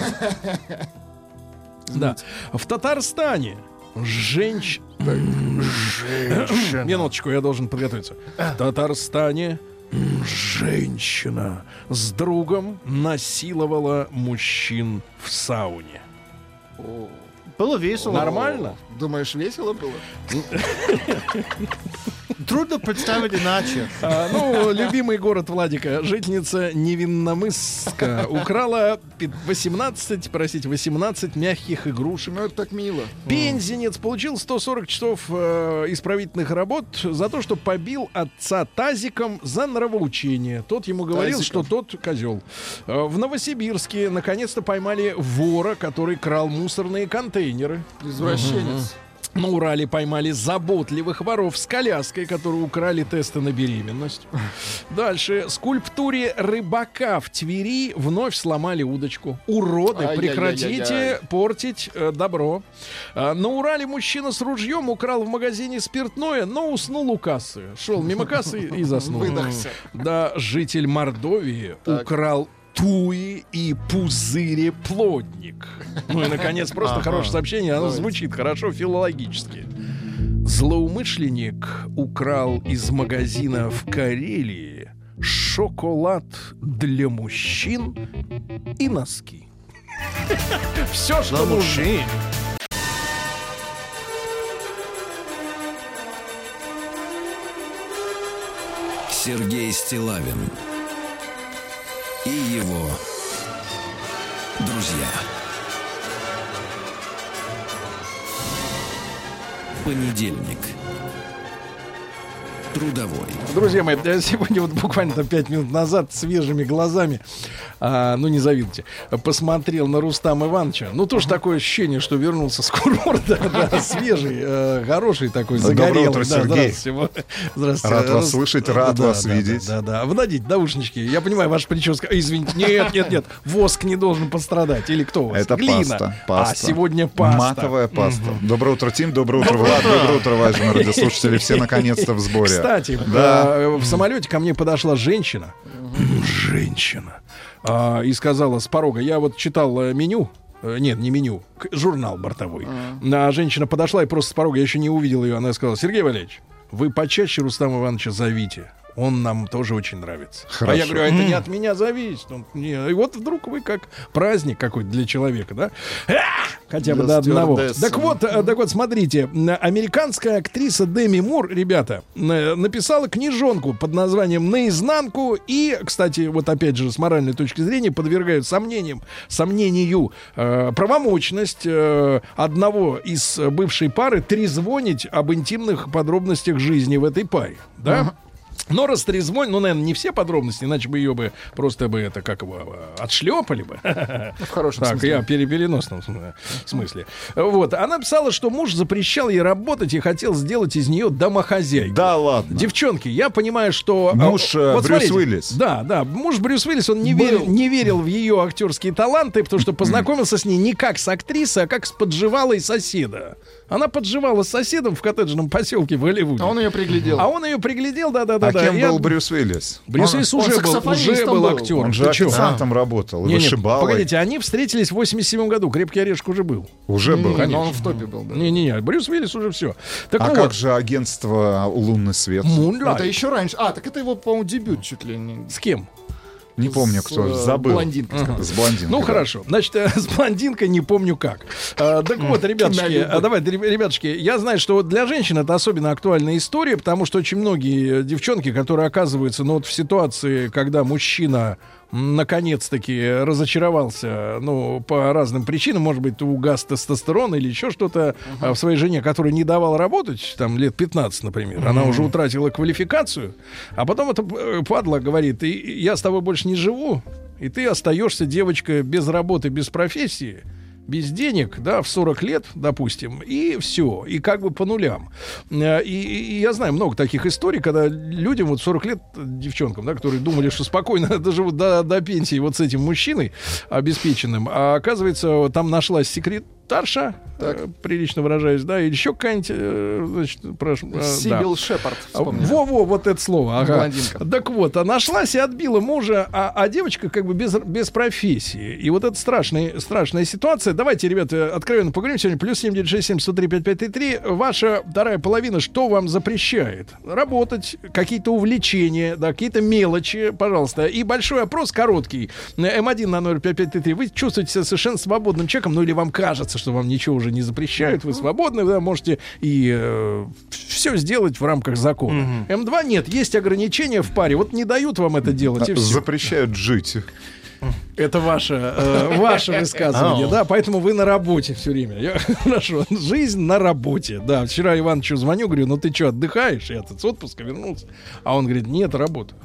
Да. В Татарстане женщ... Минуточку, я должен подготовиться. В Татарстане женщина с другом насиловала мужчин в сауне. Было весело. Нормально? Думаешь, весело было? Трудно представить иначе. А, ну, любимый город Владика, жительница Невинномысска украла пи- восемнадцать, простите, восемнадцать мягких игрушек. Ну, это так мило. Пензенец получил сто сорок часов э, исправительных работ за то, что побил отца тазиком за нравоучение. Тот ему говорил, Тазиком. что тот козел. Э, в Новосибирске наконец-то поймали вора, который крал мусорные контейнеры. Извращенец. На Урале поймали заботливых воров с коляской, которые украли тесты на беременность. Дальше. Скульптуре рыбака в Твери вновь сломали удочку. Уроды, Ай-яй-яй-яй-яй. прекратите портить э, добро. А, на Урале мужчина с ружьем украл в магазине спиртное, но уснул у кассы. Шел мимо кассы и заснул. Выдохся. Да, житель Мордовии Так. украл туи и пузыреплодник. Ну и, наконец, просто Ага. хорошее сообщение. Оно Давайте. звучит хорошо филологически. Злоумышленник украл из магазина в Карелии шоколад для мужчин и носки. Все, что Для нужно. мужчин. Сергей Стиллавин и его друзья. Понедельник. Трудовой. Друзья мои, я сегодня вот буквально пять минут назад свежими глазами, а, ну не завидуйте, посмотрел на Рустама Ивановича. Ну тоже такое ощущение, что вернулся с курорта, да, свежий, э, хороший такой, загорелый. Доброе утро, да, Сергей. Здравствуйте. Здравствуйте. Рад вас слышать, рад да, вас да, видеть. Да, да, да. Вы наденьте наушнички. Я понимаю, ваша прическа. Извините, нет, нет, нет. Воск не должен пострадать. Или кто у вас? Это Глина. паста, паста. А сегодня паста. Матовая паста. Угу. Доброе утро, Тим. Доброе утро, Влад. Доброе утро, уважаемые радиослушатели. Все наконец-то в сборе. Кстати, да. э, в самолете ко мне подошла женщина. Женщина. А, и сказала с порога, я вот читал э, меню. Э, нет, не меню, к- журнал бортовой. А женщина подошла и просто с порога, я еще не увидел ее. Она сказала: Сергей Валерьевич, вы почаще Рустама Ивановича зовите. Он нам тоже очень нравится. Хорошо. А я говорю, а это не от меня зависит. Он, не. И вот вдруг вы как праздник какой-то для человека, да? А! Хотя бы Для до одного. стюардессы. Так вот, э, так вот, смотрите, м, американская актриса Деми Мур, ребята, э, написала книжонку под названием «Наизнанку». И, кстати, вот опять же, с моральной точки зрения подвергают сомнениям, сомнению э, правомочность э, одного из бывшей пары трезвонить об интимных подробностях жизни в этой паре. Да? Ага. Но растрезвонь, ну, наверное, не все подробности, иначе бы ее бы просто бы это как его отшлепали бы. В хорошем Так, смысле. я в переносном смысле. Вот, она писала, что муж запрещал ей работать и хотел сделать из нее домохозяйку. Да ладно. Девчонки, я понимаю, что... Муж, э, вот Брюс смотрите, Уиллис. Да, да, муж Брюс Уиллис, он не Был. верил, не верил в ее актерские таланты, потому что познакомился с ней не как с актрисой, а как с подживалой соседа. Она подживала с соседом в коттеджном поселке в Голливуде. А он ее приглядел. А он ее приглядел, да-да-да. А кем был Брюс Уиллис? Брюс Он- Уиллис он уже был, саксофонистом уже был был. актером. Он же Ты чё? официантом работал, Не, не, вышибалой. погодите, они встретились в восемьдесят седьмом году. «Крепкий орешек» уже был. Уже был. Не, но он в топе был, да. Не-не-не, Брюс Уиллис уже все. Так А вот, как же агентство «Лунный свет»? Moonlight. Это еще раньше. А, так это его, по-моему, дебют чуть ли не. С кем? Не помню, С, кто. э, Забыл. блондинкой, скажем. С блондинкой. Ну да. хорошо, значит, э, с блондинкой не помню как. А, так вот, ребятушки, Кинолюбовь. а, давайте, реб- ребятушки, я знаю, что вот для женщин это особенно актуальная история, потому что очень многие девчонки, которые оказываются, ну вот в ситуации, когда мужчина м, наконец-таки разочаровался, ну, по разным причинам, может быть, угас тестостерон или еще что-то а, в своей жене, которая не давала работать, там, лет пятнадцать, например, она уже утратила квалификацию, а потом эта э, падла говорит: и я с тобой больше не живу, и ты остаешься, девочка, без работы, без профессии, без денег, да, в сорок лет, допустим, и все, и как бы по нулям. Э, И, и я знаю много таких историй, когда людям вот сорок лет, девчонкам, да, которые думали, что спокойно доживут до, до пенсии вот с этим мужчиной обеспеченным, а оказывается, там нашлась секретарша, э, прилично выражаясь, да, или еще какая-нибудь, э, значит, прошу, э, да. Сибил Шепард, вспомнил. Во-во, вот это слово. Ага. Блондинка. Так вот, а нашлась и отбила мужа, а, а девочка как бы без, без профессии. И вот это страшная, страшная ситуация. Давайте, ребята, откровенно поговорим сегодня. Плюс семь девять шесть семь сто три пять пять три три. Ваша вторая половина, что вам запрещает? Работать, какие-то увлечения, да, какие-то мелочи, пожалуйста. И большой опрос короткий. эм один на ноль пять пять три три. Вы чувствуете себя совершенно свободным человеком, ну или вам кажется, что вам ничего уже не запрещают, вы свободны, вы можете и э, все сделать в рамках закона. эм два нет, есть ограничения в паре, вот не дают вам это делать, и все. Запрещают жить. Это ваше, э, ваше высказывание, да, поэтому вы на работе все время. Я, хорошо, жизнь на работе, да. Вчера Ивановичу звоню, говорю: ну ты что, отдыхаешь? Я тут с отпуска вернулся. А он говорит: нет, работа.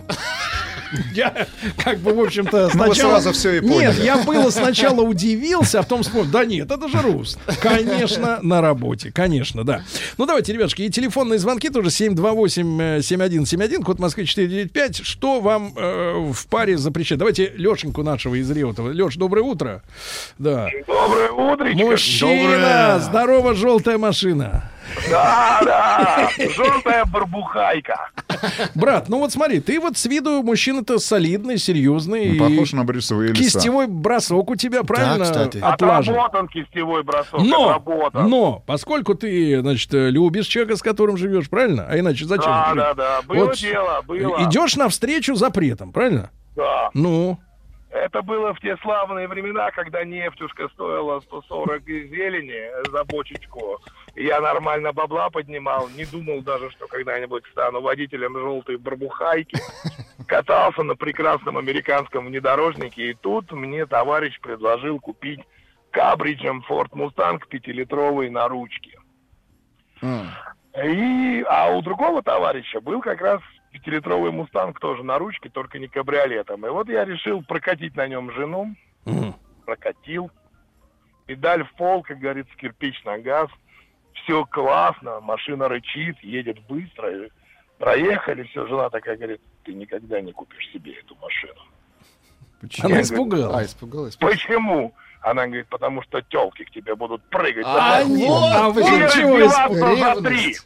Я как бы, в общем-то, Ну, вы сначала... сразу всё и Нет, поняли. я было сначала удивился, а потом вспомнил: да нет, это же Руст. Конечно, на работе, конечно, да. Ну, давайте, ребятушки, и телефонные звонки тоже семь два восемь семь один семь один, код Москвы четыре девять пять. Что вам э, в паре запрещает? Давайте Лешеньку нашего из Реутова. Леш, доброе утро. Да. Доброе утречко. Мужчина, здорово, желтая машина. Да, да, желтая барбухайка. Брат, ну вот смотри, ты вот с виду мужчина-то солидный, серьезный. Ну, и похож на Брюса Уиллиса. Кистевой бросок у тебя, правильно, кстати. отлажен. Отработан кистевой бросок, Но, отработан. но, поскольку ты, значит, любишь человека, с которым живешь, правильно? А иначе зачем? Да, жить? да, да, было Вот дело, было. Идешь навстречу запретам, правильно? Да. Ну, Это было в те славные времена, когда нефтюшка стоила сто сорок зелени за бочечку. И я нормально бабла поднимал, не думал даже, что когда-нибудь стану водителем желтой барбухайки. Катался на прекрасном американском внедорожнике, и тут мне товарищ предложил купить кабриджем Ford Mustang пятилитровый на ручке. Mm. И, а у другого товарища был как раз пятилитровый Мустанг тоже на ручке, только не кабриолетом. И вот я решил прокатить на нем жену. Mm. Прокатил. Педаль в пол, как говорится, кирпич на газ. Все классно, машина рычит, едет быстро. Проехали, все, жена такая говорит, ты никогда не купишь себе эту машину. Почему? Она испугалась. А, испугалась. Почему? Она говорит, потому что тёлки к тебе будут прыгать. А, вот, а вы чего испугались?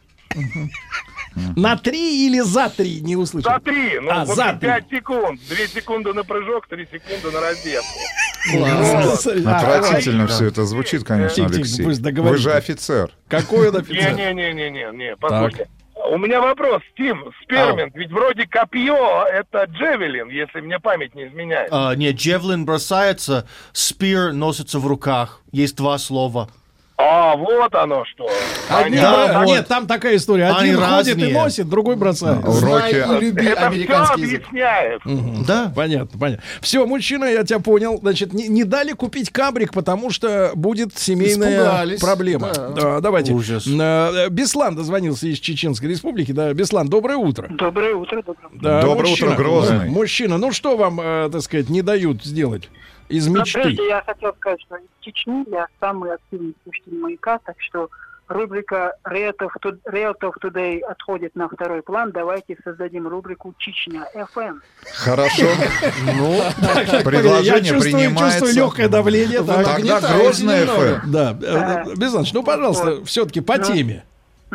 На три или за три? Не услышал. За три. Ну, а, вот за пять секунд. Две секунды на прыжок, три секунды на раздевку. Отвратительно все это звучит, конечно, Алексей. Вы же офицер. Какой он офицер? Не-не-не-не-не, послушайте. У меня вопрос, Тим, спермент, ведь вроде копье, это джевелин, если мне память не изменяет. А, нет, джевелин бросается, спир носится в руках. Есть два слова. А, вот оно что. А нет, да, вот. Нет, там такая история. Один Они ходит разные. И носит, другой бросает. Уроки. Это все объясняет. Угу. Да, понятно, понятно. Все, мужчина, я тебя понял. Значит, не, не дали купить кабрик, потому что будет семейная Испугались. Проблема. Да. Да, давайте. Ужас. Беслан дозвонился из Чеченской Республики. Да, Беслан, доброе утро. Доброе утро, доброе утро. Да, доброе мужчина, утро, Грозный. Да, мужчина, ну что вам, э, так сказать, не дают сделать? Из мечты. Но прежде я хотел сказать, что из Чечни я самый активный слушатель «Маяка», так что рубрика «Realtor Today» отходит на второй план. Давайте создадим рубрику «Чечня эф эм». Хорошо. Ну, предложение принимается. Чувствую легкое давление. Тогда Грозный эф эм. Да. Беслан, ну, пожалуйста, все-таки по теме.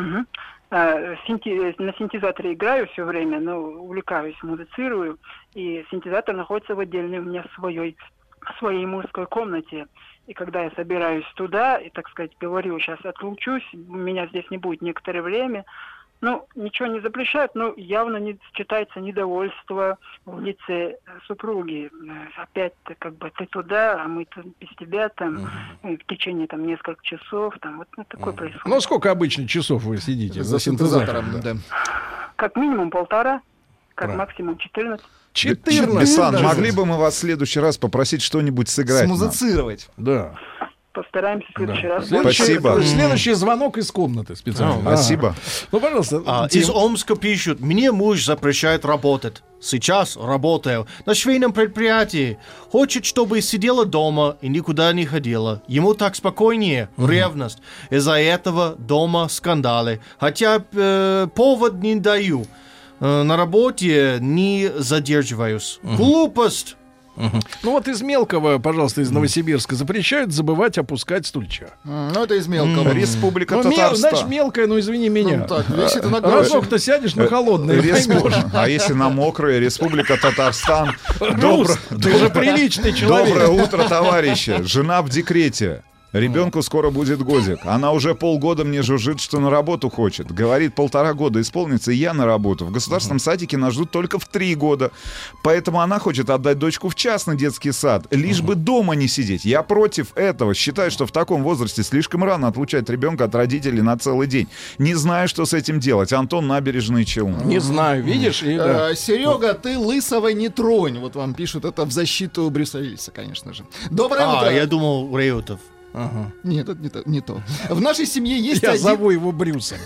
На синтезаторе играю все время, но увлекаюсь, музицирую. И синтезатор находится в отдельной у меня своей в своей мужской комнате. И когда я собираюсь туда, и, так сказать, говорю, сейчас отлучусь, меня здесь не будет некоторое время, ну, ничего не запрещают, но явно не читается недовольство в лице супруги. Опять, как бы, ты туда, а мы тут без тебя, там, uh-huh. в течение, там, нескольких часов, там, вот ну, такое uh-huh. происходит. Ну, сколько обычно часов вы сидите за, за синтезатором? Да. Как минимум полтора, как Правильно. Максимум четырнадцать. четырнадцать. Беслан, могли бы мы вас в следующий раз попросить что-нибудь сыграть? Смузицировать. Да. Постараемся в следующий да. раз. Следующий, Спасибо. Следующий звонок из комнаты специально. А, спасибо. Ну, пожалуйста. А, из Омска пишут, мне муж запрещает работать. Сейчас работаю на швейном предприятии. Хочет, чтобы сидела дома и никуда не ходила. Ему так спокойнее. Uh-huh. Ревность. Из-за этого дома скандалы. Хотя э, повод не даю. На работе не задерживаюсь. Uh-huh. Глупость. Uh-huh. Ну вот из мелкого, пожалуйста, из Новосибирска запрещают забывать опускать стульча. Mm, ну это из мелкого. Mm. Республика ну, Татарстан. Мел, значит, мелкое, ну извини меня. Ну, так, весит на разок-то сядешь на холодное. Респу... А если на мокрое? Республика Татарстан. Добро... Ты же приличный человек. Доброе утро, товарищи. Жена в декрете. Ребенку скоро будет годик. Она уже полгода мне жужжит, что на работу хочет. Говорит, полтора года исполнится, и я на работу. В государственном садике нас ждут только в три года. Поэтому она хочет отдать дочку в частный детский сад, лишь бы дома не сидеть. Я против этого. Считаю, что в таком возрасте слишком рано отлучать ребенка от родителей на целый день. Не знаю, что с этим делать. Антон, Набережные Челны. Не знаю, видишь? И, да. а, Серега, ты лысого не тронь. Вот вам пишут это в защиту Брюса Уиллиса, конечно же. Доброе а, утро. я думал, Реутов. Ага. Нет, это не то, не то. В нашей семье есть Я один... зову его Брюсом.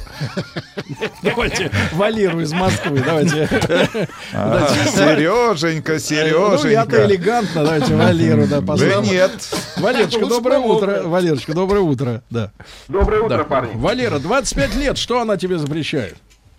Давайте Валеру из Москвы. Давайте. Сереженька, Сереженька. Ну, я-то элегантно. Давайте Валеру. Да нет. Валерочка, доброе утро. Валерочка, доброе утро. Доброе утро, парни. Валера, двадцать пять лет. Что она тебе запрещает?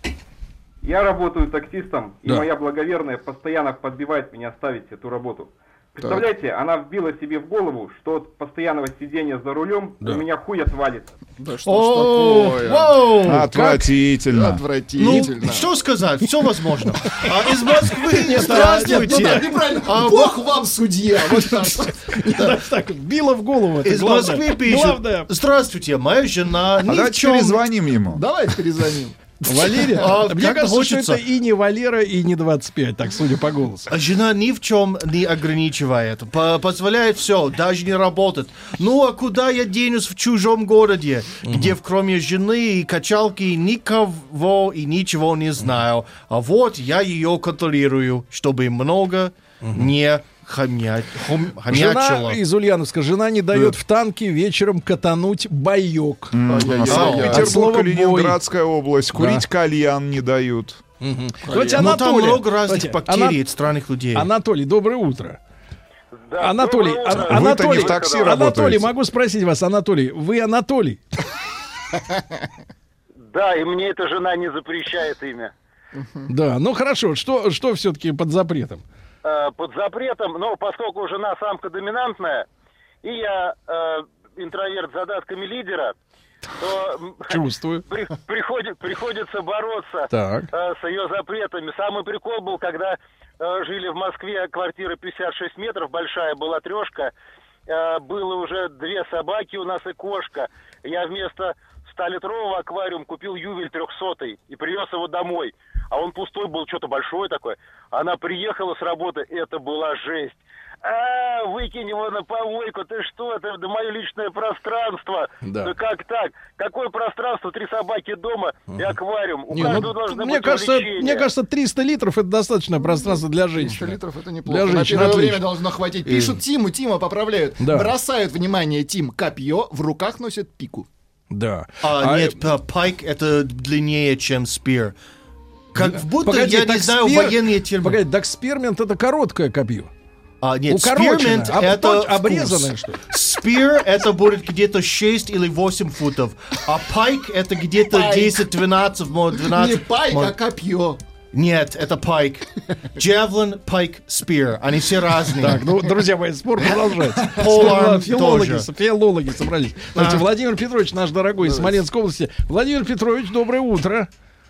Я работаю таксистом, и моя благоверная постоянно подбивает меня оставить эту работу. Представляете, так. Она вбила себе в голову, что от постоянного сидения за рулем да. у меня хуй отвалится. Да что ж такое? Воу, Отвратительно. Как? Отвратительно. Ну, что сказать, все возможно. А из Москвы не здравствуйте. Неправильно. Бог вам судья. Вот так. Била в голову. Из Москвы пишут. Здравствуйте, моя жена. А давайте перезвоним ему. Давайте перезвоним. Валерия? А, Мне как кажется, хочется. что это и не Валера, и не двадцать пять, так судя по голосу. А жена ни в чем не ограничивает, по- позволяет все, даже не работать. Ну а куда я денусь в чужом городе, где кроме жены и качалки никого и ничего не знаю. А вот я ее контролирую, чтобы много не хомять, хом- хомячила. Жена из Ульяновска, жена не дает в танке вечером катануть боек. А От Санкт-Петербург, слова Калининградская область. Курить кальян не дают. Давайте Ну там Анатолия. много разных Давайте, бактерий Ана- от странных людей. Анатолий, доброе утро. Да, Анатолий, доброе Ан- утро. Вы-то не Анатолий, в такси Анатолий, работаете. могу спросить вас, Анатолий, вы Анатолий? Да, и мне эта жена не запрещает имя. Да, ну хорошо, что, что все-таки под запретом? Э, под запретом, но поскольку жена самка доминантная, и я э, интроверт с задатками лидера, то м, Чувствую. при- приходи- приходится бороться Так. э, с ее запретами. Самый прикол был, когда э, жили в Москве, квартира пятьдесят шесть метров, большая была трешка, э, было уже две собаки у нас и кошка. Я вместо столитрового аквариума купил ювель трехсотый и привез его домой. А он пустой был, что-то большое такое. Она приехала с работы, это была жесть. А, выкинь его на помойку, ты что, это мое личное пространство. Да. Ну как так? Какое пространство? Три собаки дома и аквариум. У Не, ну, каждого должно мне, быть кажется, развлечение. мне кажется, триста литров это достаточное пространство для триста женщины. литров это Для неплохо. На женщин первое отлично. время должно хватить. Пишут Тиму, Тима поправляют. Да. Бросают, внимание, Тим, копье, в руках носит пику. Да. А, А, нет, п- пайк это длиннее, чем спир. Как будто Погоди, я не так знаю спер- военные термины. Погоди, так спермент это короткое копье. А, нет, Укороченное, спирмент а это потом вкус. обрезанное, что ли? Спир это будет где-то шесть или восемь футов, а пайк это где-то Пайк. десять-двенадцать, может, двенадцать. Не пайк, а может- копье. Нет, это пайк. Javelin, пайк, спир. Они все разные. Так, ну, друзья мои, спор продолжается. Поларм Филологи, тоже. филологи собрались. Знаете, А. Владимир Петрович, наш дорогой, из Смоленской области. Владимир Петрович, доброе утро.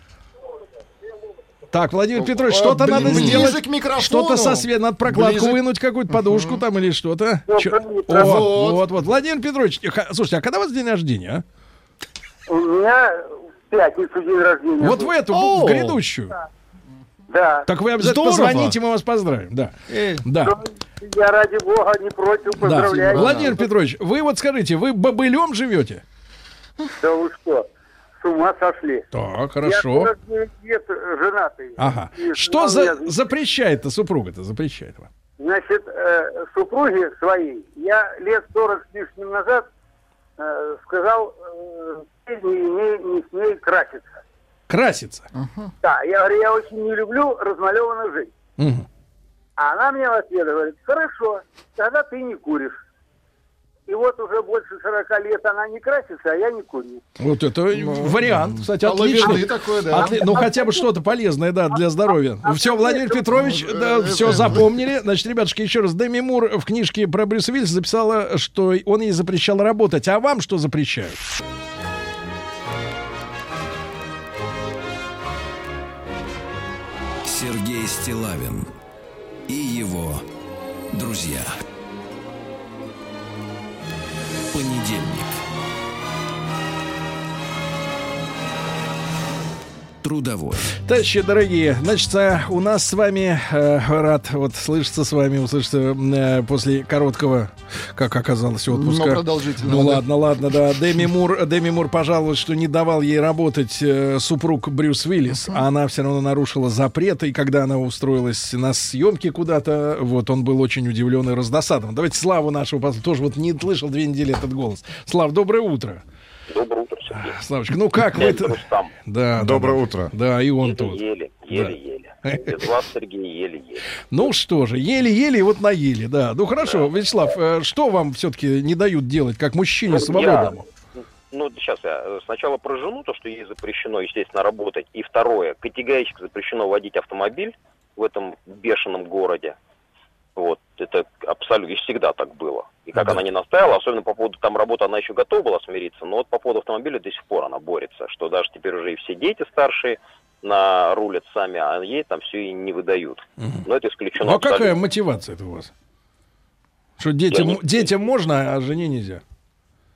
Так, Владимир Петрович, что-то Бли- надо ближе сделать. к микрофону. Что-то со света, надо прокладку Ближе. вынуть, какую-то подушку там или что-то. Чё- утро. О, Вот. вот, вот. Владимир Петрович, ха- слушайте, а когда у вас день рождения, а? У меня в пятницу день рождения. Вот в эту, в О. грядущую. Да. Так вы обязательно Здорово. позвоните, мы вас поздравим. Да. Да. Я ради бога не против, Да. поздравляю. Владимир Петрович, вы вот скажите, вы бобылем живете? Да вы что, с ума сошли. Так, Я хорошо. сорок девять лет женатый. Ага. И Что жена за у меня- запрещает-то супруга-то, запрещает вам? Значит, э, супруге своей я лет сорок с лишним назад э, сказал, э, ты не имей, не смей краситься. Красится. Да, я говорю, я очень не люблю размалеванных жить. Мгм. А она мне в ответ говорит, хорошо, тогда ты не куришь. И вот уже больше сорока лет она не красится, а я не курю. Вот это вариант, кстати, Оловянный отличный. такой, да. Отли- Ну, хотя бы что-то полезное, да, для здоровья. Все, Владимир Петрович, да, все запомнили. Значит, ребятушки, еще раз. Деми Мур в книжке про Брюса Уиллиса записала, что он ей запрещал работать. А вам что запрещают? Сергей Стиллавин и его друзья. Понедельник. Трудовой. Товарищи дорогие, значит, а, у нас с вами, э, рад вот слышаться с вами, услышаться э, после короткого, как оказалось, отпуска. Но продолжительного, Ну да. ладно, ладно, да. Деми Мур, Деми Мур пожаловалась, что не давал ей работать э, супруг Брюс Уиллис, а она все равно нарушила запрет, и когда она устроилась на съемки куда-то, вот, он был очень удивлен и раздосадован. Давайте Славу нашего послушаем. Тоже вот не слышал две недели этот голос. Слав, доброе утро. Доброе утро, Сергей. Славочка, ну как вы это... Рустам. Да, да, Доброе да. утро. Да, и он тут. Еле-еле, еле-еле. Без вас, Сергей, еле-еле. Ну что же, еле-еле и вот наели, да. Ну хорошо, Вячеслав, э, что вам все-таки не дают делать, как мужчине свободному? Я, ну, сейчас я э, сначала про жену, то, что ей запрещено, естественно, работать. И второе, категорически запрещено водить автомобиль в этом бешеном городе. Вот, это абсолютно, и всегда так было. И как Да. она не настаивала, особенно по поводу там работы, она еще готова была смириться, но вот по поводу автомобиля до сих пор она борется, что даже теперь уже и все дети старшие на рулят сами, а ей там все и не выдают. Но это исключено. Ну а абсолютно. какая мотивация это у вас? Что детям, Я не- детям можно, а жене нельзя?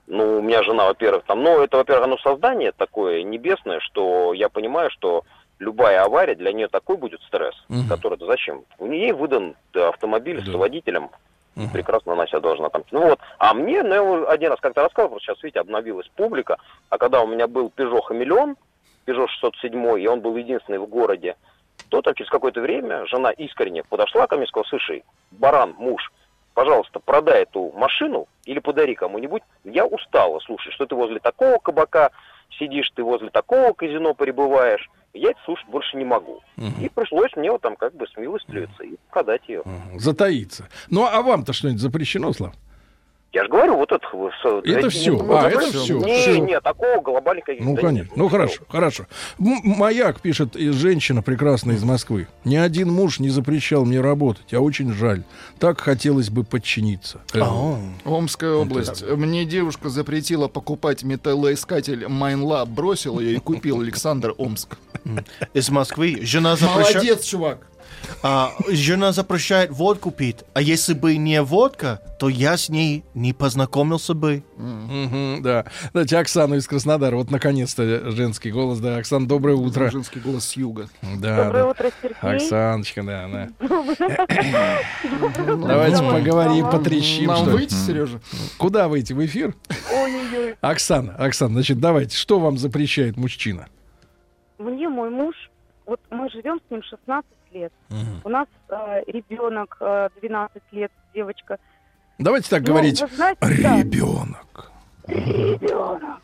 Ну, у меня жена, во-первых, там, ну, это, во-первых, оно создание такое небесное, что я понимаю, что любая авария для нее такой будет стресс, угу. который, да зачем? У нее выдан автомобиль да. с водителем, угу. прекрасно она себя должна там... Ну вот, а мне, ну, я один раз как-то рассказывал, просто сейчас, видите, обновилась публика, а когда у меня был Peugeot Хамелеон, Peugeot шестьсот семь, и он был единственный в городе, то так через какое-то время жена искренне подошла ко мне и сказала: слушай, баран, муж, пожалуйста, продай эту машину или подари кому-нибудь. Я устала слушать, что ты возле такого кабака сидишь, ты возле такого казино пребываешь. Я это слушать больше не могу. Угу. И пришлось мне вот там как бы смилостивиться и продать ее. Угу. Затаиться. Ну, а вам-то что-нибудь запрещено, Слав? Я же говорю, вот это... Это все. Ну, а, это все. Не, все. не, такого глобального... Ну, конечно. Нет, ну, хорошо, хорошо. М- Маяк пишет, женщина прекрасная из Москвы. Ни один муж не запрещал мне работать, а очень жаль. Так хотелось бы подчиниться. А-а-а. Омская область. Мне девушка запретила покупать металлоискатель Майнлаб. Бросил ее и купил Александр, Омск. Из Москвы. Жена запрещает... Молодец, чувак. А, жена запрещает водку пить, а если бы не водка, то я с ней не познакомился бы. Mm-hmm, да. Давайте Оксану из Краснодара. Вот наконец-то женский голос. Да, Оксан, доброе утро. Женский голос с юга. Да, доброе да. утро, Сергей. Оксаночка, да, да. Давайте поговорим, потрещим. Нам выйти, Сережа? Куда выйти? В эфир? Ой-ой-ой. Оксана, Оксана, значит, давайте. Что вам запрещает мужчина? Мне мой муж, вот мы живем с ним шестнадцать лет. Угу. У нас э, ребенок э, двенадцать лет, девочка. Давайте так ну, говорить. Знаете, ребенок. Да. Ребенок.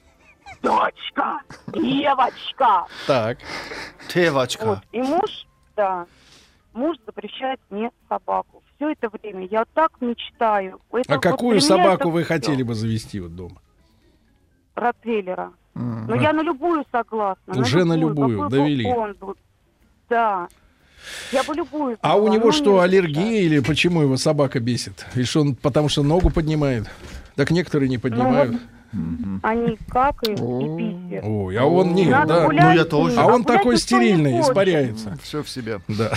Дочка. Девочка. Так. Девочка. Вот. И муж, да, муж запрещает мне собаку. Все это время я так мечтаю. Это, а вот какую собаку вы все. хотели бы завести вот дома? Ротвейлера. Mm. Но а. я на любую согласна. Уже на любую, на любую довели. Он был. Да. Я бы любую. А у него что, аллергия решает. или почему его собака бесит? И что он, потому что ногу поднимает? Так некоторые не поднимают. Ну, вот они какают и писят. Ой, а он нет, Надо да. Ну я тоже. А он такой стерильный, испаряется. Все в себе. Да.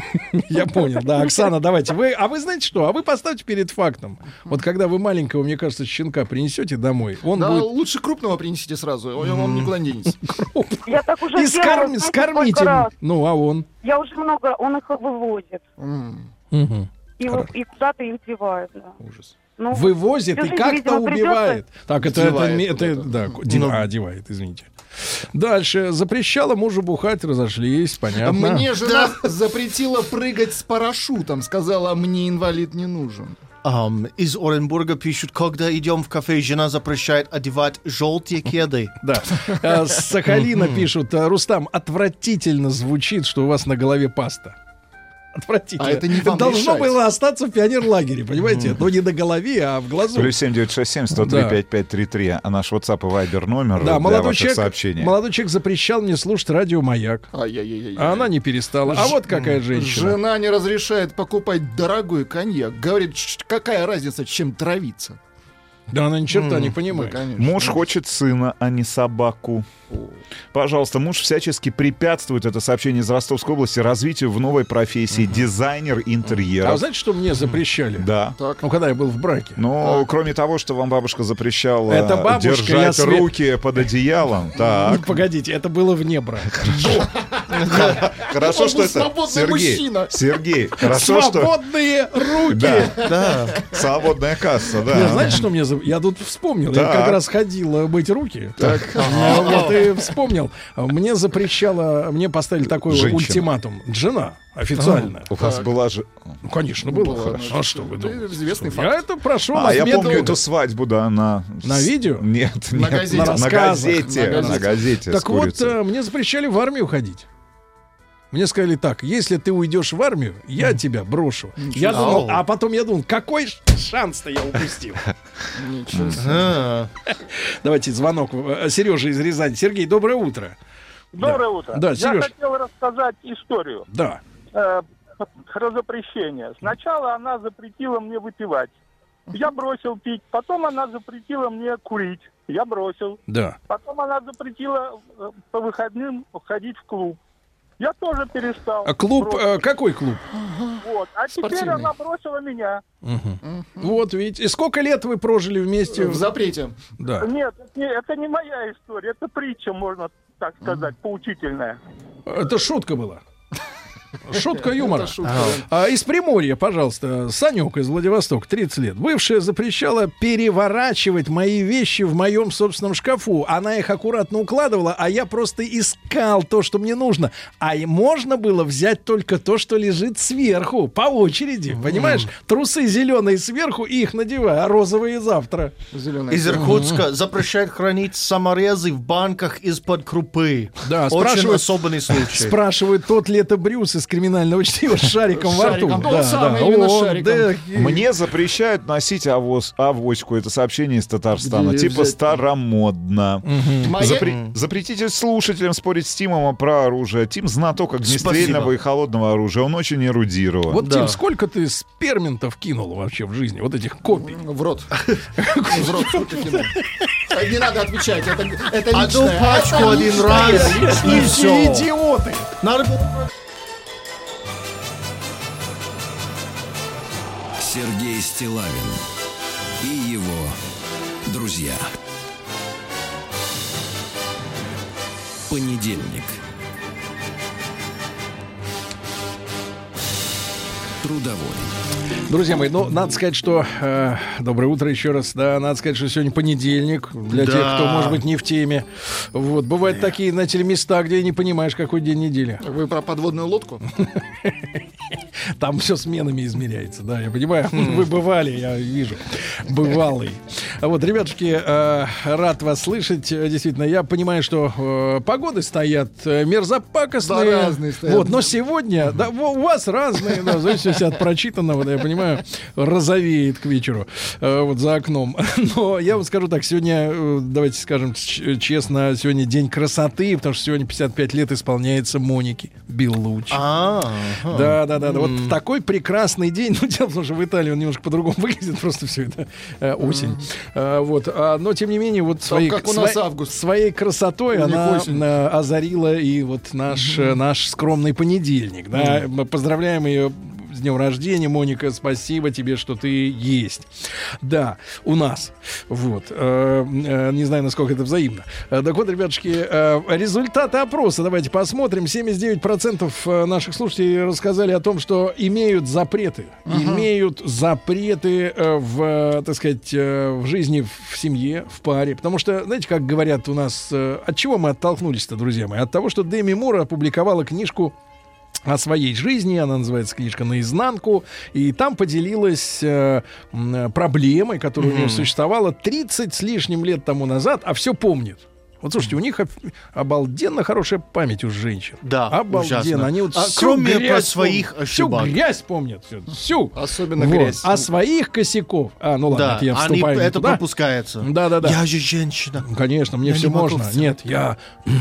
Я понял. Да, Оксана, давайте. Вы, а вы знаете что? А вы поставьте перед фактом. Вот когда вы маленького, мне кажется, щенка принесете домой, он да, будет... лучше крупного принесите сразу, он вам никуда не денется. Я так уже и скорм... скормите. Ну, а он? Я уже много, он их вывозит. Угу. И, и куда-то их девает. Да. Ужас. Ну, вывозит и как-то убивает. Придется... Так, это, это, это, это да, дев... а, одевает, извините. Дальше. Запрещала мужу бухать, разошлись, понятно. Мне жена запретила прыгать с парашютом. Сказала, мне инвалид не нужен. Um, из Оренбурга пишут, когда идем в кафе, жена запрещает одевать желтые кеды. Да. С Сахалина пишут, Рустам, отвратительно звучит, что у вас на голове паста. Отвратительно. А это не вам должно решать. было остаться в пионерлагере, понимаете? Mm. Но не на голове, а в глазу. Плюс семь девятьсот шестьдесят семь сто три пятьдесят пять тридцать три, а наш WhatsApp и Viber номер да, для ваших человек, сообщений. Молодой человек запрещал мне слушать радио «Маяк». Ай-яй-яй-яй. А она не перестала. А вот какая женщина. Жена не разрешает покупать дорогой коньяк. Говорит, какая разница, чем травиться. Да она ни черта mm. не понимает. Да, муж хочет сына, а не собаку. О. Пожалуйста, муж всячески препятствует, это сообщение из Ростовской области, развитию в новой профессии, uh-huh. дизайнер интерьера. А вы знаете, что мне запрещали? Да. Так. Ну, когда я был в браке. Но так. кроме того, что вам бабушка запрещала это бабушка, держать я руки свет... под одеялом. Так. Ну, погодите, это было вне брака. Хорошо, что это... Сергей, Сергей, хорошо, что... Свободные руки! Да, свободная касса, да. Знаете, что мне... Я тут вспомнил, я как раз ходил мыть руки. Так. Вот и вспомнил. Мне запрещало... Мне поставили такой ультиматум. Жена. Официально. У вас была же... Ну, конечно, было. А что вы думаете? Известный факт. Я это прошел. А, я помню эту свадьбу, да, на... На видео? Нет, на газете. На газете. На газете. Так вот, мне запрещали в армию ходить. Мне сказали так, если ты уйдешь в армию, я mm. тебя брошу. Ничего. Я думал, а потом я думал, какой шанс-то я упустил. Ничего себе. Давайте звонок. Сережа из Рязани. Сергей, доброе утро. Доброе да. утро. Да, я Сереж. хотел рассказать историю. Да. Э, про запрещение. Сначала она запретила мне выпивать. Я бросил пить. Потом она запретила мне курить. Я бросил. Да. Потом она запретила по выходным ходить в клуб. Я тоже перестал. А клуб, э, какой клуб? Вот. А теперь Спортивный. она бросила меня. Угу. Вот, видите. И сколько лет вы прожили вместе? В запрете. Да. Нет, это не, это не моя история, это притча, можно так сказать, поучительная. Это шутка была. Шутка юмора. Это шутка. А, из Приморья, пожалуйста, Санек из Владивостока, тридцать лет. Бывшая запрещала переворачивать мои вещи в моем собственном шкафу. Она их аккуратно укладывала, а я просто искал то, что мне нужно. А и можно было взять только то, что лежит сверху, по очереди. Понимаешь? Трусы зеленые сверху, и их надевай, а розовые завтра. Зеленая. Из Иркутска запрещают хранить саморезы в банках из-под крупы. Да, Очень спрашивают- особенный случай. Спрашивают, тот ли это Брюс из «Криминального чтива» с шариком во рту. Шариком. Тот самый, именно с шариком. да. Мне запрещают носить авось, авоську. Это сообщение из Татарстана. Где Типа взять? старомодно. Моя- Запре- Запретите слушателям спорить с Тимом про оружие. Тим знаток огнестрельного Спасибо. и холодного оружия. Он очень эрудирован. Вот, Да. Тим, сколько ты сперментов кинул вообще в жизни? Вот этих копий. В рот. В рот сколько кинул. А Не надо отвечать, это, это Одну личное. пачку Это один личное. раз, и все. Идиоты! Надо... Сергей Стиллавин и его друзья. Понедельник. Трудовой. Друзья мои, ну, надо сказать, что... э, доброе утро еще раз. Да, надо сказать, что сегодня понедельник. Для Да. тех, кто, может быть, не в теме. Вот, бывают такие, знаете ли, места, где не понимаешь, какой день недели. Вы про подводную лодку? Там все сменами измеряется, да, я понимаю. Вы бывали, я вижу. Бывалый. Вот, ребятушки, э, рад вас слышать. Действительно, я понимаю, что э, погоды стоят э, мерзопакостные. Да, разные стоят. Вот, но сегодня, да, у вас разные, да, в зависимости от прочитанного, да, я понимаю, розовеет к вечеру э, вот за окном. Но я вам скажу так, сегодня, э, давайте скажем ч- честно, сегодня день красоты, потому что сегодня пятьдесят пять лет исполняется Монике Беллуччи. А, ага. Да, да, да, да. Вот в такой прекрасный день. Ну, дело в том, что в Италии он немножко по-другому выглядит, просто все это э, осень. А, вот, а, но тем не менее, вот своей, как у нас своей- август. своей красотой У них она осень. э, озарила и вот наш, э, наш скромный понедельник. Да. Мы поздравляем ее с днем рождения, Моника, спасибо тебе, что ты есть. Да, у нас. Вот. Э, э, не знаю, насколько это взаимно. Э, так вот, ребятушки, э, результаты опроса давайте посмотрим. семьдесят девять процентов наших слушателей рассказали о том, что имеют запреты. Имеют запреты э, в, э, так сказать, э, в жизни, в семье, в паре. Потому что, знаете, как говорят у нас, э, от чего мы оттолкнулись-то, друзья мои? От того, что Деми Мур опубликовала книжку о своей жизни, она называется книжка «Наизнанку», и там поделилась э, м, проблемой, которая у нее существовала тридцать с лишним лет тому назад, а все помнит. Вот слушайте, у них об- обалденно хорошая память у женщин. Да, обалденно. ужасно. Они вот А всю кроме грязь про своих помнят. Всю ошибок. грязь помнят. Всю. всю. Особенно Вот. грязь. А своих косяков... А, ну ладно, Да, это я они, вступаю не это туда. пропускается. Да-да-да. Я же женщина. Конечно, мне Я все не могу можно. в- Нет, я...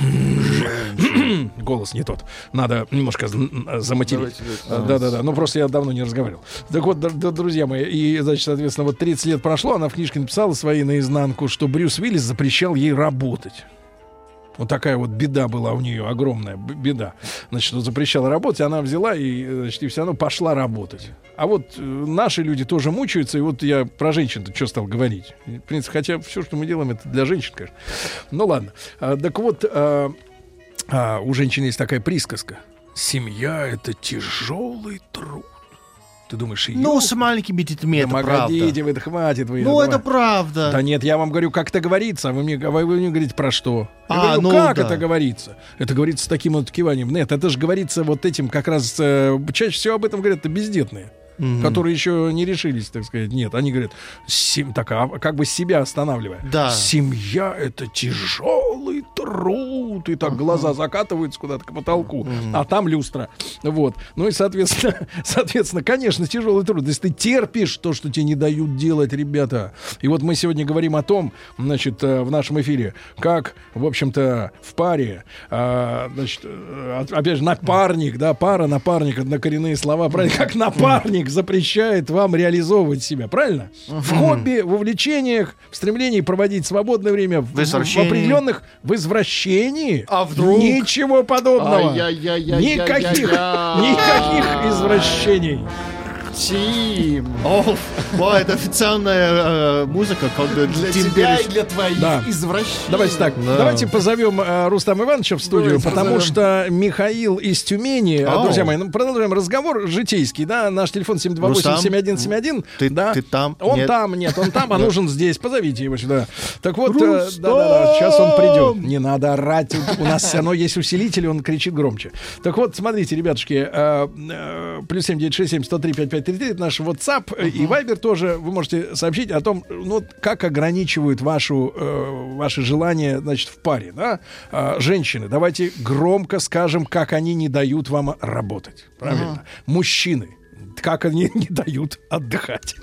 Голос не тот. Надо немножко з- заматерить. Давайте, Да-да-да. Ну, просто я давно не разговаривал. Так вот, д- д- друзья мои, и, значит, соответственно, вот тридцать лет прошло, она в книжке написала своей наизнанку, что Брюс Уиллис запрещал ей работать. Вот такая вот беда была у нее, огромная б- беда. Значит, он запрещал работать, она взяла и, значит, и все равно пошла работать. А вот э, наши люди тоже мучаются, и вот я про женщин-то что стал говорить. В принципе, хотя все, что мы делаем, это для женщин, конечно. Ну ладно. А, так вот, а, а, у женщин есть такая присказка. Семья — это тяжелый труд. Ты думаешь, ее... Ну, с маленькими детьми Да это правда. погодите, вы, да хватит вы. Ну, давай. это правда. Да нет, я вам говорю, как это говорится, а вы мне, вы, вы мне говорите про что? Я А, говорю, ну как да. это говорится? Это говорится с таким вот киванием. Нет, это же говорится вот этим как раз... э, чаще всего об этом говорят-то бездетные. Мгм. Которые еще не решились, так сказать. Нет, они говорят, сем- так, а, как бы себя останавливая. Да. Семья — это тяжелый труд. И так глаза закатываются куда-то к потолку. А там люстра. Вот. Ну и, соответственно, соответственно, конечно, тяжелый труд. Если ты терпишь то, что тебе не дают делать, ребята. И вот мы сегодня говорим о том, значит, э, в нашем эфире, как, в общем-то, в паре, а, значит, э, опять же, напарник, да, пара, напарник, однокоренные слова, правильно, как напарник запрещает вам реализовывать себя, правильно? Uh-huh. В хобби, в увлечениях, в стремлении проводить свободное время, в, в определенных в извращении. А вдруг? Ничего подобного. Никаких, никаких извращений. Тим. О, о, это официальная э, музыка, когда для Тим тебя Бериш... и для твоих да. извращений. Давайте так, да. давайте позовем э, Рустама Ивановича в студию, давайте потому позовем. Что Михаил из Тюмени, oh. друзья мои, ну, продолжаем разговор житейский, да, наш телефон семь два восемь семь один семь один. Ты, да. ты там? Он нет. там, нет, он там, а нужен здесь, позовите его сюда. Так вот, э, да-да-да, сейчас он придет. Не надо орать, у нас все равно есть усилитель, он кричит громче. Так вот, смотрите, ребятушки, э, э, плюс семь девять шесть семь сто три пять пять три три, это наш вот WhatsApp и Viber тоже. Вы можете сообщить о том, ну, как ограничивают вашу, э, ваши желания, значит, в паре, да? Э, женщины, давайте громко скажем, как они не дают вам работать. Правильно? Uh-huh. Мужчины, как они не дают отдыхать.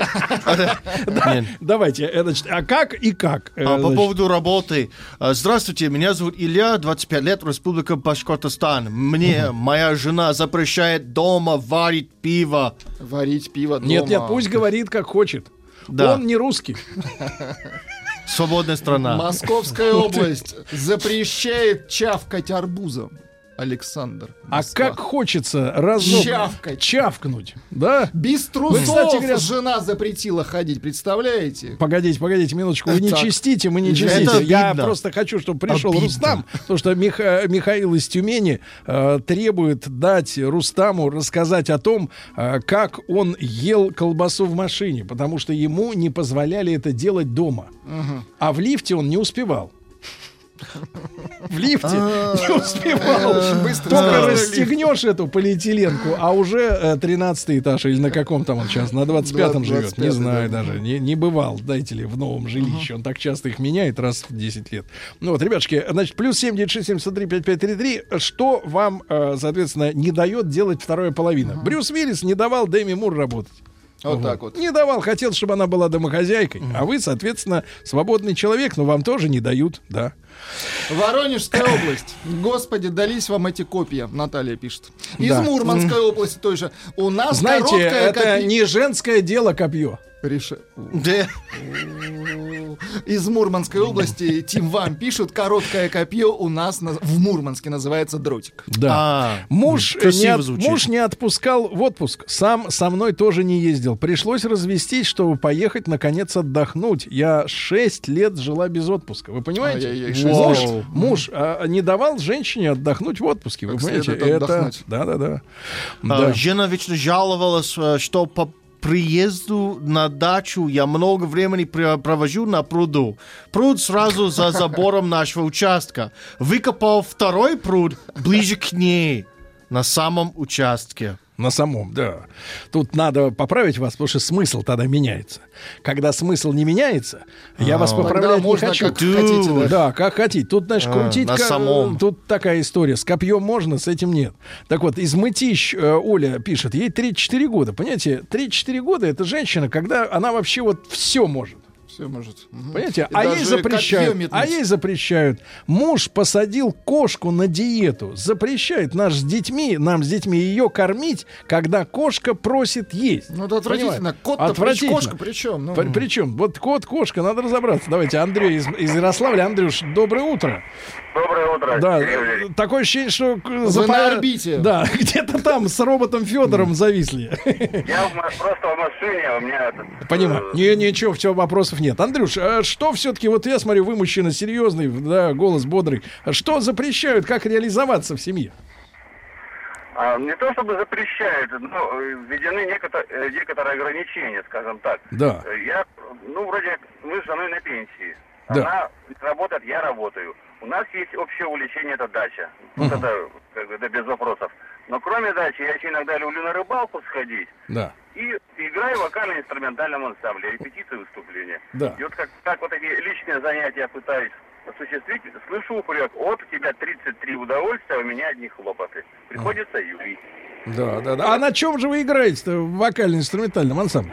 Давайте, значит, а как и как? По поводу работы. Здравствуйте, меня зовут Илья, двадцать пять лет, Республика Башкортостан. Мне моя жена запрещает дома варить пиво. Варить пиво дома? Нет, нет, пусть говорит, как хочет. Он не русский. Свободная страна. Московская область запрещает чавкать арбузом. Александр. Москва. А как хочется разок чавкать. Чавкнуть, да? Без трусов. Вы, кстати говоря, жена запретила ходить, представляете? Погодите, погодите, минуточку. Вы не чистите, мы не чистите. Я просто хочу, чтобы пришел обидно. Рустам, потому что Миха- Михаил из Тюмени э, требует дать Рустаму рассказать о том, э, как он ел колбасу в машине, потому что ему не позволяли это делать дома. Угу. А в лифте он не успевал. В лифте не успевал. Только расстегнешь эту полиэтиленку, а уже тринадцатый этаж, или на каком там он сейчас, на двадцать пятом живет, не знаю даже, не бывал, дайте ли, в новом жилище. Он так часто их меняет раз в десять лет. Ну вот, ребятушки, значит, плюс семь девять шесть семь сто три пять пять три три, что вам, соответственно, не дает делать вторая половина? Брюс Уиллис не давал Дэми Мур работать. Вот угу. так вот. Не давал, хотел, чтобы она была домохозяйкой. Угу. А вы, соответственно, свободный человек, но вам тоже не дают, да. Воронежская область. Господи, дались вам эти копья, Наталья пишет. Из да. Мурманской области той же. У нас знаете, короткое это копье. Не женское дело копье. Реш... Да. Из Мурманской области Тим Вам пишут, короткое копье у нас на... в Мурманске называется дротик. Да. А, муж, не от... муж не отпускал в отпуск. Сам со мной тоже не ездил. Пришлось развестись, чтобы поехать, наконец, отдохнуть. Я шесть лет жила без отпуска. Вы понимаете? А, муж муж а, не давал женщине отдохнуть в отпуске. Вы как понимаете? Это... Да, да, да. А, да. Жена вечно жаловалась, что по приезду на дачу я много времени провожу на пруду. Пруд сразу за забором нашего участка. Выкопал второй пруд ближе к ней, на самом участке. На самом, да. Тут надо поправить вас, потому что смысл тогда меняется. Когда смысл не меняется, я а, вас поправлять не хочу. Как хотите, да? Да, как хотите. Тут, значит, крутить... А, на самом. Тут такая история. С копьем можно, с этим нет. Так вот, из Мытищ э, Оля пишет, ей тридцать четыре года. Понимаете, тридцать четыре года — это женщина, когда она вообще вот все может. Все может. Угу. Понимаете? А ей запрещают. А ей запрещают. Муж посадил кошку на диету. Запрещает наш с детьми, нам с детьми ее кормить, когда кошка просит есть. Ну, это отвратительно. Кот-то отвратительно. Кошка причем? Ну... При, причем? Вот кот, кошка, надо разобраться. Давайте, Андрей из, из Ярославля. Андрюш, доброе утро. Доброе утро. Да, такое ощущение, что... Вы за... на орбите. Да, где-то там с роботом Федором зависли. Я просто в машине, у меня... Понимаю. Не, ничего, все, вопросов нет. Андрюш, а что все-таки, вот я смотрю, вы мужчина серьезный, да, голос бодрый. Что запрещают, как реализоваться в семье? А, не то чтобы запрещают, но введены некоторые, некоторые ограничения, скажем так. Да. Я, ну, вроде, мы с женой на пенсии. Да. Она работает, я работаю. У нас есть общее увлечение, это дача. Uh-huh. Вот это, как бы, да, без вопросов. Но кроме дачи, я еще иногда люблю на рыбалку сходить. Да. И играю в вокально-инструментальном ансамбле, репетиции, выступления. Да. И вот как, как вот эти личные занятия пытаюсь осуществить, слышу упрек: вот у тебя тридцать три удовольствия, а у меня одни хлопоты. Приходится юлить. Да, да, да. А на чем же вы играете-то в вокально-инструментальном ансамбле?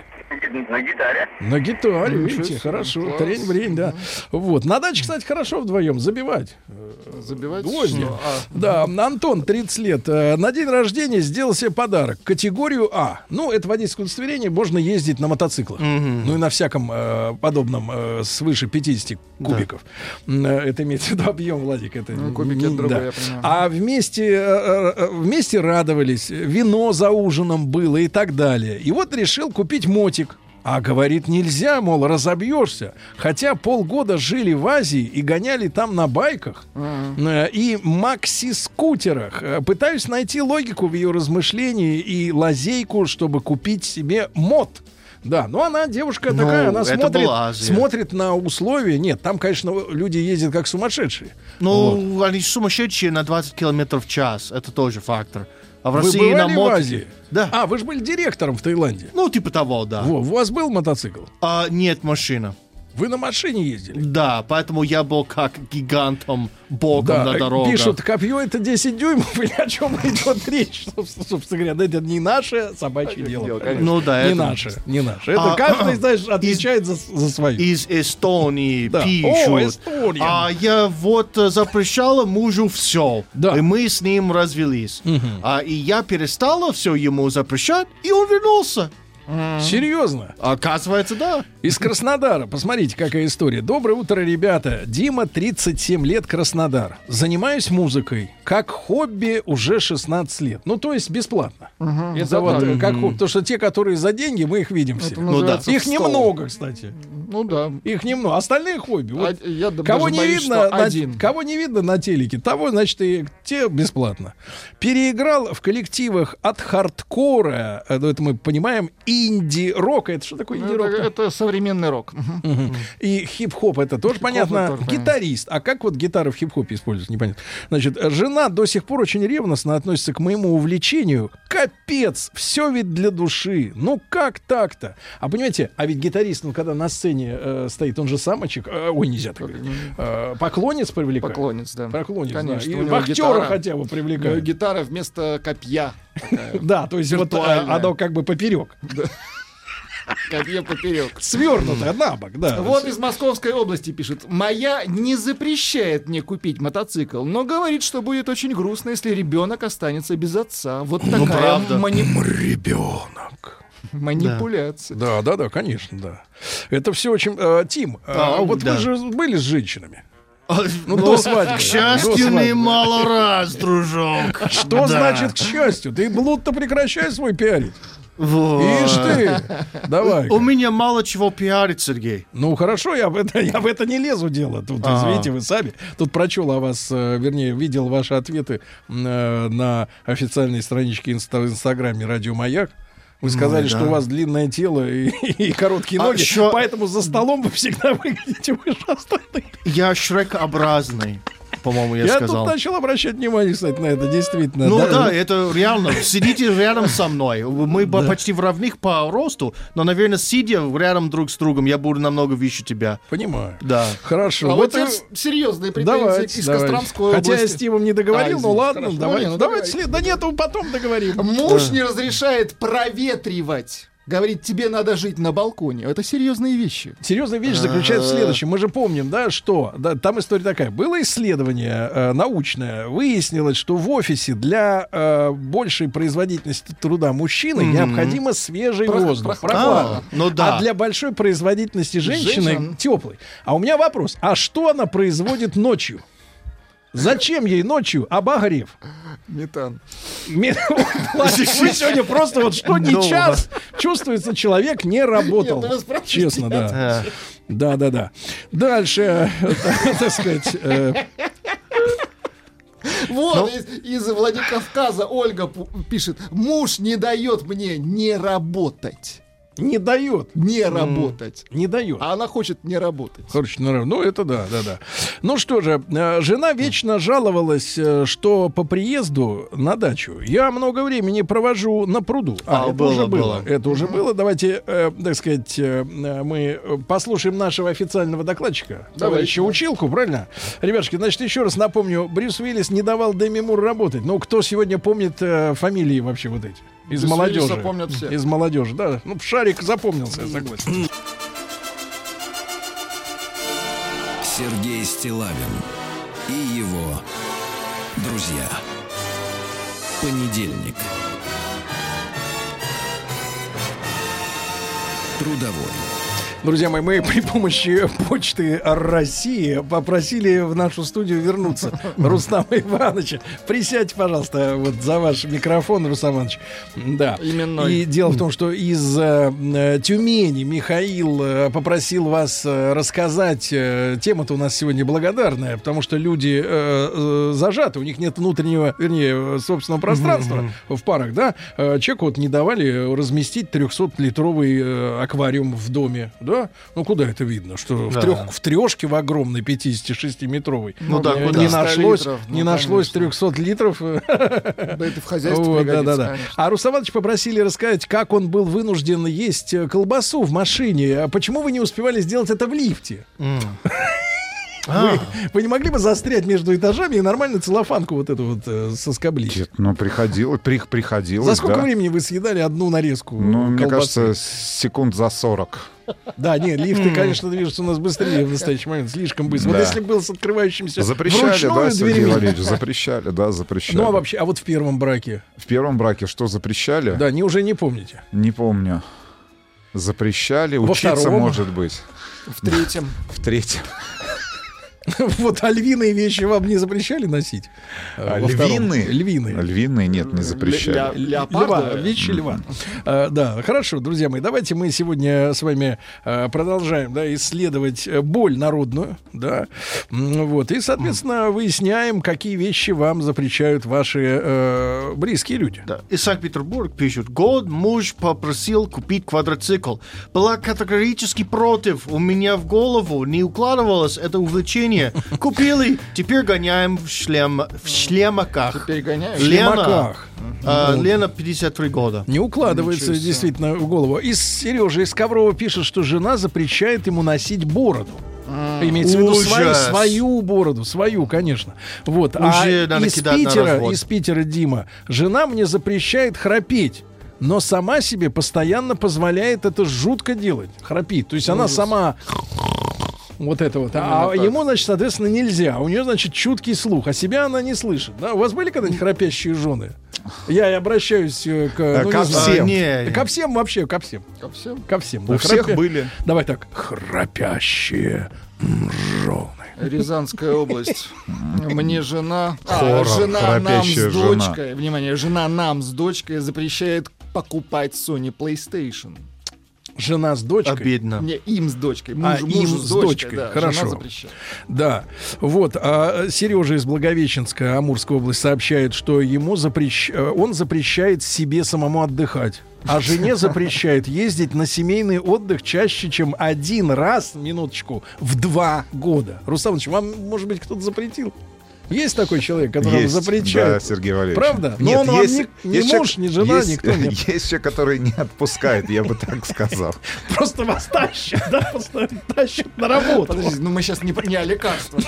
на гитаре. На гитаре, Ничего видите, себе, хорошо. класс. Трень-брень, да. Вот. На даче, кстати, хорошо вдвоем забивать. Забивать гвозди. что? А. Да, Антон, тридцать лет. э, На день рождения сделал себе подарок. Категорию А. Ну, это водительское удостоверение, можно ездить на мотоциклах. Ну и на всяком э, подобном э, свыше пятидесяти кубиков. М, э, Это имеется в виду объем, Владик. Это Ну, не- кубики не- это другое, да. я понимаю. А вместе, э, э, вместе радовались, вино за ужином было и так далее. И вот решил купить мотик. А говорит, нельзя, мол, разобьешься. Хотя полгода жили в Азии и гоняли там на байках э, и макси-скутерах. Э, Пытаюсь найти логику в ее размышлении и лазейку, чтобы купить себе мод. Да, но она девушка Ну, такая, она это смотрит, была Азия. смотрит на условия. Нет, там, конечно, люди ездят как сумасшедшие. Ну, они сумасшедшие на двадцать километров в час. Это тоже фактор. А в Вы России бывали на в мотике- Азии? Да. А, вы же были директором в Таиланде. Ну, типа того, да. Во, у вас был мотоцикл? А, нет, машина. Вы на машине ездили? Да, поэтому я был как гигантом боком Да, на дорогах. пишут, копье это десять дюймов, или о чем идет речь, собственно, собственно говоря. Да, это не наше собачье дело. Ну да, не это- наше, не наше. Это А, каждый, знаешь, отвечает за, за свою. Из Эстонии Да. пишут. О, Эстония. А я вот э, запрещала мужу все. И мы с ним развелись. А, и я перестала все ему запрещать, и он вернулся. Серьезно? Оказывается, да. Из Краснодара. Посмотрите, какая история. Доброе утро, ребята. Дима, тридцать семь лет, Краснодар. Занимаюсь музыкой. Как хобби уже шестнадцать лет. Ну, то есть бесплатно. Мгм. Это За вот даром. как Мгм. хобби. Потому что те, которые за деньги, мы их видим все. Это называется Их в стол. немного, кстати. Ну да. Их немного. Остальные хобби. Вот А, я д- кого, даже не боюсь, видно что на, один. кого не видно на телеке, того, значит, и те бесплатно. Переиграл в коллективах от хардкора, э, ну, это мы понимаем, инди-рока. Это что такое Ну, инди-рок? это, это современный рок. Мгм. Мгм. И хип-хоп, это тоже понятно. тоже понятно. Гитарист. А как вот гитара в хип-хопе используется, непонятно. Значит, жена до сих пор очень ревностно относится к моему увлечению. Капец, все ведь для души. Ну как так-то? А понимаете, а ведь гитарист, ну когда на сцене э, стоит, он же самочек, э, ой, нельзя так говорить, э, поклонец привлекает. Поклонец, да. Поклонец, Конечно. да. у И него вахтера гитара- хотя бы у него привлекает. гитара вместо копья. такая Да, то есть вот э, виртуальная. оно как бы поперек. Копье поперек. Свернутое на бок, да. Вот из Московской области пишет. Моя не запрещает мне купить мотоцикл, но говорит, что будет очень грустно, если ребенок останется без отца. Вот такая правда. мани- Ребенок. манипуляция. Да, да, да, конечно, да. Это все очень... э, Тим, э, А, вот да. вы же были с женщинами. А, Ну, до свадьбы. К счастью, До свадьбы. немало раз, дружок. Что Да. значит к счастью? Ты блуд-то прекращай свой пиарить. Вот. Ишь ты. Давай. У меня мало чего пиарить, Сергей. Ну хорошо, я в это, я в это не лезу дело. Тут, Ага. извините, вы сами. Тут прочел о вас, э, вернее, видел ваши ответы э, на официальной страничке инста- в Инстаграме «Радио Маяк». Вы сказали, Ну, что да. у вас длинное тело и, и короткие А ноги, ещё- поэтому за столом вы всегда выглядите выше остальных. Я шрекообразный, по-моему, я, Я сказал. тут начал обращать внимание, кстати, на это, действительно. Ну да, это реально. Сидите рядом со мной. Мы б- почти в равных по росту, но, наверное, сидя рядом друг с другом, я буду намного выше тебя. Понимаю. Да. Хорошо. А вот вот и- теперь серьезные претензии Давайте, из давайте. Костромской Хотя я области. с Тимом не договорил, А, ну извините, ладно, хорошо. давайте. Не, ну давайте давай. след- Да нет, потом договорим. Муж не разрешает проветривать. Говорит, тебе надо жить на балконе. Это серьезные вещи. Серьезная вещь заключается в следующем. Мы же помним, да, что да, там история такая. Было исследование э, научное. Выяснилось, что в офисе для э, большей производительности труда мужчины Мгм. необходимо свежий Прох- воздух, прох- прохладно. А, ну да. А для большой производительности женщины Женщин. теплый. А у меня вопрос. А что она производит ночью? Зачем ей ночью обогрев? Метан. Ме- Вы сегодня просто вот что ни Ну, час чувствуется, человек не работал. Нет, ну вы спрашиваете, Честно, да. А, Да, да, да. Дальше, э, так сказать, э, Вот из, из Владикавказа Ольга пу- пишет. Муж не дает мне не работать. не дает. Не работать. Не дает. А она хочет не работать. Короче, ну, ну, это да, да, да. Ну что же, э, жена вечно жаловалась, э, что по приезду на дачу я много времени провожу на пруду. А, А, это было, уже было. было. Это уже было. Давайте, э, так сказать, э, э, мы э, послушаем нашего официального докладчика, товарища Училку, правильно? Ребятушки, значит, еще раз напомню, Брюс Уиллис не давал Деми Мур работать. Ну, кто сегодня помнит э, фамилии вообще вот эти? Из Брюс молодежи. Уиллиса помнят все. Из молодежи, да. Ну, Шарик запомнился, я согласен. Сергей Стиллавин и его друзья. Понедельник. Трудовой. Друзья мои, мы при помощи почты России попросили в нашу студию вернуться Рустама Ивановича. Присядьте, пожалуйста, вот за ваш микрофон, Рустам Иванович. Да. Именно. И дело в том, что из э, Тюмени Михаил э, попросил вас э, рассказать. Э, тема-то у нас сегодня благодарная, потому что люди э, э, зажаты, у них нет внутреннего, вернее, собственного пространства в парах, да. Э, человеку вот не давали разместить трехсотлитровый э, аквариум в доме. Да? Ну, куда это видно? Что да. в, трех, в трешке в огромной пятидесятишестиметровой ну, да, не, куда? не нашлось, литров, не ну, нашлось трехсот литров. Да это в хозяйстве вот, пригодится, да, да, да. конечно. А Рустам Иванович попросили рассказать, как он был вынужден есть колбасу в машине. А почему вы не успевали сделать это в лифте? Mm. Вы, вы не могли бы застрять между этажами и нормально целлофанку вот эту вот э, соскоблить? Нет, ну, приходилось, при, приходилось, За сколько да. времени вы съедали одну нарезку Ну, колбасы? мне кажется, секунд за сорок. Да, нет, лифты, конечно, движутся у нас быстрее в настоящий момент, слишком быстро. Да. Вот если был с открывающимся Запрещали, да, Сергей дверьми. Валерьевич, запрещали, да, запрещали. Ну, а вообще, а вот в первом браке? В первом браке что запрещали? Да, не, уже не помните. Не помню. Запрещали, Во учиться, втором? может быть. В третьем. В третьем. Вот, а львиные вещи вам не запрещали носить? А, Во втором? львиные? Львиные. Львиные, нет, не запрещали. Ле- Льва, вещи льва. А, да, хорошо, друзья мои, давайте мы сегодня с вами а, продолжаем, да, исследовать боль народную, да, М, вот, и, соответственно, выясняем, какие вещи вам запрещают ваши э, близкие люди. Да. Из Санкт-Петербурга пишут: год муж попросил купить квадроцикл. Была категорически против. У меня в голову не укладывалось это увлечение. Купили, теперь гоняем в, шлем, в шлемаках. Теперь гоняешь? В шлемаках. Лена, а, Лена пятьдесят три года. Не укладывается действительно в голову. И Сережа из Коврова пишет, что жена запрещает ему носить бороду. Имеется в виду свою, свою бороду, свою, конечно. Вот. Уже а надо из кидать на Питера, развод. из Питера Дима: жена мне запрещает храпеть, но сама себе постоянно позволяет это жутко делать. Храпит. То есть она сама вот это вот. А так. ему, значит, соответственно, нельзя. У нее, значит, чуткий слух, а себя она не слышит. Да? У вас были когда-нибудь храпящие жены? Я и обращаюсь э, к, ну, ко не знаю. всем. А, не. Ко всем вообще, ко всем. Ко всем? Ко всем. У да, всех храпя- были. Давай так. Храпящие жены. Рязанская область. Мне жена... А, Хоррор, жена нам с храпящая жена. дочкой... Внимание, жена нам с дочкой запрещает покупать Sony PlayStation. Жена с дочкой. Обидно. Не, им с дочкой. А, Мужу, им мужу с с дочкой. дочкой. Да, Хорошо. жена запрещает. Да. Вот. А Сережа из Благовещенска, Амурская область, сообщает, что ему запрещ... он запрещает себе самому отдыхать. А жене запрещает ездить на семейный отдых чаще, чем один раз, минуточку, в два года. Рустам Иванович, вам, может быть, кто-то запретил? Есть такой человек, который Есть, запрещает? да, Сергей Валерьевич. Правда? Но Нет, он вам есть, ни, ни есть муж, человек- ни жена, есть, никто нет. Есть человек, который не отпускает, я бы так сказал. Просто вас тащат, да? Просто тащат на работу. Подождите, ну мы сейчас не, не о лекарствах.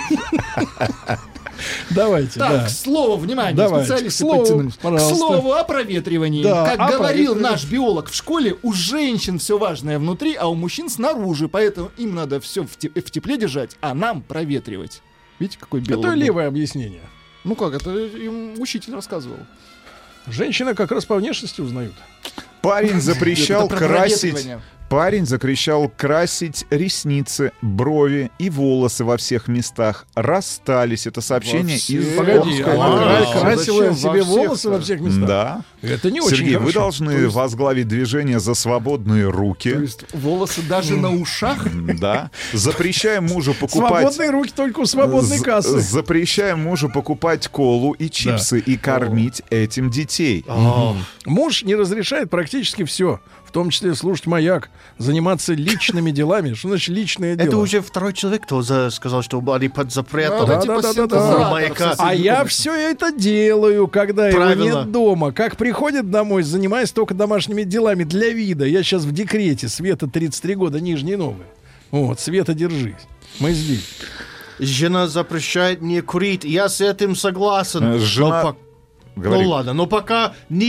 Давайте, Так, да. к слову, внимание, Давайте, специалисты к слову, подтянулись. пожалуйста. К слову о проветривании. Да, как о говорил проветривании. наш биолог в школе, у женщин все важное внутри, а у мужчин снаружи. Поэтому им надо все в, те- в тепле держать, а нам проветривать. Видите, какой биолог Это был? левое объяснение. Ну как, это им учитель рассказывал. Женщины как раз по внешности узнают. Парень запрещал Это про красить... проветривание. Парень запрещал красить ресницы, брови и волосы во всех местах. Расстались. Это сообщение всех? из Погоди, Омской она области. кра- красила Зачем себе во всех-то? волосы во всех местах? Да. Это не очень Сергей, вы хорошо. должны возглавить движение за свободные руки. То есть волосы даже на ушах? Да. Запрещаем мужу покупать... Свободные руки только у свободной З- кассы. Запрещаем мужу покупать колу и чипсы и кормить этим детей. Муж не разрешает практически все, в том числе слушать «Маяк», заниматься личными делами. Что значит личное дело? Это уже второй человек, кто за- сказал, что они под запретом. Да, да, да, да, да. Маяка. А я все это делаю, когда его Правильно. нет дома. Как приходит домой, занимаюсь только домашними делами для вида. Я сейчас в декрете. Света тридцать три года, Нижний Новый. Вот, Света, держись. Мы здесь. Жена запрещает мне курить. Я с этим согласен. Э, жена- Но по- Говори. Ну ладно, но пока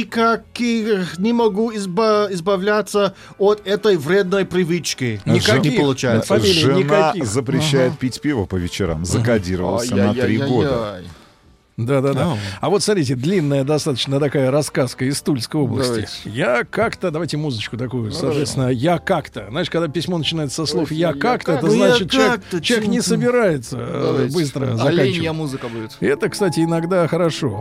никаких не могу изба- избавляться от этой вредной привычки. Никаких. Не получается. Фамилия Жена никаких. запрещает Ага. пить пиво по вечерам. Закодировался на три года. Да-да-да. Oh. А вот смотрите, длинная достаточно такая рассказка из Тульской области. Давайте. Я как-то, давайте музычку такую, соответственно, я как-то. Знаешь, когда письмо начинается со слов «я как-то», это Ну, я значит, человек, как-то, человек не чё-то. собирается э, Давайте. быстро Оленья заканчивать. музыка будет. Это, кстати, иногда хорошо.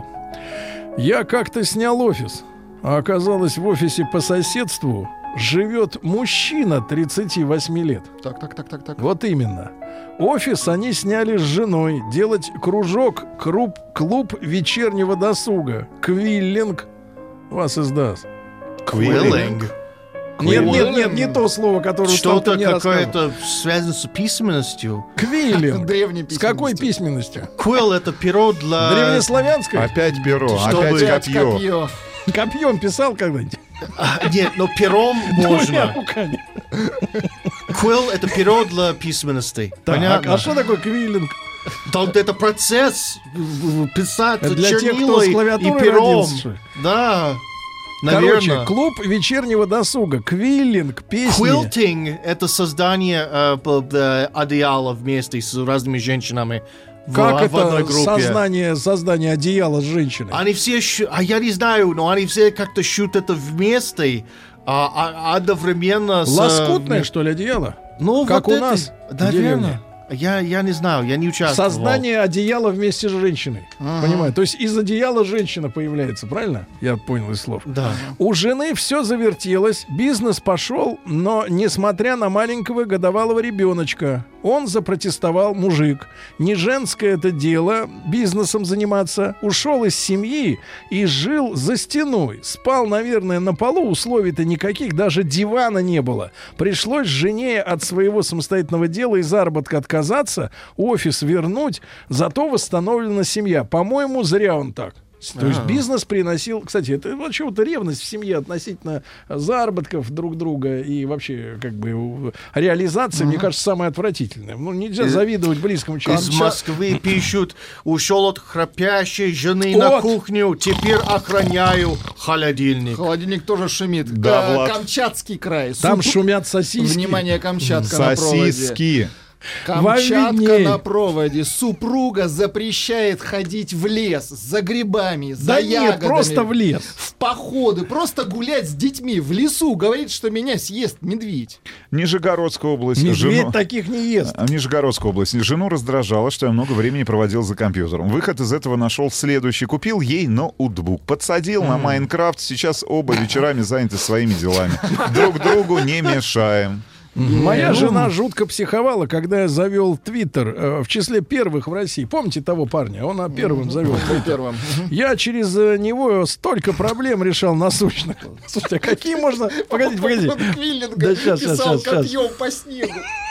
Я как-то снял офис, а оказалось, в офисе по соседству живет мужчина тридцати восьми лет. Так, так, так, так, так. Вот именно. Офис они сняли с женой делать кружок, клуб, клуб вечернего досуга. Квиллинг вас издаст. Квиллинг. Нет, нет, нет, не то слово, которое Рустам ты Что-то мне рассказывал. какое-то связано с письменностью. Квиллинг. Древней С какой письменностью? Квилл — это перо для... Древнеславянской? Опять перо, Чтобы- опять Опять копье. Копье. Копьем писал когда-нибудь? А, нет, но пером Двумя можно. руками. Квилл — это перо для письменности. Так, Понятно? а что такое квиллинг? Там это процесс в- в- писать Это для тех, кто чернилой с и клавиатурой пером. родился, что ли? Да, Короче, наверное. клуб вечернего досуга. Квиллинг, песни. Quilting — это создание э, п- п- одеяла вместе с разными женщинами в, Как в одной это группе. сознание, создание одеяла с женщиной? Они все, щу- а я не знаю, но они все как-то шьют это вместе, а, а- одновременно с... Лоскутное, что ли, одеяло? Ну, как вот у это- нас в Наверное. деревне. Я, я не знаю, я не участвовал. Создание одеяла вместе с женщиной. Ага. Понимаю. То есть из одеяла женщина появляется, правильно? Я понял из слов. Да. У жены все завертелось, бизнес пошел, но несмотря на маленького годовалого ребеночка, он запротестовал, мужик. Не женское это дело бизнесом заниматься. Ушел из семьи и жил за стеной. Спал, наверное, на полу, условий-то никаких, даже дивана не было. Пришлось жене от своего самостоятельного дела и заработка отказаться, офис вернуть, зато восстановлена семья. По-моему, зря он так. То есть А. бизнес приносил... Кстати, это вообще вот ревность в семье относительно заработков друг друга и вообще как бы реализация, мне кажется, самая отвратительная. Ну, нельзя Из- завидовать близкому человеку. Из Москвы пишут: ушел от храпящей жены на От. кухню, теперь охраняю холодильник. Холодильник тоже шумит. Да, К- Влад. Камчатский край. Там Суп- шумят сосиски. Внимание, Камчатка на проводе. Сосиски. Камчатка видней. на проводе. Супруга запрещает ходить в лес за грибами, за Да нет, ягодами. просто в лес. В походы, просто гулять с детьми в лесу. Говорит, что меня съест медведь. Нижегородская область. Медведь Жену- таких не ест. А, Нижегородская область. Жену раздражало, что я много времени проводил за компьютером. Выход из этого нашел следующий. Купил ей ноутбук, подсадил на Майнкрафт. Сейчас оба вечерами заняты своими делами. Друг другу не мешаем. Моя жена жутко психовала, когда я завел Твиттер э, в числе первых в России. Помните того парня? Он а, первым завел Твиттер. Первым. Я через э, него столько проблем решал насущных. Слушайте, а какие можно... Погодите, погодите. Он Квиллинга Да щас, щас, писал щас, щас. копьем по снегу.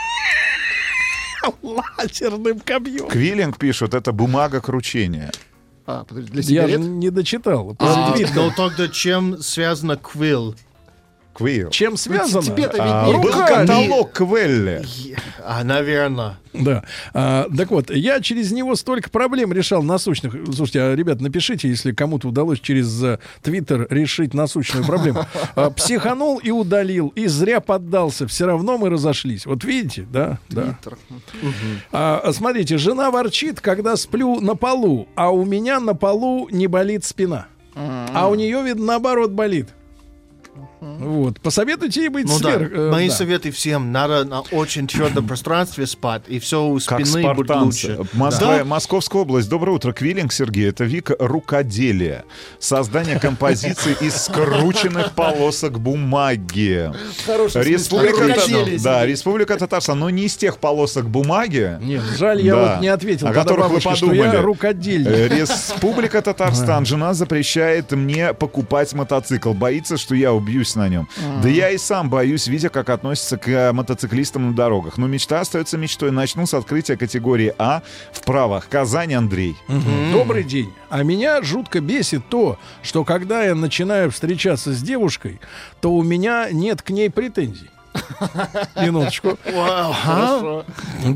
Лазерным копьем. Квиллинг пишут, это бумага кручения. А, подожди, для Я же сигарет? не дочитал. А, Твиттер. но тогда чем связано Квилл? Квилл. Чем связано? Тебе-то А, виднее. был руками. каталог Квелли. А, наверное. Да. А, так вот, я через него столько проблем решал насущных. Слушайте, а, ребят, напишите, если кому-то удалось через э, Твиттер решить насущную проблему. А, психанул и удалил, и зря поддался. Все равно мы разошлись. Вот видите, да? Да. А, смотрите, жена ворчит, когда сплю на полу, а у меня на полу не болит спина. А у нее, видно, наоборот болит. Вот. Посоветуйте ей быть Ну да, сверх... э, мои да. советы всем: надо на очень твердом пространстве спать, и все у Как спины будет спартанцы. лучше. Москва, Да. Московская область. Доброе утро. Квиллинг Сергей. Это Вика рукоделие. Создание композиции из скрученных полосок бумаги. Хороший Республика, смысл. Та- Рукоделие, да, Сергей. Республика Татарстан, но не из тех полосок бумаги. Нет, жаль, я Да. вот не ответил, О когда которых вы бабушке, что подумали. я рукодельник. Э, Республика Татарстан. Жена запрещает мне покупать мотоцикл. Боится, что я убьюсь на нем. Да я и сам боюсь, видя, как относятся к э, мотоциклистам на дорогах. Но мечта остается мечтой. Начну с открытия категории А в правах. Казань, Андрей. Мгм. Добрый день. А меня жутко бесит то, что когда я начинаю встречаться с девушкой, то у меня нет к ней претензий. Минуточку. Ага. Да.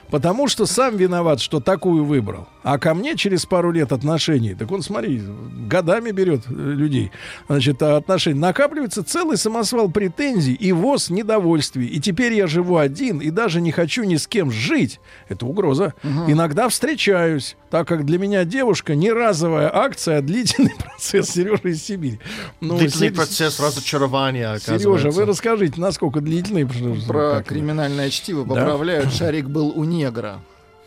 потому что сам виноват, что такую выбрал. А ко мне через пару лет отношений, так он, смотри, годами берет людей, значит, отношения, накапливается целый самосвал претензий и воз недовольствий. И теперь я живу один и даже не хочу ни с кем жить. Это угроза. Угу. Иногда встречаюсь, так как для меня девушка не разовая акция, а длительный процесс. Сережа из Сибири. Ну, длительный Сер... процесс разочарования, оказывается. Сережа, вы расскажите, насколько длительный? Про как криминальное чтиво да? поправляют. Шарик был у негра.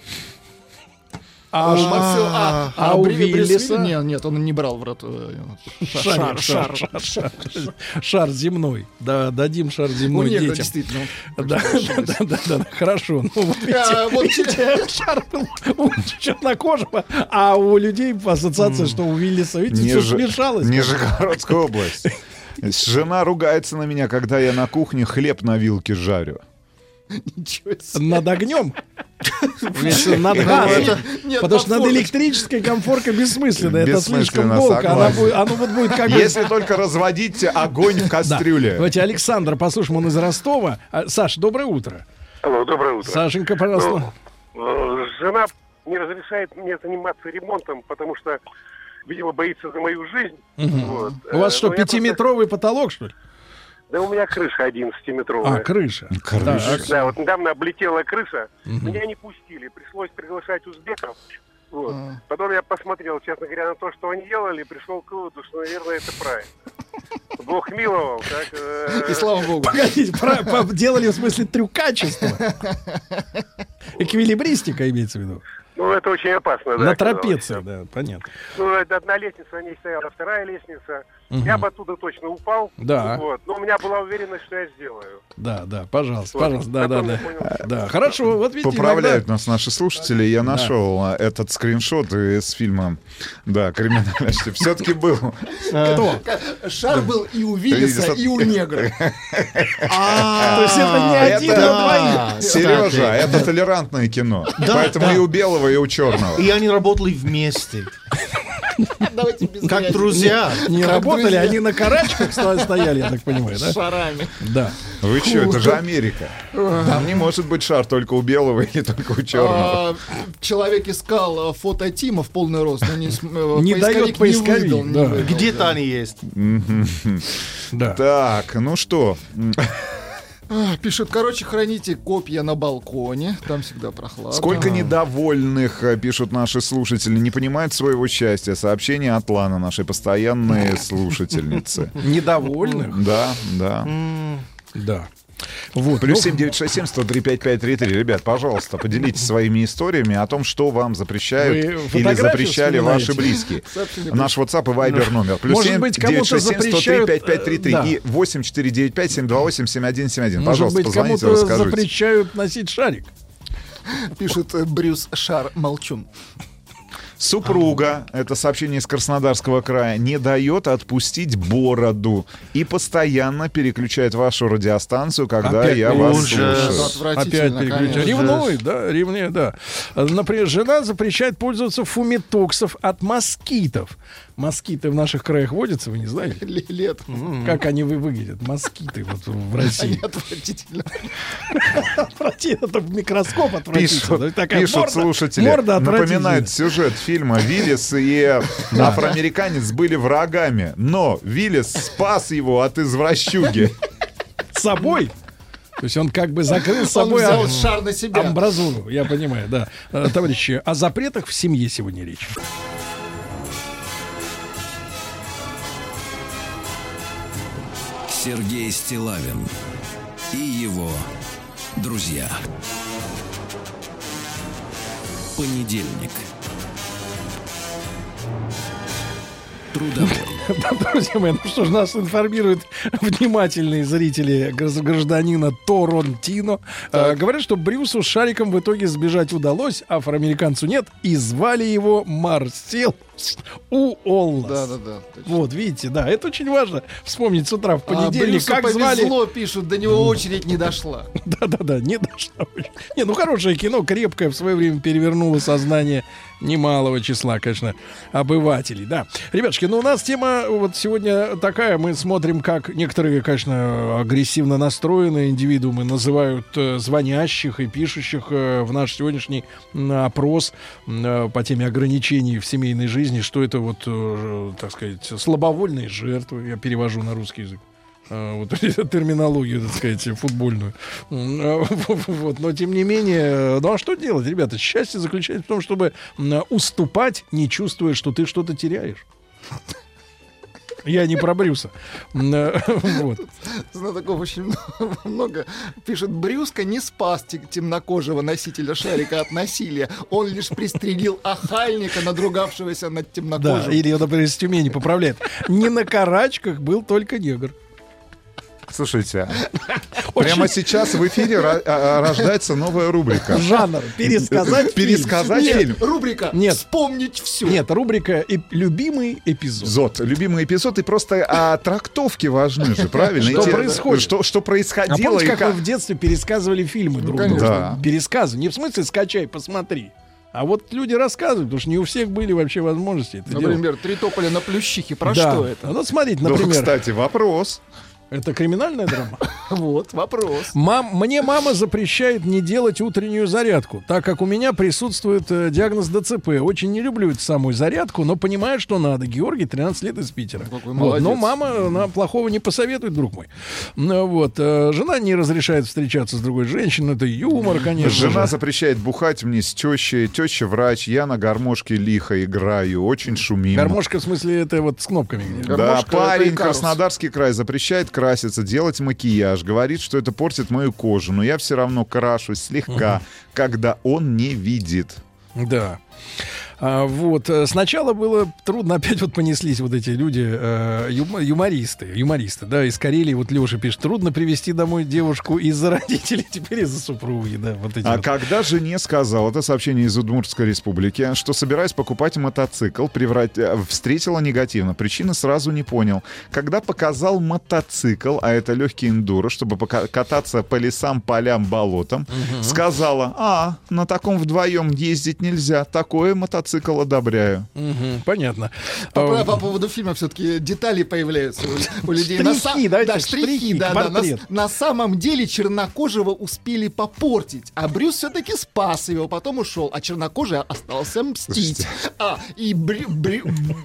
А, а, а, а, а у Виллиса? Нет, нет, он не брал в рот. Шар, шар, шар, шар, шар земной. Да, дадим шар земной детям. Действительно. Да, да, да, да, хорошо. Ну, вот видите, шар был у чернокожего, а у людей по ассоциации, что у Виллиса, видите, все смешалось. Нижегородская область. Жена ругается на меня, когда я на кухне хлеб на вилке жарю. Над огнем? Над газом. Потому что над электрической комфорка бессмысленна. Это слишком долго. Оно вот будет как... Если только разводить огонь в кастрюле. Давайте Александр послушаем, он из Ростова. Саш, доброе утро. Алло, доброе утро. Сашенька, пожалуйста. Жена не разрешает мне заниматься ремонтом, потому что, видимо, боится за мою жизнь. У вас что, пятиметровый потолок, что ли? Да у меня крыша одиннадцатиметровая. А, крыша. Крыша. Да, да, вот недавно облетела крыша. Угу. Меня не пустили. Пришлось приглашать узбеков. Вот. А. Потом я посмотрел, честно говоря, на то, что они делали, пришел к выводу, что, наверное, это правильно. Бог миловал. Как, э... И слава богу. Погодите, делали в смысле трюкачества? Эквилибристика имеется в виду? Ну, это очень опасно, да. На трапеции, да, понятно. Ну, одна лестница, на ней стояла вторая лестница. Угу. Я бы оттуда точно упал. Да. Вот. Но у меня была уверенность, что я сделаю. Да, да, пожалуйста, вот. пожалуйста, да, да, да. Да, хорошо, вот видите. Поправляют иногда... нас наши слушатели. Я да. нашел этот скриншот из фильма, да, «Криминальное чтиво». Все-таки был. Кто? Шар был и у Виллиса, и у негра. То есть это не один, а двоих. Сережа, это толерантное кино. Поэтому и у белого, и у черного. И они работали вместе. Как друзья. Не работали, они на карачках стояли, я так понимаю, да? Шарами. Да. Вы что, это же Америка. Там не может быть шар только у белого или только у черного. Человек искал фото Тима в полный рост, но не дает поисковик. Где-то они есть. Так, ну что... Пишут, короче, храните копья на балконе, там всегда прохладно. Сколько ага. недовольных, пишут наши слушатели, не понимают своего счастья. Сообщение от Ланы, нашей постоянной слушательницы. Недовольных? Да, да. Да. Вот, Плюс ну... семь девятьсот шестьдесят семь сто три пять пять три три. Ребят, пожалуйста, поделитесь своими историями о том, что вам запрещают или запрещали ваши близкие. Наш WhatsApp и Viber номер. Плюс семь девятьсот шестьдесят семь сто три пять пять три три и восемь четыре девять пять семь два восемь семь один семь один. Пожалуйста, позвоните, расскажите. Может быть, кому-то запрещают носить шарик. Пишет Брюс Шар Молчун. Супруга, это сообщение из Краснодарского края, не дает отпустить бороду и постоянно переключает вашу радиостанцию, когда опять я вас слушаю. Опять переключает. Ревнует, да, ревнует, да. Например, жена запрещает пользоваться фумитоксов от москитов. Москиты в наших краях водятся, вы не знаете? Лет. Mm-hmm. Как они вы выглядят, москиты вот в России. Они отвратительно. Отвратительно, это в микроскоп отвратительно. Пишут слушатели, напоминает сюжет фильма. Виллис и афроамериканец были врагами, но Виллис спас его от извращуги. С собой? То есть он как бы закрыл с собой он взял шар на себя. Амбразуру, я понимаю, да. Товарищи, о запретах в семье сегодня речь. Сергей Стиллавин и его друзья. Понедельник. Трудовой. Друзья мои, ну что ж, нас информируют внимательные зрители гражданина Торонтино. А, говорят, что Брюсу с шариком в итоге сбежать удалось, афроамериканцу нет, и звали его Марсел Уоллас. Да, да, да. Вот, видите, да, это очень важно вспомнить с утра в понедельник, а Брюсу как повезло, звали. Пишут, до него очередь не дошла. Да-да-да, не дошла. Не, ну хорошее кино, крепкое, в свое время перевернуло сознание немалого числа, конечно, обывателей, да. Ребятушки, ну у нас тема вот сегодня такая, мы смотрим, как некоторые, конечно, агрессивно настроенные индивидуумы называют э, звонящих и пишущих э, в наш сегодняшний э, опрос э, по теме ограничений в семейной жизни, что это вот, э, так сказать, слабовольные жертвы, я перевожу на русский язык. Вот терминологию, так сказать, футбольную. Вот. Но тем не менее, ну а что делать, ребята? Счастье заключается в том, чтобы уступать, не чувствуя, что ты что-то теряешь. Я не про Брюса. Вот. Знатоков очень много. Пишет, Брюска не спас темнокожего носителя шарика от насилия. Он лишь пристрелил охальника, надругавшегося над темнокожим. Да, или, например, из Тюмени поправляет. Не на карачках был только негр. Слушайте, прямо сейчас в эфире рождается новая рубрика. Жанр. Пересказать фильм. Пересказать фильм. Рубрика Нет. «Вспомнить все». Нет, рубрика «Любимый эпизод». Зод. Любимый эпизод. И просто а, трактовки важны же, правильно? Что Эти, происходит? Что, что происходило. А помните, и как, как вы в детстве пересказывали фильмы друг другу? Да. Пересказывали. Не в смысле скачай, посмотри. А вот люди рассказывают, потому что не у всех были вообще возможности это Например, делать. «Три тополя на Плющихе». Про Да. что это? Ну, смотрите, Ну, например. кстати, вопрос. Это криминальная драма? Вот, вопрос. Мам, мне мама запрещает не делать утреннюю зарядку, так как у меня присутствует э, диагноз ДЦП. Очень не люблю эту самую зарядку, но понимаю, что надо. Георгий, тринадцать лет, из Питера. Вот, но мама она плохого не посоветует, друг мой. Ну, вот, э, жена не разрешает встречаться с другой женщиной. Это юмор, конечно. Жена же. запрещает бухать мне с тещей. Теща врач, я на гармошке лихо играю. Очень шумим. Гармошка, в смысле, это вот с кнопками. Где? Да, Гармошка — парень, это Икарус. Краснодарский край, запрещает краситься, делать макияж. Говорит, что это портит мою кожу. Но я все равно крашусь слегка, угу. когда он не видит. Да. А, вот. Сначала было трудно, опять вот понеслись вот эти люди, э, юмористы, юмористы, да, из Карелии, вот Леша пишет, трудно привезти домой девушку из-за родителей, теперь из-за супруги, да, вот эти А вот. когда жене сказал, это сообщение из Удмуртской республики, что собираюсь покупать мотоцикл, преврат... встретила негативно, причины сразу не понял. Когда показал мотоцикл, а это легкий эндуро, чтобы пока... кататься по лесам, полям, болотам, угу. сказала, а, на таком вдвоем ездить нельзя, такое мотоцикл одобряю. Угу, понятно. По, по поводу фильма все-таки детали появляются у, у людей. Штрихи, на, да, да, штрихи, штрихи, да, да, на, портрет. на самом деле чернокожего успели попортить, а Брюс все-таки спас его, потом ушел, а чернокожий остался мстить. А, и Брю... Брю...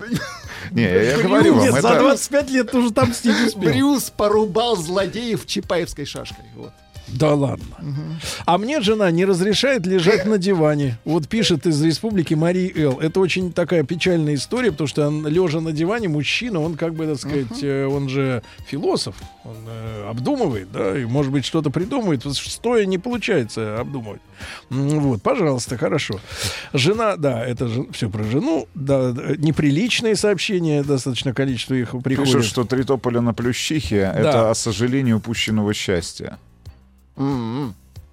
Не, я говорю вам, Нет, это... за двадцать пять лет уже там мстить успел. Брюс порубал злодеев чапаевской шашкой, вот. Да ладно. Угу. А мне жена не разрешает лежать на диване. Вот пишет из республики Марии Л. Это очень такая печальная история, потому что он, лежа на диване, мужчина, он как бы, так сказать, uh-huh. он же философ, он э, обдумывает, да, и, может быть, что-то придумывает. Стоя не получается обдумывать. Вот, пожалуйста, хорошо. Жена, да, это же все про жену, да, неприличные сообщения, достаточно количество их приходит. Пишут, что «Три тополя на Плющихе» да. это о сожалении упущенного счастья. Mm-hmm.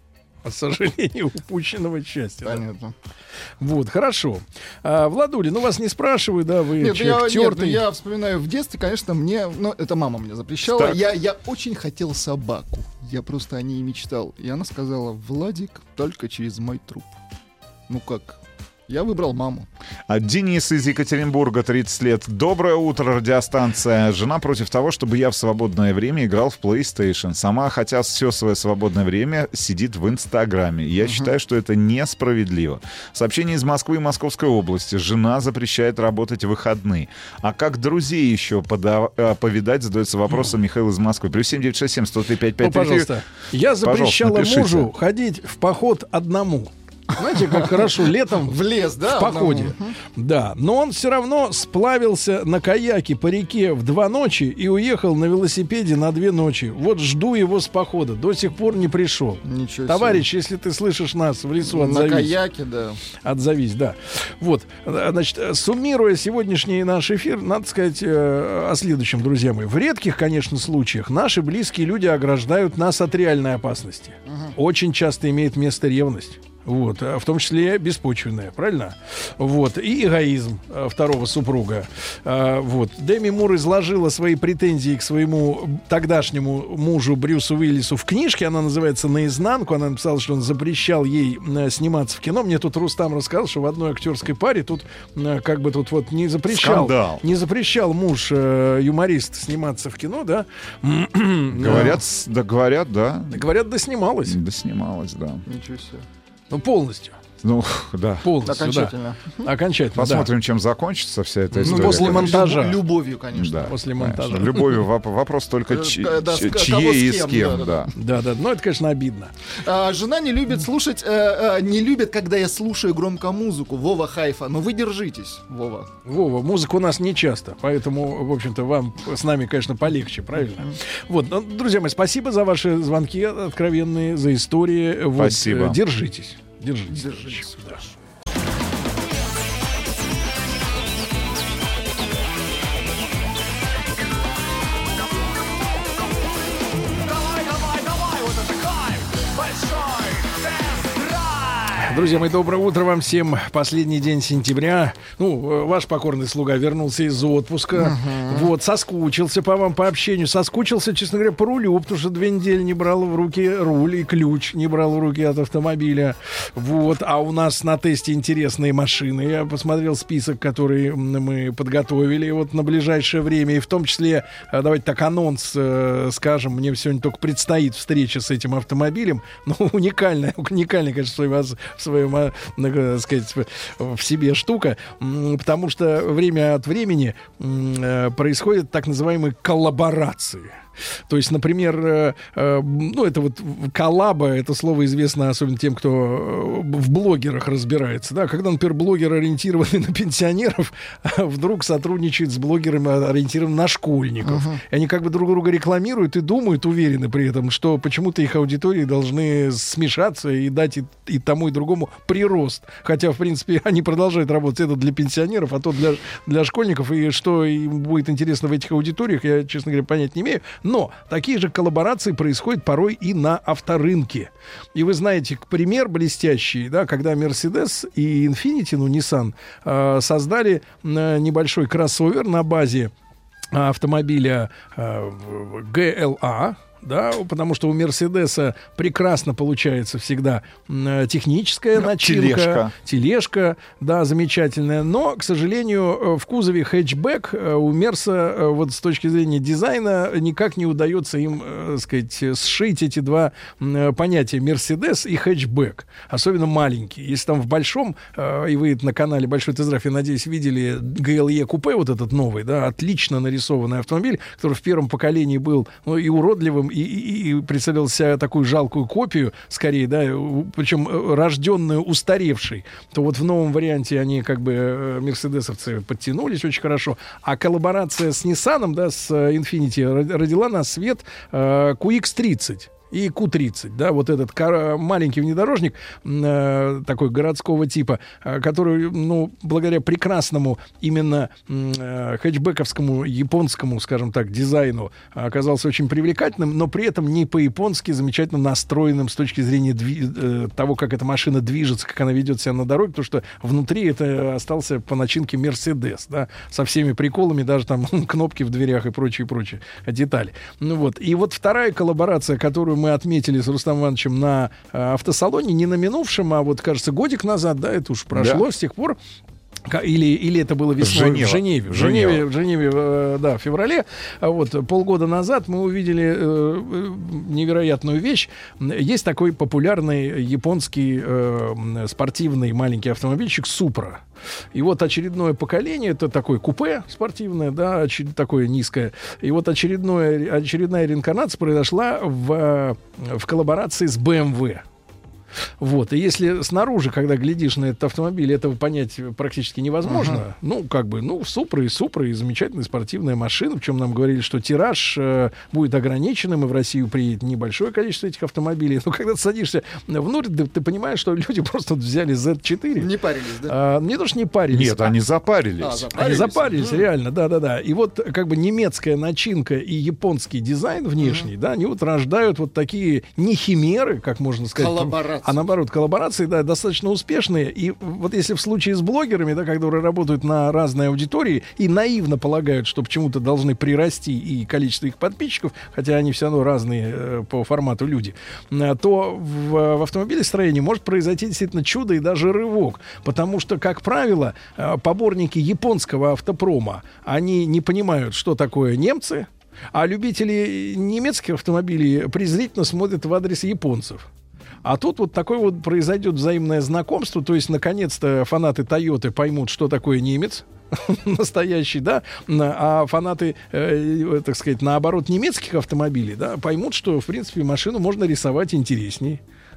К сожалению, упущенного счастья. Понятно. Да. Вот, хорошо. А, Владуля, ну вас не спрашиваю, да, вы нет, человек я, тёртый. Нет, я вспоминаю в детстве, конечно, мне, ну, это мама мне запрещала. Я, я очень хотел собаку. Я просто о ней мечтал. И она сказала, Владик, только через мой труп. Ну как? Я выбрал маму. А Денис из Екатеринбурга, тридцать лет. Доброе утро, радиостанция. Жена против того, чтобы я в свободное время играл в PlayStation. Сама, хотя все свое свободное время сидит в Инстаграме. Я uh-huh. считаю, что это несправедливо. Сообщение из Москвы и Московской области. Жена запрещает работать в выходные. А как друзей еще подав... повидать, задается вопросом uh-huh. Михаил из Москвы. Плюс семь девять шесть семь сто три пять пять. Ну, пожалуйста. Я запрещала пожалуйста, мужу ходить в поход одному. Знаете, как хорошо летом в лес, да, в походе. Угу. Да, но он все равно сплавился на каяке по реке в два ночи и уехал на велосипеде на две ночи. Вот жду его с похода. До сих пор не пришел. Ничего Товарищ, себе. если ты слышишь нас в лесу, отзовись. На каяке, да. Отзовись, да. Вот, значит, суммируя сегодняшний наш эфир, надо сказать э, о следующем, друзья мои. В редких, конечно, случаях наши близкие люди ограждают нас от реальной опасности. Угу. Очень часто имеет место ревность. Вот, в том числе беспочвенная, правильно? Вот, и эгоизм второго супруга. Вот, Деми Мур изложила свои претензии к своему тогдашнему мужу Брюсу Уиллису в книжке, она называется «Наизнанку», она написала, что он запрещал ей сниматься в кино. Мне тут Рустам рассказал, что в одной актерской паре тут как бы тут вот не запрещал, Скандал. не запрещал муж юморист сниматься в кино, да? Говорят, да, говорят, да. Говорят, да снималась. Да снималась, да. Ничего себе. Ну, полностью. Ну, да. Полностью, окончательно. Да. Окончательно, Посмотрим, да. чем закончится вся эта история. Ну, после монтажа. Любовью, конечно. Да, после конечно. монтажа. Любовью воп- вопрос только ч- Да, ч- с- чьей кого с и кем, с кем, да, да. Да, да, но это, конечно, обидно. А, жена не любит слушать, э, э, не любит, когда я слушаю громко музыку. Вова Хайфа. Но вы держитесь, Вова. Вова, музыка у нас не часто, поэтому, в общем-то, вам с нами, конечно, полегче, правильно? Вот, ну, друзья мои, спасибо за ваши звонки откровенные, за истории. Вот, Спасибо. э, держитесь. Держитесь. Держитесь. Да. Друзья мои, доброе утро вам всем. Последний день сентября. Ну, ваш покорный слуга вернулся из отпуска. Uh-huh. Вот, соскучился по вам, по общению. Соскучился, честно говоря, по рулю, потому что две недели не брал в руки руль и ключ не брал в руки от автомобиля. Вот, а у нас на тесте интересные машины. Я посмотрел список, который мы подготовили вот на ближайшее время. И в том числе, давайте так, анонс э, скажем. Мне сегодня только предстоит встреча с этим автомобилем. Ну, уникальная, уникальная, конечно, в своем в своем, так сказать, в себе штука, потому что время от времени происходят так называемые коллаборации. То есть, например, э, э, ну, это вот коллаба, это слово известно особенно тем, кто в блогерах разбирается, да, когда, например, блогеры, ориентированные на пенсионеров, вдруг сотрудничают с блогерами, ориентированными на школьников. Uh-huh. И они как бы друг друга рекламируют и думают, уверены при этом, что почему-то их аудитории должны смешаться и дать и, и тому, и другому прирост. Хотя, в принципе, они продолжают работать. Это для пенсионеров, а то для, для школьников. И что им будет интересно в этих аудиториях, я, честно говоря, понять не имею. Но такие же коллаборации происходят порой и на авторынке. И вы знаете, пример блестящий, да, когда Mercedes и Infiniti, ну, Nissan, э, создали э, небольшой кроссовер на базе э, автомобиля э, джи эл эй. Да, потому что у Мерседеса прекрасно получается всегда э, техническая ну, начинка, тележка. тележка, да, замечательная. Но, к сожалению, в кузове хэтчбэк э, у Мерса э, вот с точки зрения дизайна никак не удается им, э, сказать, сшить эти два э, понятия Мерседес и хэтчбэк, особенно маленький. Если там в большом, э, и вы на канале Большой Тест-драйв, я надеюсь, видели джи эл и купе, вот этот новый, да, отлично нарисованный автомобиль, который в первом поколении был, ну, и уродливым, И, и, и представлял себя такую жалкую копию, скорее, да, причем рожденную устаревшей, то вот в новом варианте они как бы мерседесовцы подтянулись очень хорошо. А коллаборация с Ниссаном, да, с Infiniti родила на свет э, кью икс тридцать. И кью тридцать, да, вот этот кар- маленький внедорожник э, такой городского типа, э, который, ну, благодаря прекрасному именно э, хэтчбековскому, японскому, скажем так, дизайну оказался очень привлекательным, но при этом не по-японски замечательно настроенным с точки зрения дви- э, того, как эта машина движется, как она ведет себя на дороге, потому что внутри это остался по начинке Mercedes, да, со всеми приколами, даже там кнопки в дверях и прочие, прочие детали. Ну вот, и вот вторая коллаборация, которую мы отметили с Рустамом Ивановичем на э, автосалоне, не на минувшем, а вот, кажется, годик назад, да, это уж прошло, да. С тех пор. Или, или это было весной в Женеве. В Женеве, в Женеве, э, да, в феврале. Вот, полгода назад мы увидели э, невероятную вещь. Есть такой популярный японский э, спортивный маленький автомобильчик Supra. И вот очередное поколение, это такое купе спортивное, да, очер- такое низкое. И вот очередное, очередная реинкарнация произошла в, в коллаборации с бэ эм вэ. Вот, и если снаружи, когда глядишь на этот автомобиль, этого понять практически невозможно, uh-huh. ну, как бы, ну, Супра и Супра, и замечательная спортивная машина, причем нам говорили, что тираж э, будет ограниченным, и в Россию приедет небольшое количество этих автомобилей, но когда ты садишься внутрь, ты, ты понимаешь, что люди просто взяли зет четыре. Не парились, да? А, не то, что не парились. Нет, а... они запарились. А, запарились. Они запарились, uh-huh. реально, да-да-да. И вот как бы немецкая начинка и японский дизайн внешний, uh-huh. да, они вот рождают вот такие не химеры, как можно сказать. Коллаборации. А наоборот, коллаборации, да, достаточно успешные. И вот если в случае с блогерами, да, которые работают на разной аудитории и наивно полагают, что почему-то должны прирасти и количество их подписчиков, хотя они все равно разные э, по формату люди, э, то в, в автомобилестроении может произойти действительно чудо и даже рывок. Потому что, как правило, э, поборники японского автопрома, они не понимают, что такое немцы, а любители немецких автомобилей презрительно смотрят в адрес японцев. А тут вот такое вот произойдет взаимное знакомство, то есть, наконец-то, фанаты Тойоты поймут, что такое немец настоящий, да, а фанаты, э, так сказать, наоборот, немецких автомобилей, да, поймут, что, в принципе, машину можно рисовать интересней.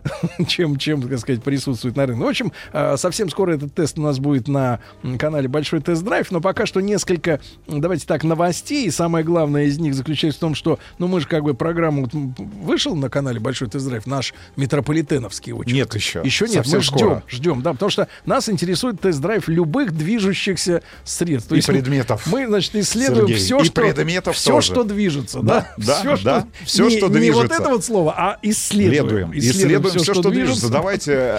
чем, чем, так сказать, присутствует на рынке. В общем, совсем скоро этот тест у нас будет на канале Большой тест-драйв, но пока что несколько, давайте так, новостей. Самое главное из них заключается в том, что, ну, мы же как бы программу вышел на канале Большой тест-драйв, наш метрополитеновский очень. Нет еще. Еще нет, совсем мы ждем, скоро. ждем, да, потому что нас интересует тест-драйв любых движущихся средств. То и есть предметов. Мы, значит, исследуем Сергей, все, и что, предметов все тоже. что движется, да, да, все, да, что, да. Все, не, что не движется. вот это вот слово, а исследуем. Исследуем, исследуем все, все, что, что движется. Давайте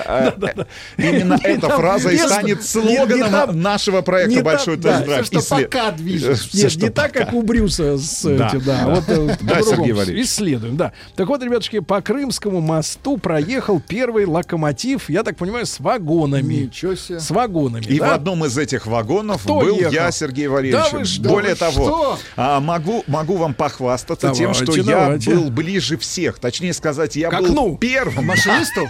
именно эта фраза и станет слоганом нашего проекта «Большой тест-драйв». Все, что пока движется. Нет, не так, как у Брюса с этим, да. Да, Сергей Валерьевич. Исследуем, да. Так вот, ребятушки, по Крымскому мосту проехал первый локомотив, я так понимаю, с вагонами. Ничего себе. С вагонами, И да? в одном из этих вагонов Кто был ехал? я, Сергей Валерьевич. Да вы что, Более вы того, что? а, могу, могу вам похвастаться Давайте, тем, что давайте. я был ближе всех. Точнее сказать, я К был окну. первым. Машинисту?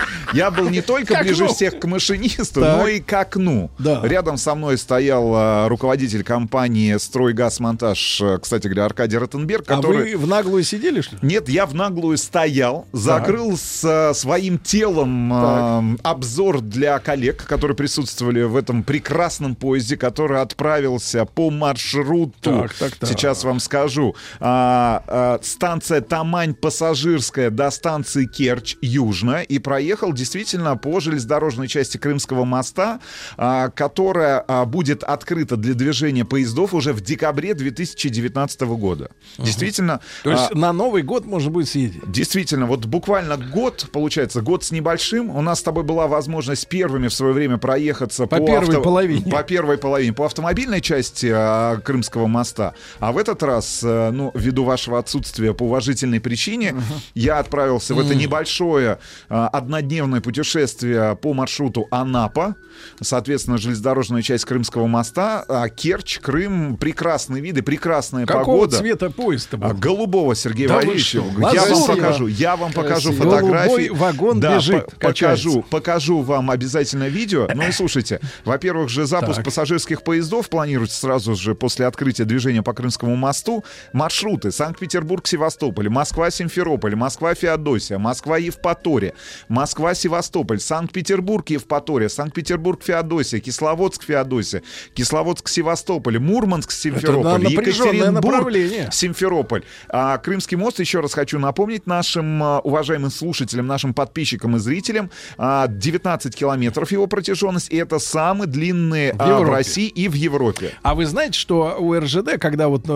Я был не только К ближе окну. всех к машинисту, Так. но и к окну. Да. Рядом со мной стоял а, руководитель компании «Стройгазмонтаж», а, кстати говоря, Аркадий Ротенберг, который... А вы в наглую сидели, что ли? Нет, я в наглую стоял, закрыл с а, своим телом а, обзор для коллег, которые присутствовали в этом прекрасном поезде, который отправился по маршруту. Так, так, так. Сейчас вам скажу. А, а, станция Тамань пассажирская до станции Керчь южная, и проехал действительно по железнодорожной части Крымского моста, а, которая а, будет открыта для движения поездов уже в декабре две тысячи девятнадцатого года. Угу. Действительно. То есть а, на Новый год можно будет съездить? Действительно, вот буквально год, получается, год с небольшим. У нас с тобой была возможность первыми в свое время проехаться По по, первой авто... половине. по первой половине, по автомобильной части а, Крымского моста. А в этот раз, а, ну, ввиду вашего отсутствия по уважительной причине, uh-huh. я отправился в это небольшое а, однодневное путешествие по маршруту Анапа, соответственно, железнодорожная часть Крымского моста, а Керчь, Крым, прекрасные виды, прекрасная Какого погода. цвета поезд-то был? А, голубого, Сергей Да Валерьевич. вы что, Я вам лазурного? покажу, я вам покажу Красиво. фотографии. Голубой вагон да, бежит, по- качается. покажу, покажу вам обязательно видео. Ну и слушайте, во-первых же запуск Так. пассажирских поездов планируется сразу же после открытия движения по Крымскому мосту. Маршруты: Санкт-Петербург-Севастополь, Москва-Симферополь, Москва-Феодосия, Москва-Евпатория, Москва-Севастополь, Санкт-Петербург-Евпатория, Санкт-Петербург-Феодосия, Кисловодск-Феодосия, Кисловодск-Севастополь, Мурманск-Симферополь, Это напряженное направление. Екатеринбург-Симферополь. А Крымский мост, еще раз хочу напомнить нашим а, уважаемым слушателям, нашим подписчикам и зрителям, а, девятнадцать километров его протяженность, и это самый длинный В а, в Европе. России и в Европе. А вы знаете, что у эр жэ дэ, когда вот э,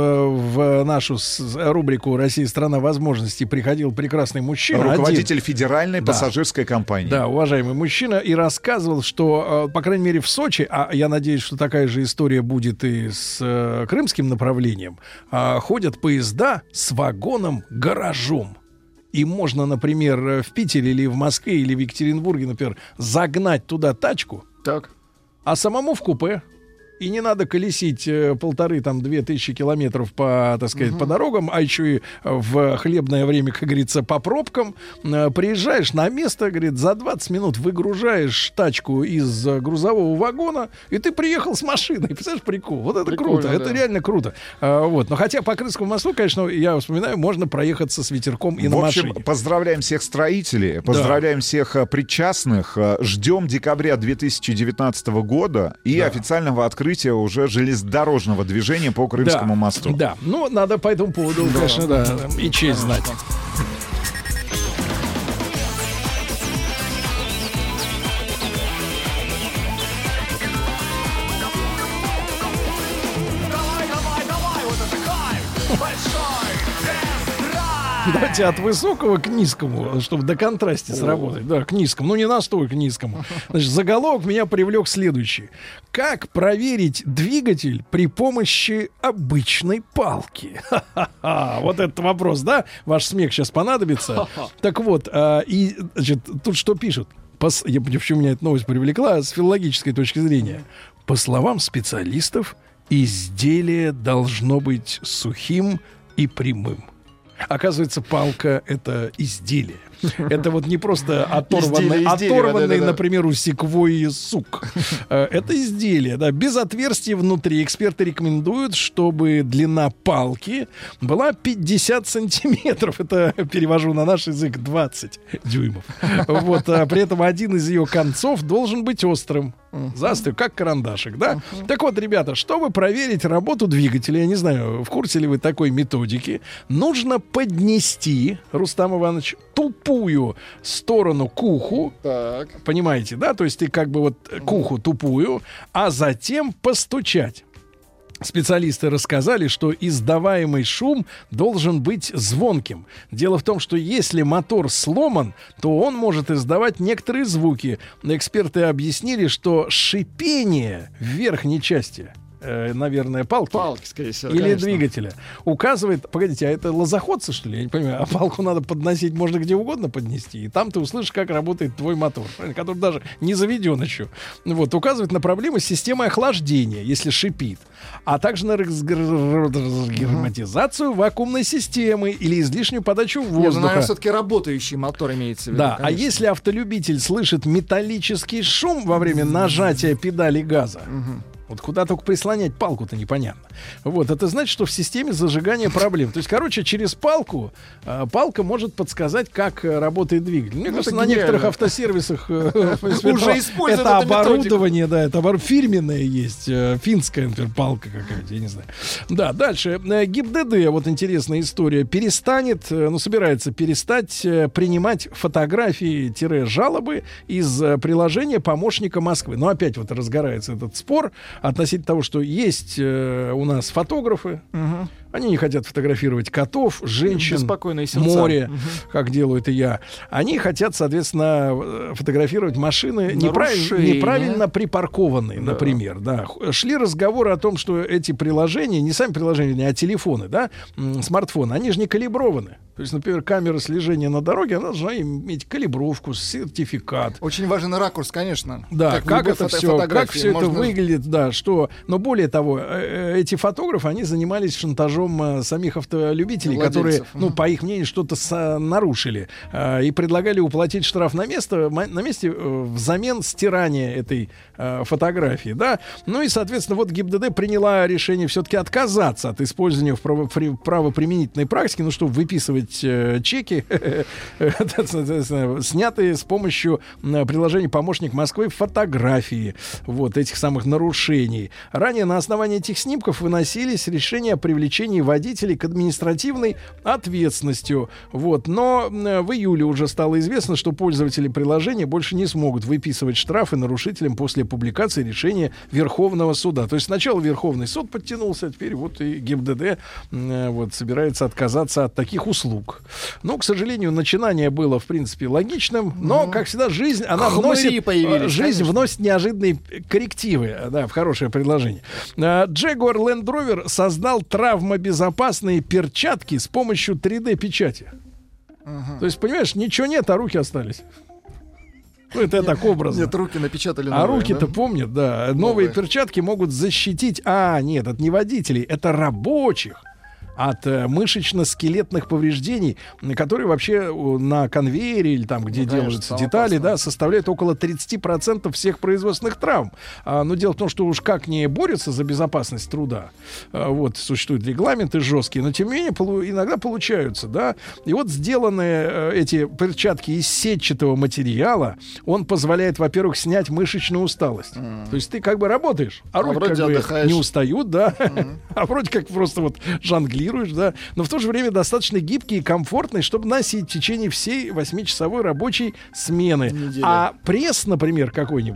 в нашу с- рубрику «Россия — страна возможностей» приходил прекрасный мужчина, Руководитель один, федеральной Да. пассажирской компании. да, уважаемый мужчина, и рассказывал, что, э, по крайней мере, в Сочи, а я надеюсь, что такая же история будет и с э, крымским направлением, э, ходят поезда с вагоном-гаражом. И можно, например, в Питере или в Москве или в Екатеринбурге, например, загнать туда тачку, Так. а самому в купе. И не надо колесить э, полторы, там, две тысячи километров по, так сказать, по дорогам, а еще и в хлебное время, как говорится, по пробкам. Э, приезжаешь на место, говорит, за двадцать минут выгружаешь тачку из э, грузового вагона, и ты приехал с машиной. Представляешь, прикол? Вот это Прикольно, круто, да. это реально круто. А, вот. Но хотя по Крымскому мосту, конечно, я вспоминаю, можно проехаться с ветерком и в на общем, машине. поздравляем всех строителей, поздравляем всех а, причастных. А, Ждем декабря две тысячи девятнадцатого года и Да. официального открытия уже железнодорожного движения по Крымскому да, мосту. Да, ну, надо по этому поводу, конечно, да, и честь знать. Да, Давайте от высокого к низкому, чтобы до контрасте сработать. Да, к низкому. Ну, не настолько низкому. Значит, заголовок меня привлек следующий. Как проверить двигатель при помощи обычной палки? Ха-ха-ха. Вот этот вопрос, да? Ваш смех сейчас понадобится. Так вот, а, и, значит, тут что пишут? Пос... Я, почему меня эта новость привлекла? С филологической точки зрения. По словам специалистов, изделие должно быть сухим и прямым. Оказывается, палка — это изделие. Это вот не просто оторванный, изделие, изделие, оторванный, да, да, да. например, у секвойи сук. Это изделие, да, без отверстий внутри. Эксперты рекомендуют, чтобы длина палки была пятьдесят сантиметров. Это, перевожу на наш язык, двадцать дюймов. Вот, а при этом один из ее концов должен быть острым. Заострю, как карандашик, да? Uh-huh. Так вот, ребята, чтобы проверить работу двигателя, я не знаю, в курсе ли вы такой методики, нужно поднести, Рустам Иванович, тупую сторону к уху. Так. Понимаете, да? То есть ты как бы вот к уху тупую, а затем постучать. Специалисты рассказали, что издаваемый шум должен быть звонким. Дело в том, что если мотор сломан, то он может издавать некоторые звуки. Эксперты объяснили, что шипение в верхней части, э, наверное, палки, палки, скорее всего, или конечно. Двигателя, указывает... Погодите, а это лозоходцы, что ли? Я не понимаю. А палку надо подносить, можно где угодно поднести. И там ты услышишь, как работает твой мотор, который даже не заведен еще. Вот, указывает на проблемы с системой охлаждения, если шипит. А также на разгерметизацию вакуумной системы или излишнюю подачу воздуха. Нет, ну, наверное, все-таки работающий мотор имеется в виду. Да, конечно. А если автолюбитель слышит металлический шум во время нажатия педали газа, угу. Вот куда только прислонять палку-то непонятно. Вот, это значит, что в системе зажигания проблем. То есть, короче, через палку э, палка может подсказать, как э, работает двигатель. Мне ну, кажется, на некоторых автосервисах э, уже используют это оборудование, да, это оборудование фирменное есть, э, финская, например, палка какая-то, я не знаю. Да, дальше. Э, ГИБДД, вот интересная история, перестанет, э, ну, собирается перестать э, принимать фотографии-жалобы из э, приложения помощника Москвы. Но опять вот разгорается этот спор относительно того, что есть э, у нас фотографы, угу. Они не хотят фотографировать котов, женщин, море, угу. Как делаю это я. Они хотят, соответственно, фотографировать машины неправильно, неправильно припаркованные, да. Например. Да. Шли разговоры о том, что эти приложения, не сами приложения, а телефоны, да, смартфоны, они же не калиброваны. То есть, например, камера слежения на дороге, она должна иметь калибровку, сертификат. Очень важен ракурс, конечно. Да, как, как это все, как все можно... это выглядит, да, что. Но более того, эти фотографы, они занимались шантажом самих автолюбителей, владельцев. Которые, ну, по их мнению, что-то с, нарушили э, и предлагали уплатить штраф на место, на месте э, взамен стирания этой э, фотографии, да. Ну и, соответственно, вот ГИБДД приняла решение все-таки отказаться от использования в право, при, правоприменительной практике, ну, чтобы выписывать э, чеки, снятые с помощью приложения «Помощник Москвы» фотографии вот этих самых нарушений. Ранее на основании этих снимков выносились решения о привлечении водителей к административной ответственностью. Вот. Но в июле уже стало известно, что пользователи приложения больше не смогут выписывать штрафы нарушителям после публикации решения Верховного суда. То есть сначала Верховный суд подтянулся, а теперь вот и ГИБДД вот, собирается отказаться от таких услуг. Но, к сожалению, начинание было, в принципе, логичным, но, как всегда, жизнь, она вносит, жизнь конечно. вносит неожиданные коррективы, да, в хорошее предложение. Jaguar Land Rover создал травмобезопасный безопасные перчатки с помощью три дэ-печати. Ага. То есть, понимаешь, ничего нет, а руки остались. Ну, это нет, так образно. Нет, руки напечатали новые, а руки-то да? помнят, да. Новые, новые перчатки могут защитить... А, нет, это не водителей, это рабочих от э, мышечно-скелетных повреждений, которые вообще на конвейере или там, где ну, делаются конечно, детали, да, составляют около тридцать процентов всех производственных травм. А, но дело в том, что уж как не борются за безопасность труда, а, вот, существуют регламенты жесткие, но тем не менее полу- иногда получаются, да. И вот сделаны э, эти перчатки из сетчатого материала, он позволяет, во-первых, снять мышечную усталость. Mm. То есть ты как бы работаешь, а, а руки как бы не устают, да, mm. а вроде как просто вот жонглируешь, да, но в то же время достаточно гибкий и комфортный, чтобы носить в течение всей восьмичасовой рабочей смены. Неделя. А пресс, например, какой-нибудь,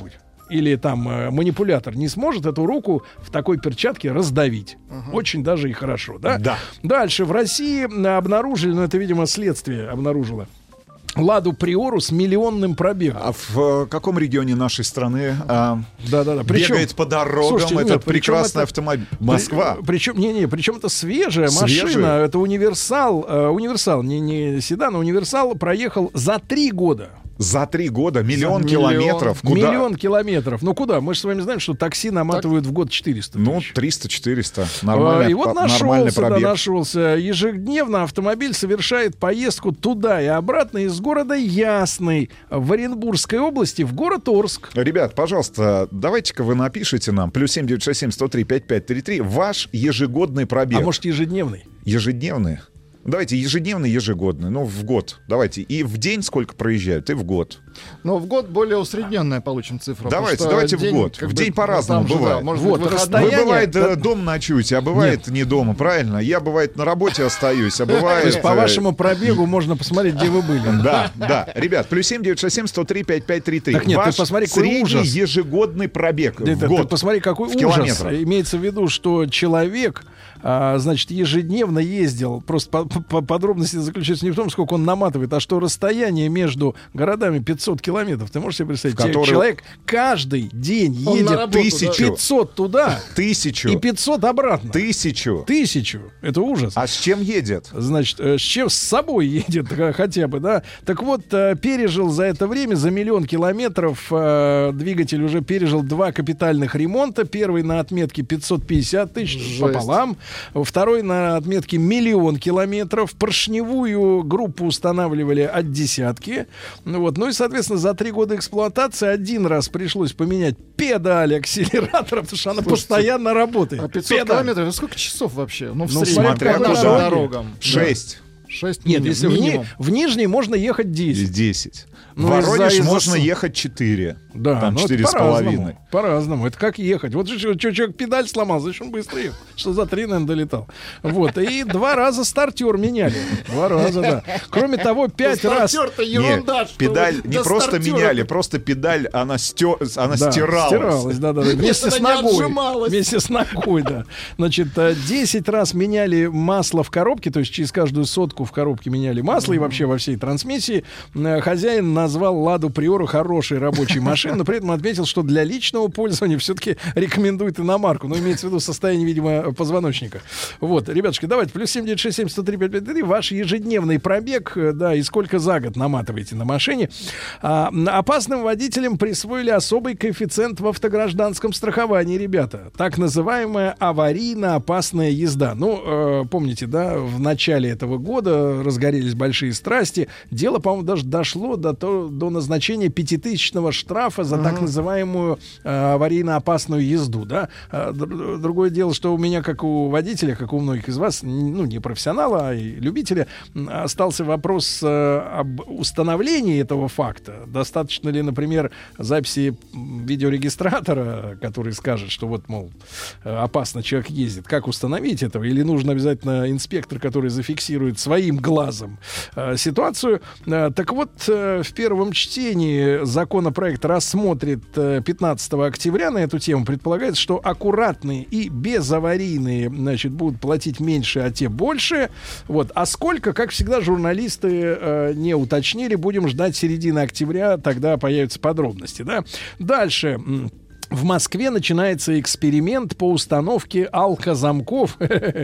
или там э, манипулятор не сможет эту руку в такой перчатке раздавить. Uh-huh. Очень даже и хорошо, да? Да. Дальше в России обнаружили, ну это, видимо, следствие обнаружило, Ладу Приору с миллионным пробегом. А в э, каком регионе нашей страны э, да, да, да. Причем, бегает по дорогам слушайте, этот нет, прекрасный это, автомобиль? Москва. При, причем, не, не, причем это свежая Свежие? машина, это универсал, э, универсал, не, не седан, а универсал проехал за три года. За три года миллион За километров. Миллион, куда? Миллион километров. Ну куда? Мы же с вами знаем, что такси наматывают так, в год четыреста тысяч. Ну, триста-четыреста. Нормальный, а, и вот по, нашелся, пробег. Да, нашелся. Ежедневно автомобиль совершает поездку туда и обратно из города Ясный в Оренбургской области в город Орск. Ребят, пожалуйста, давайте-ка вы напишите нам. Плюс семь девятьсот шестьдесят семь сто три пятьдесят пять тридцать три. Ваш ежегодный пробег. А может, ежедневный? Ежедневный? Давайте ежедневный, ежегодный. Ну, в год. Давайте. И в день сколько проезжают, и в год. Но в год более усредненная получим цифру. Давайте, давайте день, в год. В день по-разному ну, бывает. Да, может вот, быть, вы, бывает, да... дома ночуете, а бывает Нет. не дома, правильно? Я, бывает, на работе остаюсь, а бывает... То есть по вашему пробегу можно посмотреть, где вы были. Да, да. Ребят, плюс семь девятьсот шестьдесят семь сто три пятьдесят пять тридцать три. Так нет, ты посмотри, какой ужас. Ежегодный пробег в год. Ты посмотри, какой ужас. Имеется в виду, что человек, значит, ежедневно ездил, просто подробности заключаются не в том, сколько он наматывает, а что расстояние между городами пятьсот километров. Ты можешь себе представить? Который... Человек каждый день едет работу, тысячу. пятьсот туда тысячу. И пятьсот обратно. Тысячу. Тысячу. Это ужас. А с чем едет? Значит, с чем? С собой едет хотя бы, да? Так вот, пережил за это время, за миллион километров двигатель уже пережил два капитальных ремонта. Первый на отметке пятьсот пятьдесят тысяч Жесть. пополам. Второй на отметке миллион километров. Поршневую группу устанавливали от десятки. Вот. Ну и, соответственно, за три года эксплуатации один раз пришлось поменять педаль акселератора, потому что она Слушайте, постоянно работает. А пятьсот педаль. километров, это сколько часов вообще? Ну, в ну среднем, смотря по куда. дорогам. Шесть. шесть Нет, если в, ни, в Нижний можно ехать десять. десять. Ну, в Воронеж из-за, можно из-за... ехать четыре. Да, там четыре с половиной. По-разному. Это как ехать. Вот что человек педаль сломал, зачем он быстро ехал? Что за три, наверное, долетал. Вот. И два раза стартер меняли. Два раза, да. Кроме того, пять раз... Стартер-то ерунда. Нет, педаль не просто меняли, просто педаль, она, стё... она да, стиралась. Стиралась, да, да. Вместе с ногой. Вместе с ногой, да. Значит, десять раз меняли масло в коробке, то есть через каждую сотку в коробке меняли масло и вообще во всей трансмиссии. Хозяин назвал Ладу Приору хорошей рабочей машиной, но при этом отметил, что для личного пользования все-таки рекомендует иномарку. Но имеется в виду состояние, видимо, позвоночника. Вот, ребятушки, давайте. Плюс семь девятьсот шестьдесят семь сто три пятьдесят три. Ваш ежедневный пробег, да, и сколько за год наматываете на машине. А, опасным водителям присвоили особый коэффициент в автогражданском страховании, ребята. Так называемая аварийно-опасная езда. Ну, э, помните, да, в начале этого года разгорелись большие страсти. Дело, по-моему, даже дошло до, то, до назначения пятитысячного штрафа за так называемую э, аварийно-опасную езду, да. А, д- другое дело, что у меня, как у водителя, как у многих из вас, ну, не профессионала, а и любителя, остался вопрос э, об установлении этого факта. Достаточно ли, например, записи видеорегистратора, который скажет, что вот, мол, опасно человек ездит. Как установить этого? Или нужно обязательно инспектор, который зафиксирует своим глазом э, ситуацию? Э, так вот, э, в первом чтении законопроект рассмотрит э, пятнадцатого октября на эту тему. Предполагается, что аккуратные и безаварийные, значит, будут платить меньше, а те больше. Вот. А сколько, как всегда, журналисты э, не уточнили. Будем ждать середины октября, тогда появятся подробности. Да? Дальше. В Москве начинается эксперимент по установке алкозамков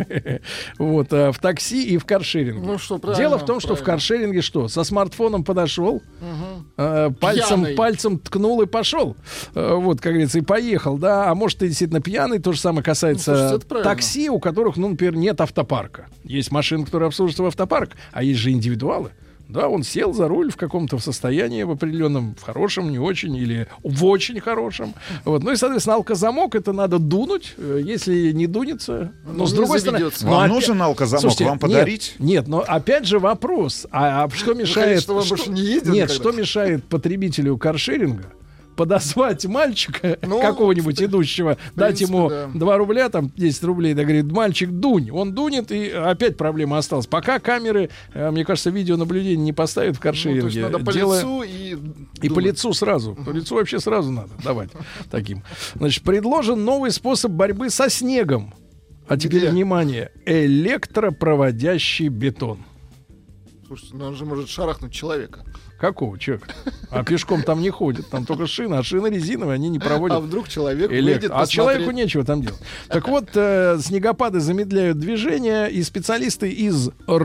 вот, в такси и в каршеринге. Ну, что, Дело в том, что правильно. В каршеринге что? Со смартфоном подошел, угу. э, пальцем, пальцем ткнул и пошел. Э, вот, как говорится, и поехал. Да? А может, ты действительно пьяный. То же самое касается ну, слушайте, такси, у которых, ну, например, нет автопарка. Есть машины, которые обслуживаются в автопарк, а есть же индивидуалы. Да, он сел за руль в каком-то состоянии, в определенном, в хорошем, не очень, или в очень хорошем. Вот. Ну и, соответственно, алкозамок это надо дунуть. Если не дунется, но ну, с другой стороны... Вам опять... нужен алкозамок? Слушайте, вам подарить? Нет, нет, но опять же вопрос. А, а что мешает... Что вам больше не ездит нет, никогда? Что мешает потребителю каршеринга подозвать мальчика Ну, какого-нибудь идущего, дать принципе, ему да. два рубля, там десять рублей, да, говорит, мальчик, дунь. Он дунет, и опять проблема осталась. Пока камеры, э, мне кажется, видеонаблюдение не поставят в Ну, то каршеринге. есть надо по Дело- лицу и... И по лицу сразу. По лицу вообще сразу надо давать таким. Значит, предложен новый способ борьбы со снегом. А теперь, Где? внимание, электропроводящий бетон. Слушайте, ну он же может шарахнуть человека. Какого человека? А пешком там не ходят, там только шины, а шины резиновые, они не проводят. А вдруг человек электро- выйдет А посмотреть? человеку нечего там делать. Так вот, э, снегопады замедляют движение, и специалисты из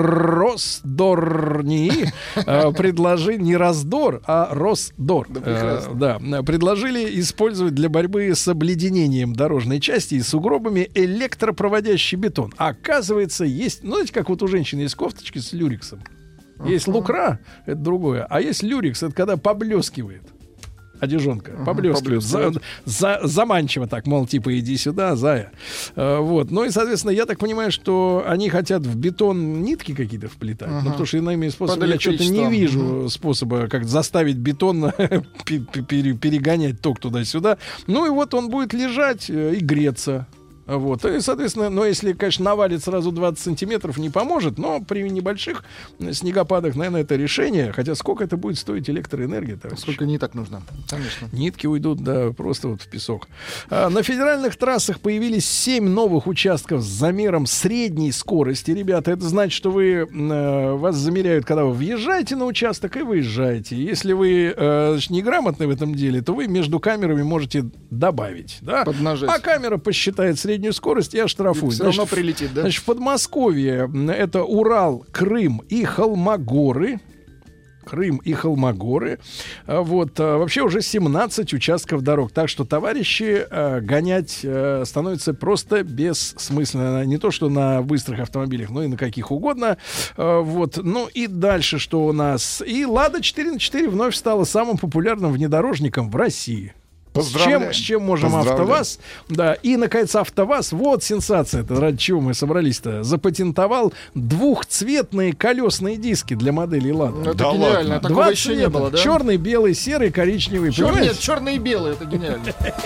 Росдорнии э, предложили, не Раздор, а Росдор, Да, э, прекрасно. да, предложили использовать для борьбы с обледенением дорожной части и сугробами электропроводящий бетон. Оказывается, есть, ну, знаете, как вот у женщин есть кофточки с люрексом. Есть лукра, это другое, а есть люрикс, это когда поблескивает. Одежонка, Ага, поблескивает. За, поблескивает. за- заманчиво так, мол, типа, иди сюда, зая. Э, вот. Ну и, соответственно, я так понимаю, что они хотят в бетон нитки какие-то вплетать. Ага. Ну, потому что иными способами Под я что-то не электричеством. вижу Мгм. способа, как заставить бетон пе- пе- пере- перегонять ток туда-сюда. Ну и вот он будет лежать э, и греться. Вот. И, соответственно, но если, конечно, навалит сразу двадцать сантиметров, не поможет, но при небольших снегопадах, наверное, это решение. Хотя сколько это будет стоить электроэнергии, товарищи? Сколько не так нужно, конечно. Нитки уйдут, да, просто вот в песок. А, на федеральных трассах появились семь новых участков с замером средней скорости. Ребята, это значит, что вы, э, вас замеряют, когда вы въезжаете на участок и выезжаете. Если вы э, значит, неграмотны в этом деле, то вы между камерами можете добавить. Да? Поднажать. А камера посчитает среднюю скорость и оштрафует. Все равно Значит, прилетит, да? Значит, в Подмосковье это Урал, Крым и Холмогоры. Крым и Холмогоры. А, Вот, а, вообще уже семнадцать участков дорог. Так что, товарищи, а, гонять а, становится просто бессмысленно. Не то, что на быстрых автомобилях, но и на каких угодно. А, Вот. Ну и дальше что у нас? И Лада четыре на четыре вновь стала самым популярным внедорожником в России. С чем, с чем можем Поздравляем. АвтоВАЗ? Да, и, наконец, АвтоВАЗ, вот сенсация, это ради чего мы собрались-то, запатентовал двухцветные колесные диски для моделей Лада. Ну, это Да гениально, ладно. такого Два еще не цвета. было, да? Черный, белый, серый, коричневый. Чер- понимаешь? Нет, черный и белый, это гениально.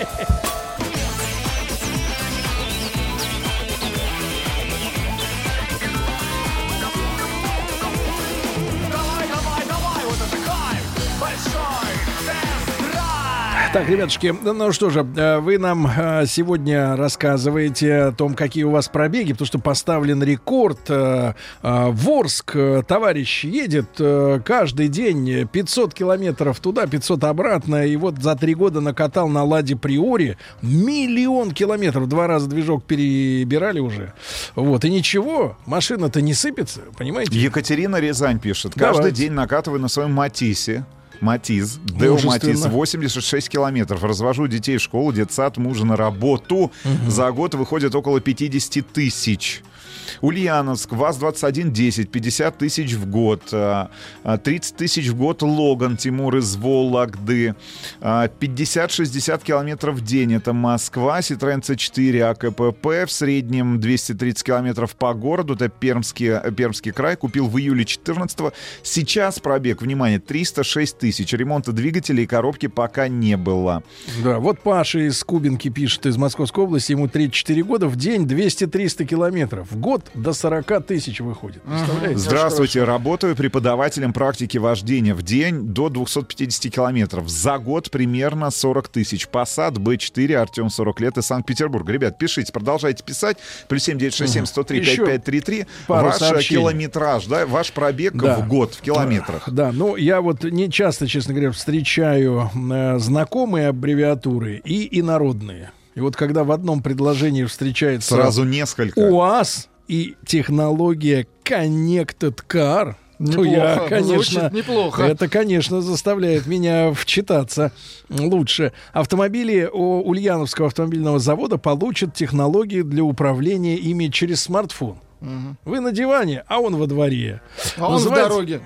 Так, ребятушки, ну что же, э, вы нам э, сегодня рассказываете о том, какие у вас пробеги, потому что поставлен рекорд. э, э, В Орск э, товарищ едет э, каждый день пятьсот километров туда, пятьсот обратно, и вот за три года накатал на Ладе Приоре миллион километров. Два раза движок перебирали уже. Вот, и ничего, машина-то не сыпется, понимаете? Екатерина Рязань пишет. Каждый Давайте. день накатываю на своем Матисе. Матиз, Део Мужественно. Матиз, восемьдесят шесть километров. Развожу детей в школу, детсад, мужа на работу. За год выходит около пятьдесят тысяч. Ульяновск, ВАЗ двадцать один десять, пятьдесят тысяч в год. а, а, тридцать тысяч в год Логан, Тимур из Вологды. а, пятьдесят-шестьдесят километров в день. Это Москва, Citroёn си четыре, АКПП. В среднем двести тридцать километров по городу. Это Пермский, Пермский край. Купил в июле четырнадцатого. Сейчас пробег, внимание, триста шесть тысяч. Ремонта двигателя и коробки пока не было. Да, вот Паша из Кубинки пишет, из Московской области, ему тридцать четыре года, в день двести-триста километров. В год до сорок тысяч выходит. Представляете? Здравствуйте, работаю преподавателем практики вождения. В день до двести пятьдесят километров. За год примерно сорок тысяч. Passat бэ четыре, Артем, сорок лет, из Санкт-Петербурга. Ребят, пишите, продолжайте писать. Плюс семь девять шесть семь сто три пятьдесят пять тридцать три. Ваш сообщений. километраж, да, ваш пробег Да. в год в километрах. Да, ну я вот не часто, честно говоря, встречаю э, знакомые аббревиатуры и инородные. И вот когда в одном предложении встречается Сразу несколько. УАЗ и технология Connected Car, ну, Неплохо, я, конечно, звучит неплохо. это, конечно, заставляет меня вчитаться лучше. Автомобили у Ульяновского автомобильного завода получат технологии для управления ими через смартфон. Мгм. Вы на диване, а он во дворе. А он в Называется- дороге.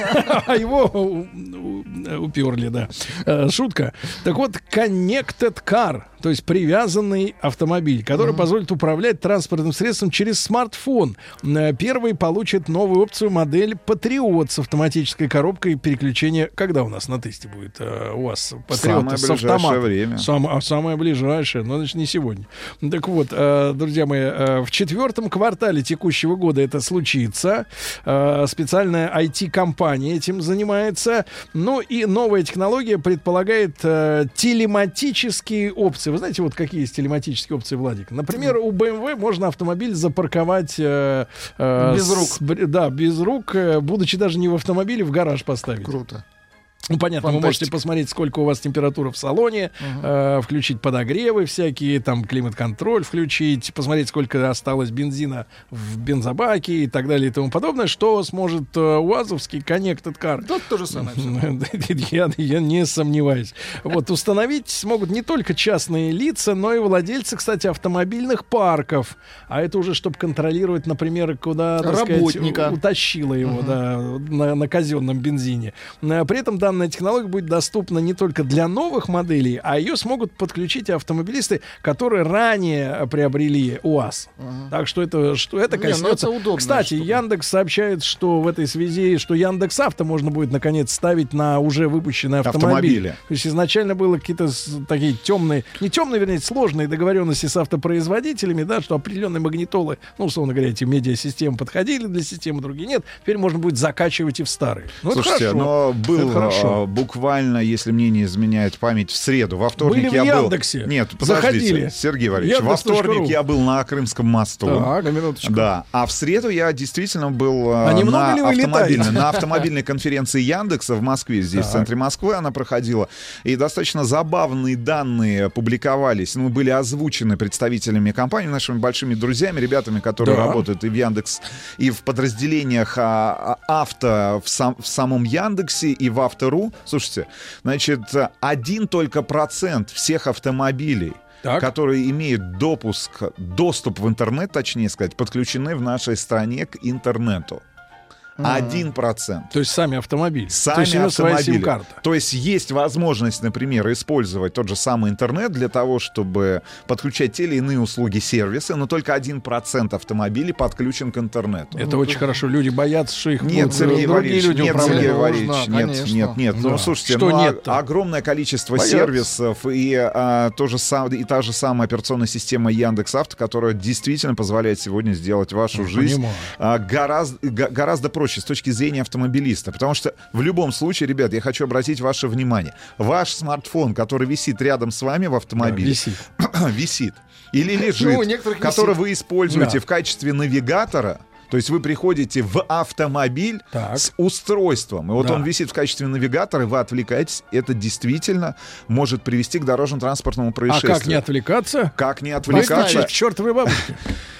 А его у- у- уперли, да. Э, Шутка. Так вот, Connected Car. то есть привязанный автомобиль, который mm-hmm. позволит управлять транспортным средством через смартфон. Первый получит новую опцию модель Patriot с автоматической коробкой переключения. Когда у нас на тесте будет э, у вас Patriot с автоматом? Время. Сам, а самое ближайшее, но значит не сегодня. Так вот, э, друзья мои, э, в четвертом квартале текущего года это случится. Э, специальная ай ти-компания этим занимается. Ну и новая технология предполагает э, телематические опции. Вы знаете, вот какие есть телематические опции, Владик? Например, у бэ эм вэ можно автомобиль запарковать э, э, без рук. С, да, без рук, э, будучи даже не в автомобиле, в гараж поставить. Круто. Ну, понятно, Фантастика. Вы можете посмотреть, сколько у вас температура в салоне, uh-huh. э, включить подогревы всякие, там, климат-контроль включить, посмотреть, сколько осталось бензина в бензобаке и так далее и тому подобное, что сможет э, УАЗовский Connected Car. Да, то же самое. я, я не сомневаюсь. Вот, установить смогут не только частные лица, но и владельцы, кстати, автомобильных парков. А это уже, чтобы контролировать, например, куда, так работника сказать, утащило его uh-huh. да, на, на казенном бензине. При этом, да, данная технология будет доступна не только для новых моделей, а ее смогут подключить автомобилисты, которые ранее приобрели УАЗ. Uh-huh. Так что это, что это Не, коснется... ну это Кстати, штука. Яндекс сообщает, что в этой связи, что Яндекс.Авто можно будет наконец ставить на уже выпущенные автомобили. Автомобили. То есть изначально было какие-то с- такие темные, не темные, вернее, сложные договоренности с автопроизводителями, да, что определенные магнитолы, ну, условно говоря, эти медиасистемы подходили для системы, другие нет. Теперь можно будет закачивать и в старые. Ну, Слушайте, это но был это хорошо. буквально, если мне не изменяет память, в среду, во вторник Были я в был... Яндексе. Нет, подождите, Заходили. Сергей Валерьевич, во Яндекс точка ру. вторник я был на Крымском мосту. Так, на минуточку. Да, а в среду я действительно был А э, немного на, ли вы автомобильной, летаете? на автомобильной конференции Яндекса в Москве, здесь, Так. в центре Москвы она проходила. И достаточно забавные данные публиковались, ну, были озвучены представителями компании, нашими большими друзьями, ребятами, которые Да. работают и в Яндекс, и в подразделениях а, а, авто в, сам, в самом Яндексе, и в Авто.ру. Слушайте, значит, один только процент всех автомобилей, Так. которые имеют допуск, доступ в интернет, точнее сказать, подключены в нашей стране к интернету. Один процент. То есть сами автомобили. Сами То есть у него своя автомобили. сим-карта. То есть есть возможность, например, использовать тот же самый интернет для того, чтобы подключать те или иные услуги, сервисы, но только один процент автомобилей подключен к интернету. Это очень хорошо. Люди боятся, что их Нет, будут Сергей другие Валерьевич, люди нет, управлять. Сергей Можно, Валерьевич, нет, конечно. нет, нет. Да. Ну, слушайте, Что ну, а- нет-то? огромное количество Боятся. сервисов и, а, то же сам, и та же самая операционная система Яндекс.Авто, которая действительно позволяет сегодня сделать вашу Я жизнь понимаю. а, гораздо, га- гораздо проще с точки зрения автомобилиста. Потому что в любом случае, ребят, я хочу обратить ваше внимание. Ваш смартфон, который висит рядом с вами в автомобиле, Да, висит. висит или лежит, Ну, у некоторых который висит. вы используете Да. в качестве навигатора. То есть вы приходите в автомобиль Так. с устройством, и вот Да. он висит в качестве навигатора, и вы отвлекаетесь. Это действительно может привести к дорожно-транспортному А происшествию. как не отвлекаться? Как не Выключить отвлекаться? к чертовой бабушке.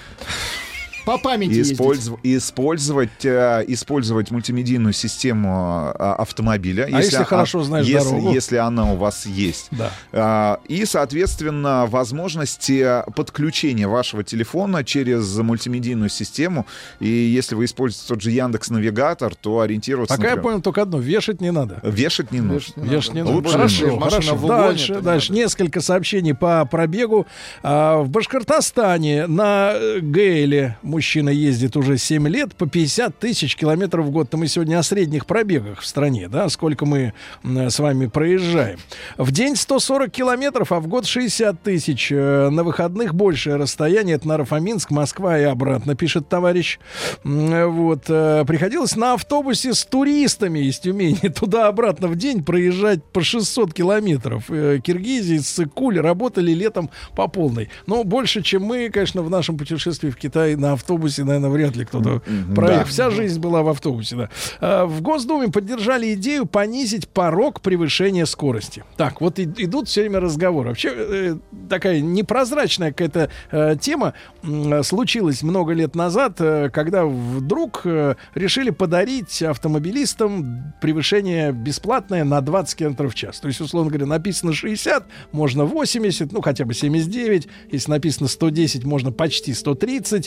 По памяти ездить. Использов- использовать, э, использовать мультимедийную систему э, автомобиля. А если хорошо знаешь если, дорогу? если она у вас есть. Да. А, и, соответственно, возможности подключения вашего телефона через мультимедийную систему. И если вы используете тот же Яндекс.Навигатор, то ориентироваться... Пока я например, понял только одно. Вешать не надо. Вешать не нужно. Вешать не Лучше надо. не Хорошо, нужно. Машина хорошо. в угоне, Дальше, там дальше. надо. Несколько сообщений по пробегу. А, в Башкортостане на э, Гейле мужчина ездит уже семь лет по пятьдесят тысяч километров в год. Это мы сегодня о средних пробегах в стране, да, сколько мы м, с вами проезжаем. В день сто сорок километров, а в год шестьдесят тысяч. Э, На выходных большее расстояние. Это Наро-Фоминск, Москва и обратно, пишет товарищ. М, Вот. э, Приходилось на автобусе с туристами из Тюмени туда-обратно в день проезжать по шестьсот километров. Э, Киргизии, Ссык-Куль работали летом по полной. Но больше, чем мы, конечно, в нашем путешествии в Китай на автобусе, наверное, вряд ли кто-то Мгм, проехал. да. Вся жизнь была в автобусе, да. А, В Госдуме поддержали идею понизить порог превышения скорости. Так, вот и- идут все время разговоры. Вообще э, такая непрозрачная какая-то э, тема м, случилась много лет назад, э, когда вдруг э, решили подарить автомобилистам превышение бесплатное на двадцать километров в час. То есть, условно говоря, написано шестьдесят, можно восемьдесят, ну хотя бы семьдесят девять. Если написано сто десять, можно почти сто тридцать. И вот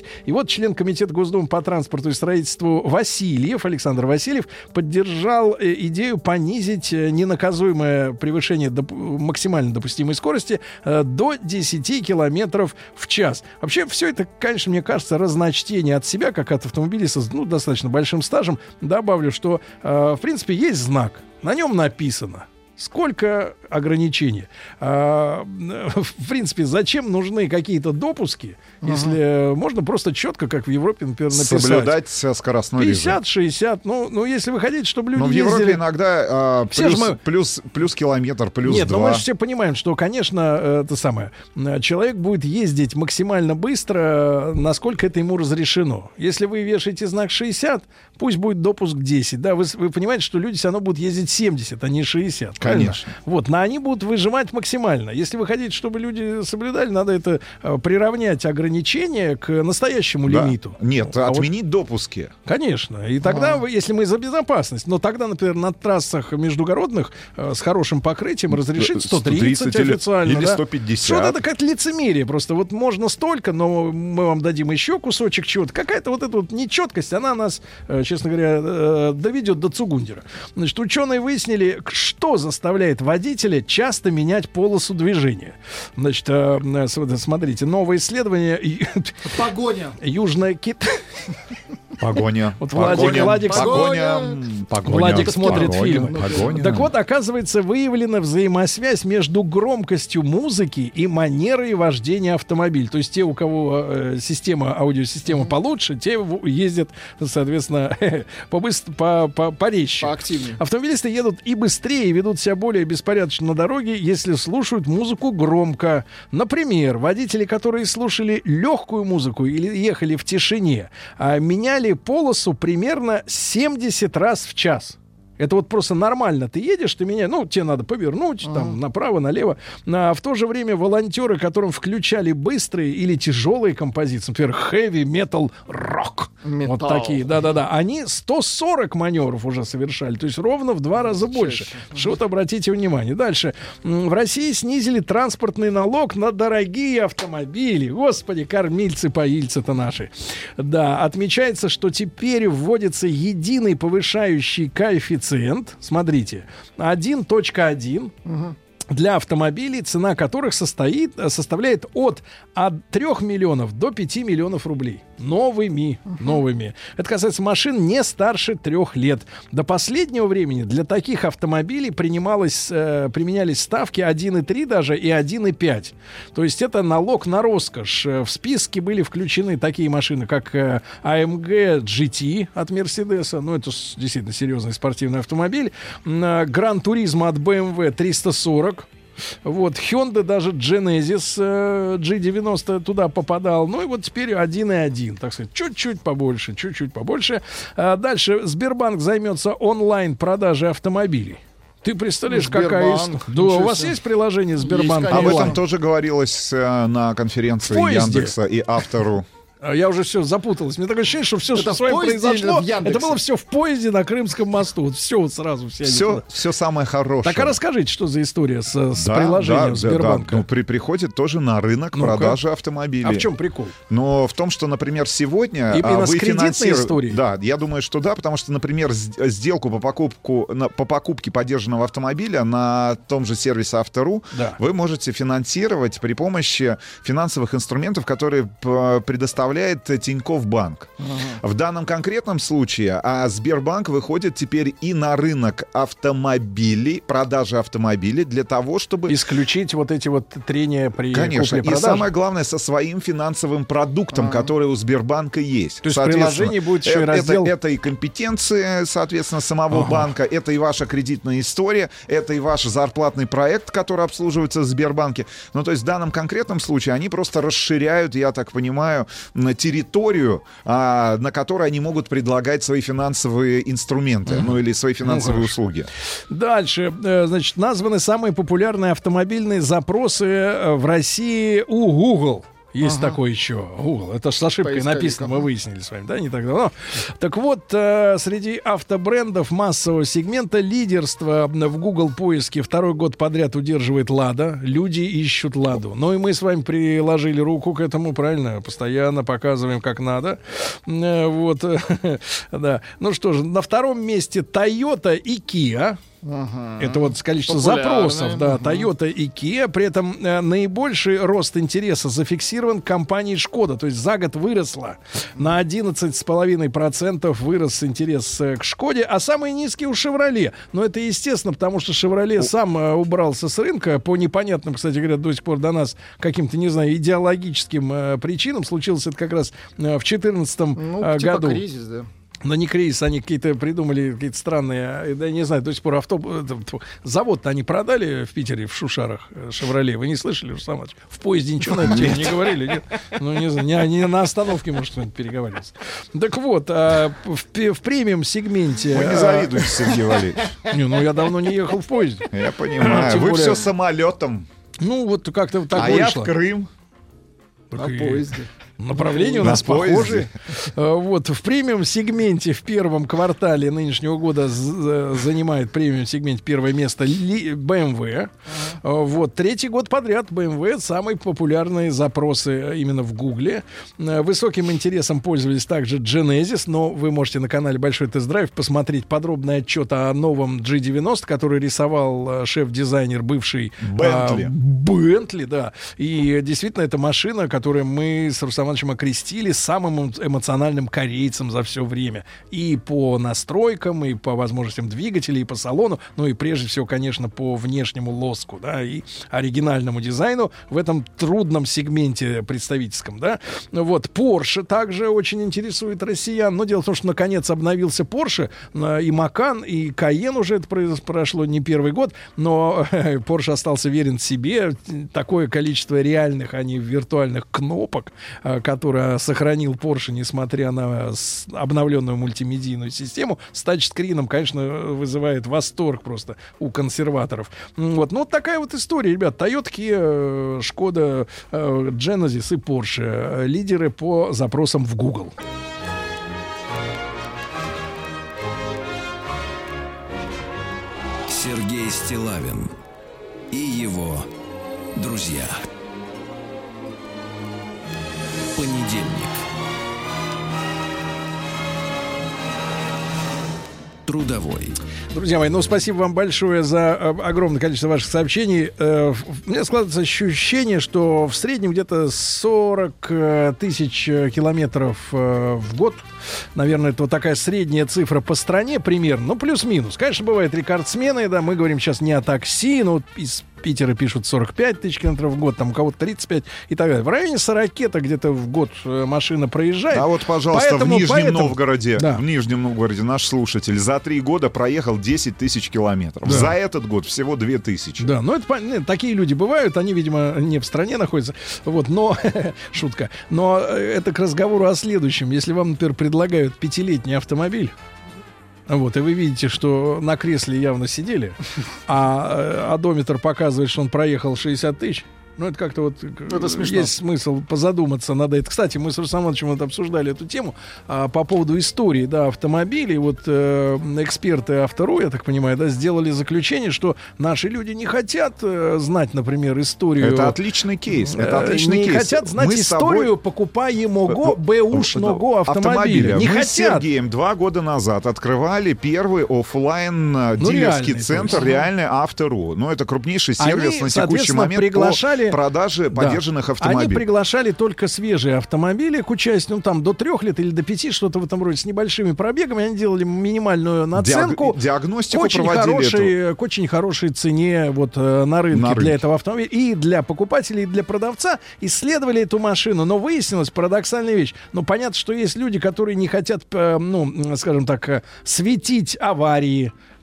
вот член комитета Госдумы по транспорту и строительству Васильев, Александр Васильев, поддержал идею понизить ненаказуемое превышение доп- максимально допустимой скорости э, до десяти километров в час. Вообще, все это, конечно, мне кажется, разночтение от себя, как от автомобилиста с ну, достаточно большим стажем. Добавлю, что, э, в принципе, есть знак. На нем написано, сколько ограничений. А, в принципе, зачем нужны какие-то допуски, uh-huh. если можно просто четко, как в Европе, например, написать. Соблюдать скоростной режим. пятьдесят шестьдесят. Ну, ну, если вы хотите, чтобы люди Но в ездили... Европе иногда а, плюс, мы... плюс, плюс километр, плюс Нет, два. но мы же все понимаем, что, конечно, это самое, человек будет ездить максимально быстро, насколько это ему разрешено. Если вы вешаете знак шестьдесят, пусть будет допуск десять. Да, вы, вы понимаете, что люди все равно будут ездить семьдесят, а не шестьдесят. Конечно. Правильно? Вот, но они будут выжимать максимально. Если вы хотите, чтобы люди соблюдали, надо это э, приравнять ограничения к настоящему да. лимиту. Нет, а отменить вот, допуски. Конечно. И тогда, а. вы, если мы за безопасность, но тогда, например, на трассах междугородных э, с хорошим покрытием разрешить сто тридцать или, официально. Или да? сто пятьдесят. Что это как лицемерие. Просто вот можно столько, но мы вам дадим еще кусочек чего-то. Какая-то вот эта вот нечеткость, она нас, э, честно говоря, э, доведет до цугундера. Значит, ученые выяснили, что заставляет водителя часто менять полосу движения. Значит, э, смотрите, новое исследование. Погоня. Южная Кит... Погоня. Вот Владик, Владик, погоня. Погоня. Владик смотрит погоня, фильмы. Погоня. Так вот, оказывается, выявлена взаимосвязь между громкостью музыки и манерой вождения автомобиля. То есть те, у кого э, система, аудиосистема получше, те ездят, соответственно, побыстр, по, по, порезче. Поактивнее. Автомобилисты едут и быстрее, и ведут себя более беспорядочно на дороге, если слушают музыку громко. Например, водители, которые слушали легкую музыку или ехали в тишине, меняли полосу примерно семьдесят раз в час. Это вот просто нормально. Ты едешь, ты меня, ну, тебе надо повернуть, там, uh-huh. направо, налево. А в то же время волонтеры, которым включали быстрые или тяжелые композиции, например, heavy metal rock, Metal. вот такие, да-да-да, они сто сорок маневров уже совершали, то есть ровно в два раза больше. Uh-huh. Что-то обратите внимание. Дальше. В России снизили транспортный налог на дорогие автомобили. Господи, кормильцы-поильцы-то наши. Да, отмечается, что теперь вводится единый повышающий коэффициент. Смотрите, один точка один угу. для автомобилей, цена которых состоит, составляет от, от трёх миллионов до пяти миллионов рублей. Новыми, uh-huh. новыми. Это касается машин не старше трех лет. До последнего времени для таких автомобилей принималось, э, применялись ставки один и три даже и один и пять. То есть это налог на роскошь. В списке были включены такие машины, как э, эй эм джи джи ти от Мерседеса. Ну, это действительно серьезный спортивный автомобиль. Гран Туризмо от бэ эм вэ триста сорок. Вот, Hyundai даже Genesis э, джи девяносто туда попадал. Ну и вот теперь один и один, так сказать, чуть-чуть побольше, чуть-чуть побольше. А дальше Сбербанк займется онлайн-продажей автомобилей. Ты представляешь, Сбербанк, какая история? Да, у вас есть приложение Сбербанк? Об этом тоже говорилось э, на конференции Яндекса и Автору. Я уже все запуталась. Мне такое ощущение, что все, что с вами произошло, это было все в поезде на Крымском мосту. Вот все вот сразу. Все, все, все самое хорошее. Так а расскажите, что за история с, с да, приложением да, Сбербанка? Да, да. Ну, при, приходит тоже на рынок Ну-ка. продажи автомобилей. А в чем прикол? Но в том, что, например, сегодня Именно вы с финансируете... историей? Да, я думаю, что да, потому что, например, сделку по, покупку, на, по покупке подержанного автомобиля на том же сервисе Автору да. вы можете финансировать при помощи финансовых инструментов, которые предоставляет Тинькофф Банк. Ага. В данном конкретном случае а Сбербанк выходит теперь и на рынок автомобилей, продажи автомобилей для того, чтобы... исключить вот эти вот трения при Конечно. купле-продаже. И самое главное, со своим финансовым продуктом, ага. который у Сбербанка есть. То есть в приложении будет еще и раздел... Это, это и компетенции, соответственно, самого ага. банка, это и ваша кредитная история, это и ваш зарплатный проект, который обслуживается в Сбербанке. Ну, то есть в данном конкретном случае они просто расширяют, я так понимаю, территорию, а, на которой они могут предлагать свои финансовые инструменты, mm-hmm. ну или свои финансовые ну, услуги. Дальше, значит, названы самые популярные автомобильные запросы в России у Google. Есть Ага. такой еще Google. Это же с ошибкой Поисковик, написано, мы ага. выяснили с вами, да, не так давно. Так вот, э, среди автобрендов массового сегмента лидерство в Google поиске второй год подряд удерживает Лада. Люди ищут Ладу. Ну и мы с вами приложили руку к этому, правильно? Постоянно показываем, как надо. Э, Вот, да. Ну что же, на втором месте Toyota и Kia. Ага. Это вот количество Популярные. запросов, да, Мгм. Toyota и Kia. При этом э, наибольший рост интереса зафиксирован компанией Шкода. То есть за год выросла на одиннадцать целых пять десятых процента вырос интерес э, к Шкоде, а самый низкий у Шевроле. Но это естественно, потому что Шевроле сам э, убрался с рынка по непонятным, кстати говоря, до сих пор до нас каким-то, не знаю, идеологическим э, причинам. Случилось это как раз э, в две тысячи четырнадцатом Ну, э, типа году. кризис, да. Но не кризис, они какие-то придумали, какие-то странные, да, не знаю, до сих пор автобус, завод-то они продали в Питере, в Шушарах, «Шевроле». Вы не слышали, Руслан Иванович? В поезде ничего на эту тему не говорили, нет? Ну, не знаю, не, не на остановке, может, кто-нибудь переговаривался. Так вот, а, в, в премиум-сегменте... Вы не завидуете, Сергей Валерьевич. Не, ну, я давно не ехал в поезде. Я понимаю. Тем Вы более- все самолетом. Ну, вот как-то так А я вышло. в Крым. Так На и- поезде. Направления у На нас поезде. похожи. Э, Вот в премиум-сегменте в первом квартале нынешнего года з- занимает премиум-сегмент первое место ли- бэ эм вэ. Э, Вот третий год подряд бэ эм вэ самые популярные запросы именно в Гугле. Э, Высоким интересом пользовались также Genesis, но вы можете на канале Большой Тест-Драйв посмотреть подробный отчет о новом джи девяносто, который рисовал э, шеф-дизайнер бывший Бентли. э, Бентли, да. И действительно, это машина, которую мы с Русланом Ивановичем окрестили самым эмоциональным корейцем за все время. И по настройкам, и по возможностям двигателя, и по салону, ну и прежде всего, конечно, по внешнему лоску, да, и оригинальному дизайну в этом трудном сегменте представительском, да. Вот, Porsche также очень интересует россиян. Но дело в том, что наконец обновился Porsche, э, и Macan, и Cayenne уже это произ- прошло не первый год, но э, Porsche остался верен себе. Такое количество реальных, а не виртуальных кнопок, э, которое сохранил Porsche, несмотря на с- обновленную мультимедийную систему, с тачскрином, конечно, вызывает восторг просто у консерваторов. М, Вот, ну, вот такая вот история, ребят. Toyota, Kia, Шкода, э, Genesis и Porsche э, лидеры по запросам в Google. Сергей Стиллавин и его друзья. Понедельник. Трудовой. Друзья мои, ну спасибо вам большое за э, огромное количество ваших сообщений. Э, в- у меня складывается ощущение, что в среднем где-то сорок э, тысяч э, километров э, в год. Наверное, это вот такая средняя цифра по стране примерно. Ну, плюс-минус. Конечно, бывают рекордсмены, да, мы говорим сейчас не о такси, но из Питера пишут сорок пять тысяч километров в год, там у кого-то тридцать пять и так далее. В районе сорок-то где-то в год э, машина проезжает. А вот, пожалуйста, Поэтому- в Нижнем поэтому- Новгороде, Да. в Нижнем Новгороде наш слушатель за три года проехал десять тысяч километров. Да. За этот год всего две тысячи. Да, ну это пон- нет, такие люди бывают, они, видимо, не в стране находятся. Вот, но шутка. Но э, это к разговору о следующем. Если вам, например, предлагают пятилетний автомобиль, вот, и вы видите, что на кресле явно сидели, а э, одометр показывает, что он проехал шестьдесят тысяч. Ну, это как-то вот э, Это смешно. есть смысл позадуматься над этим. Кстати, мы с Русланом Ивановичем вот обсуждали эту тему а, по поводу истории, да, автомобилей. Вот э, эксперты Автору, я так понимаю, да, сделали заключение, что наши люди не хотят э, знать, например, историю. Это отличный кейс. Это Э, отличный не кейс. хотят знать Мы с историю собой- покупаемого бэушного автомобиля. Не Мы хотят. с Сергеем два года назад открывали первый оффлайн Ну, дилерский реальный, центр, то есть. реальный Автору. Ну, это крупнейший Они, сервис на текущий соответственно, момент приглашали- по продаже Да. подержанных Они автомобилей. приглашали только свежие автомобили к участию, ну, там, до трех лет или до пяти, что-то в этом роде, с небольшими пробегами. Они делали минимальную наценку. Диаг- диагностику к очень проводили хорошей, к очень хорошей цене вот, э, на рынке На для рынке. этого автомобиля. И для покупателей, и для продавца исследовали эту машину. Но выяснилась парадоксальная вещь. Ну, понятно, что есть люди, которые не хотят, э, ну, скажем так, э, светить аварии,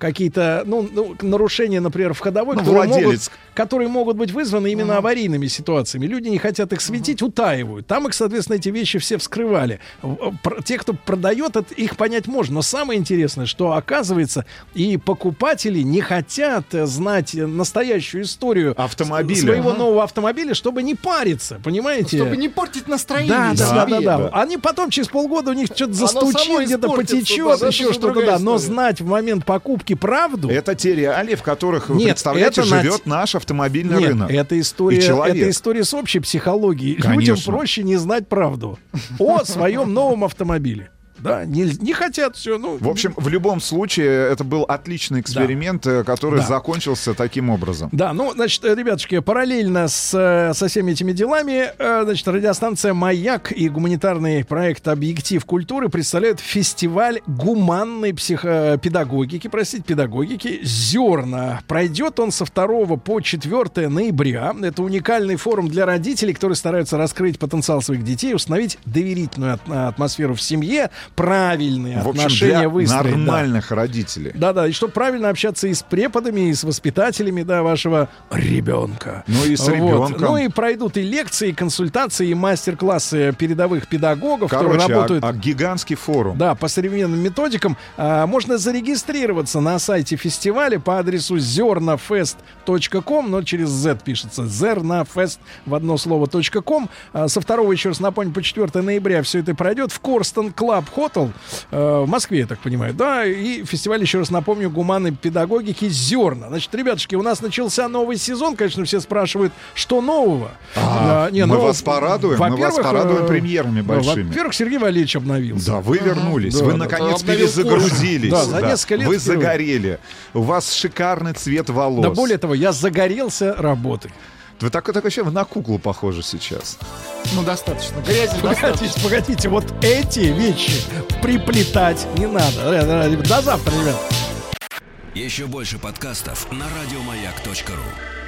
какие-то ну, ну, нарушения, например, в ходовой, Ну, которые, могут, владелец. которые могут быть вызваны именно аварийными ситуациями. Люди не хотят их светить, утаивают. Там их, соответственно, эти вещи все вскрывали. В- про- Те, кто продает, это, их понять можно. Но самое интересное, что оказывается, и покупатели не хотят э, знать настоящую историю Автомобиля. своего Ага. нового автомобиля, чтобы не париться, понимаете? Чтобы не портить настроение Да, да, да, себе. да, да. Они потом через полгода у них что-то Оно само застучит, где-то испортится, потечет, да, это еще уже что-то, другая да. Но история. знать в момент покупки правду. Это те реалии, в которых, вы Нет, представляете, это на- живет наш автомобильный Нет, рынок. это И история, человек. это история с общей психологией. Конечно. Людям проще не знать правду о своем новом автомобиле. Да, не, не хотят все. Ну, В общем, в любом случае, это был отличный эксперимент, э, который Да. закончился таким образом. Да, ну, значит, э, ребятушки, параллельно с, э, со всеми этими делами, э, значит, радиостанция «Маяк» и гуманитарный проект «Объектив культуры» представляют фестиваль гуманной психопедагогики, простите, педагогики «Зерна». Пройдет он со второго по четвёртое ноября. Это уникальный форум для родителей, которые стараются раскрыть потенциал своих детей, установить доверительную от- атмосферу в семье, правильные В общем, отношения для выстроить. да. нормальных родителей. Да-да, и чтобы правильно общаться и с преподами, и с воспитателями, да, вашего ребенка. Ну и с Вот. ребенком. Ну и пройдут и лекции, и консультации, и мастер-классы передовых педагогов, Короче, которые а- работают... а гигантский форум. Да, по современным методикам. А, можно зарегистрироваться на сайте фестиваля по адресу зернафест точка ком, но через Z пишется, зернафест в одно слово .com. А, со второго, еще раз напомню, по четвёртое ноября все это пройдет в Корстон Клаб Хотел в Москве, я так понимаю, да, и фестиваль, еще раз напомню, гуманной педагогики «Зерна». Значит, ребятушки, у нас начался новый сезон, конечно, все спрашивают, что нового? А, не, мы ну, вас порадуем, мы вас во-первых, порадуем э, премьерами да, большими. Во-первых, Сергей Валерьевич обновился. Да, вы вернулись, Да, вы да, наконец обновил перезагрузились. кожу. Да, за несколько лет Вы впервые. загорели. У вас шикарный цвет волос. Да более того, я загорелся работой. Вы так, так вообще на куклу похожи сейчас. Ну, достаточно. Грязи Погодите, достаточно. погодите, вот эти вещи приплетать не надо. До завтра, ребят. Еще больше подкастов на радиомаяк точка ру.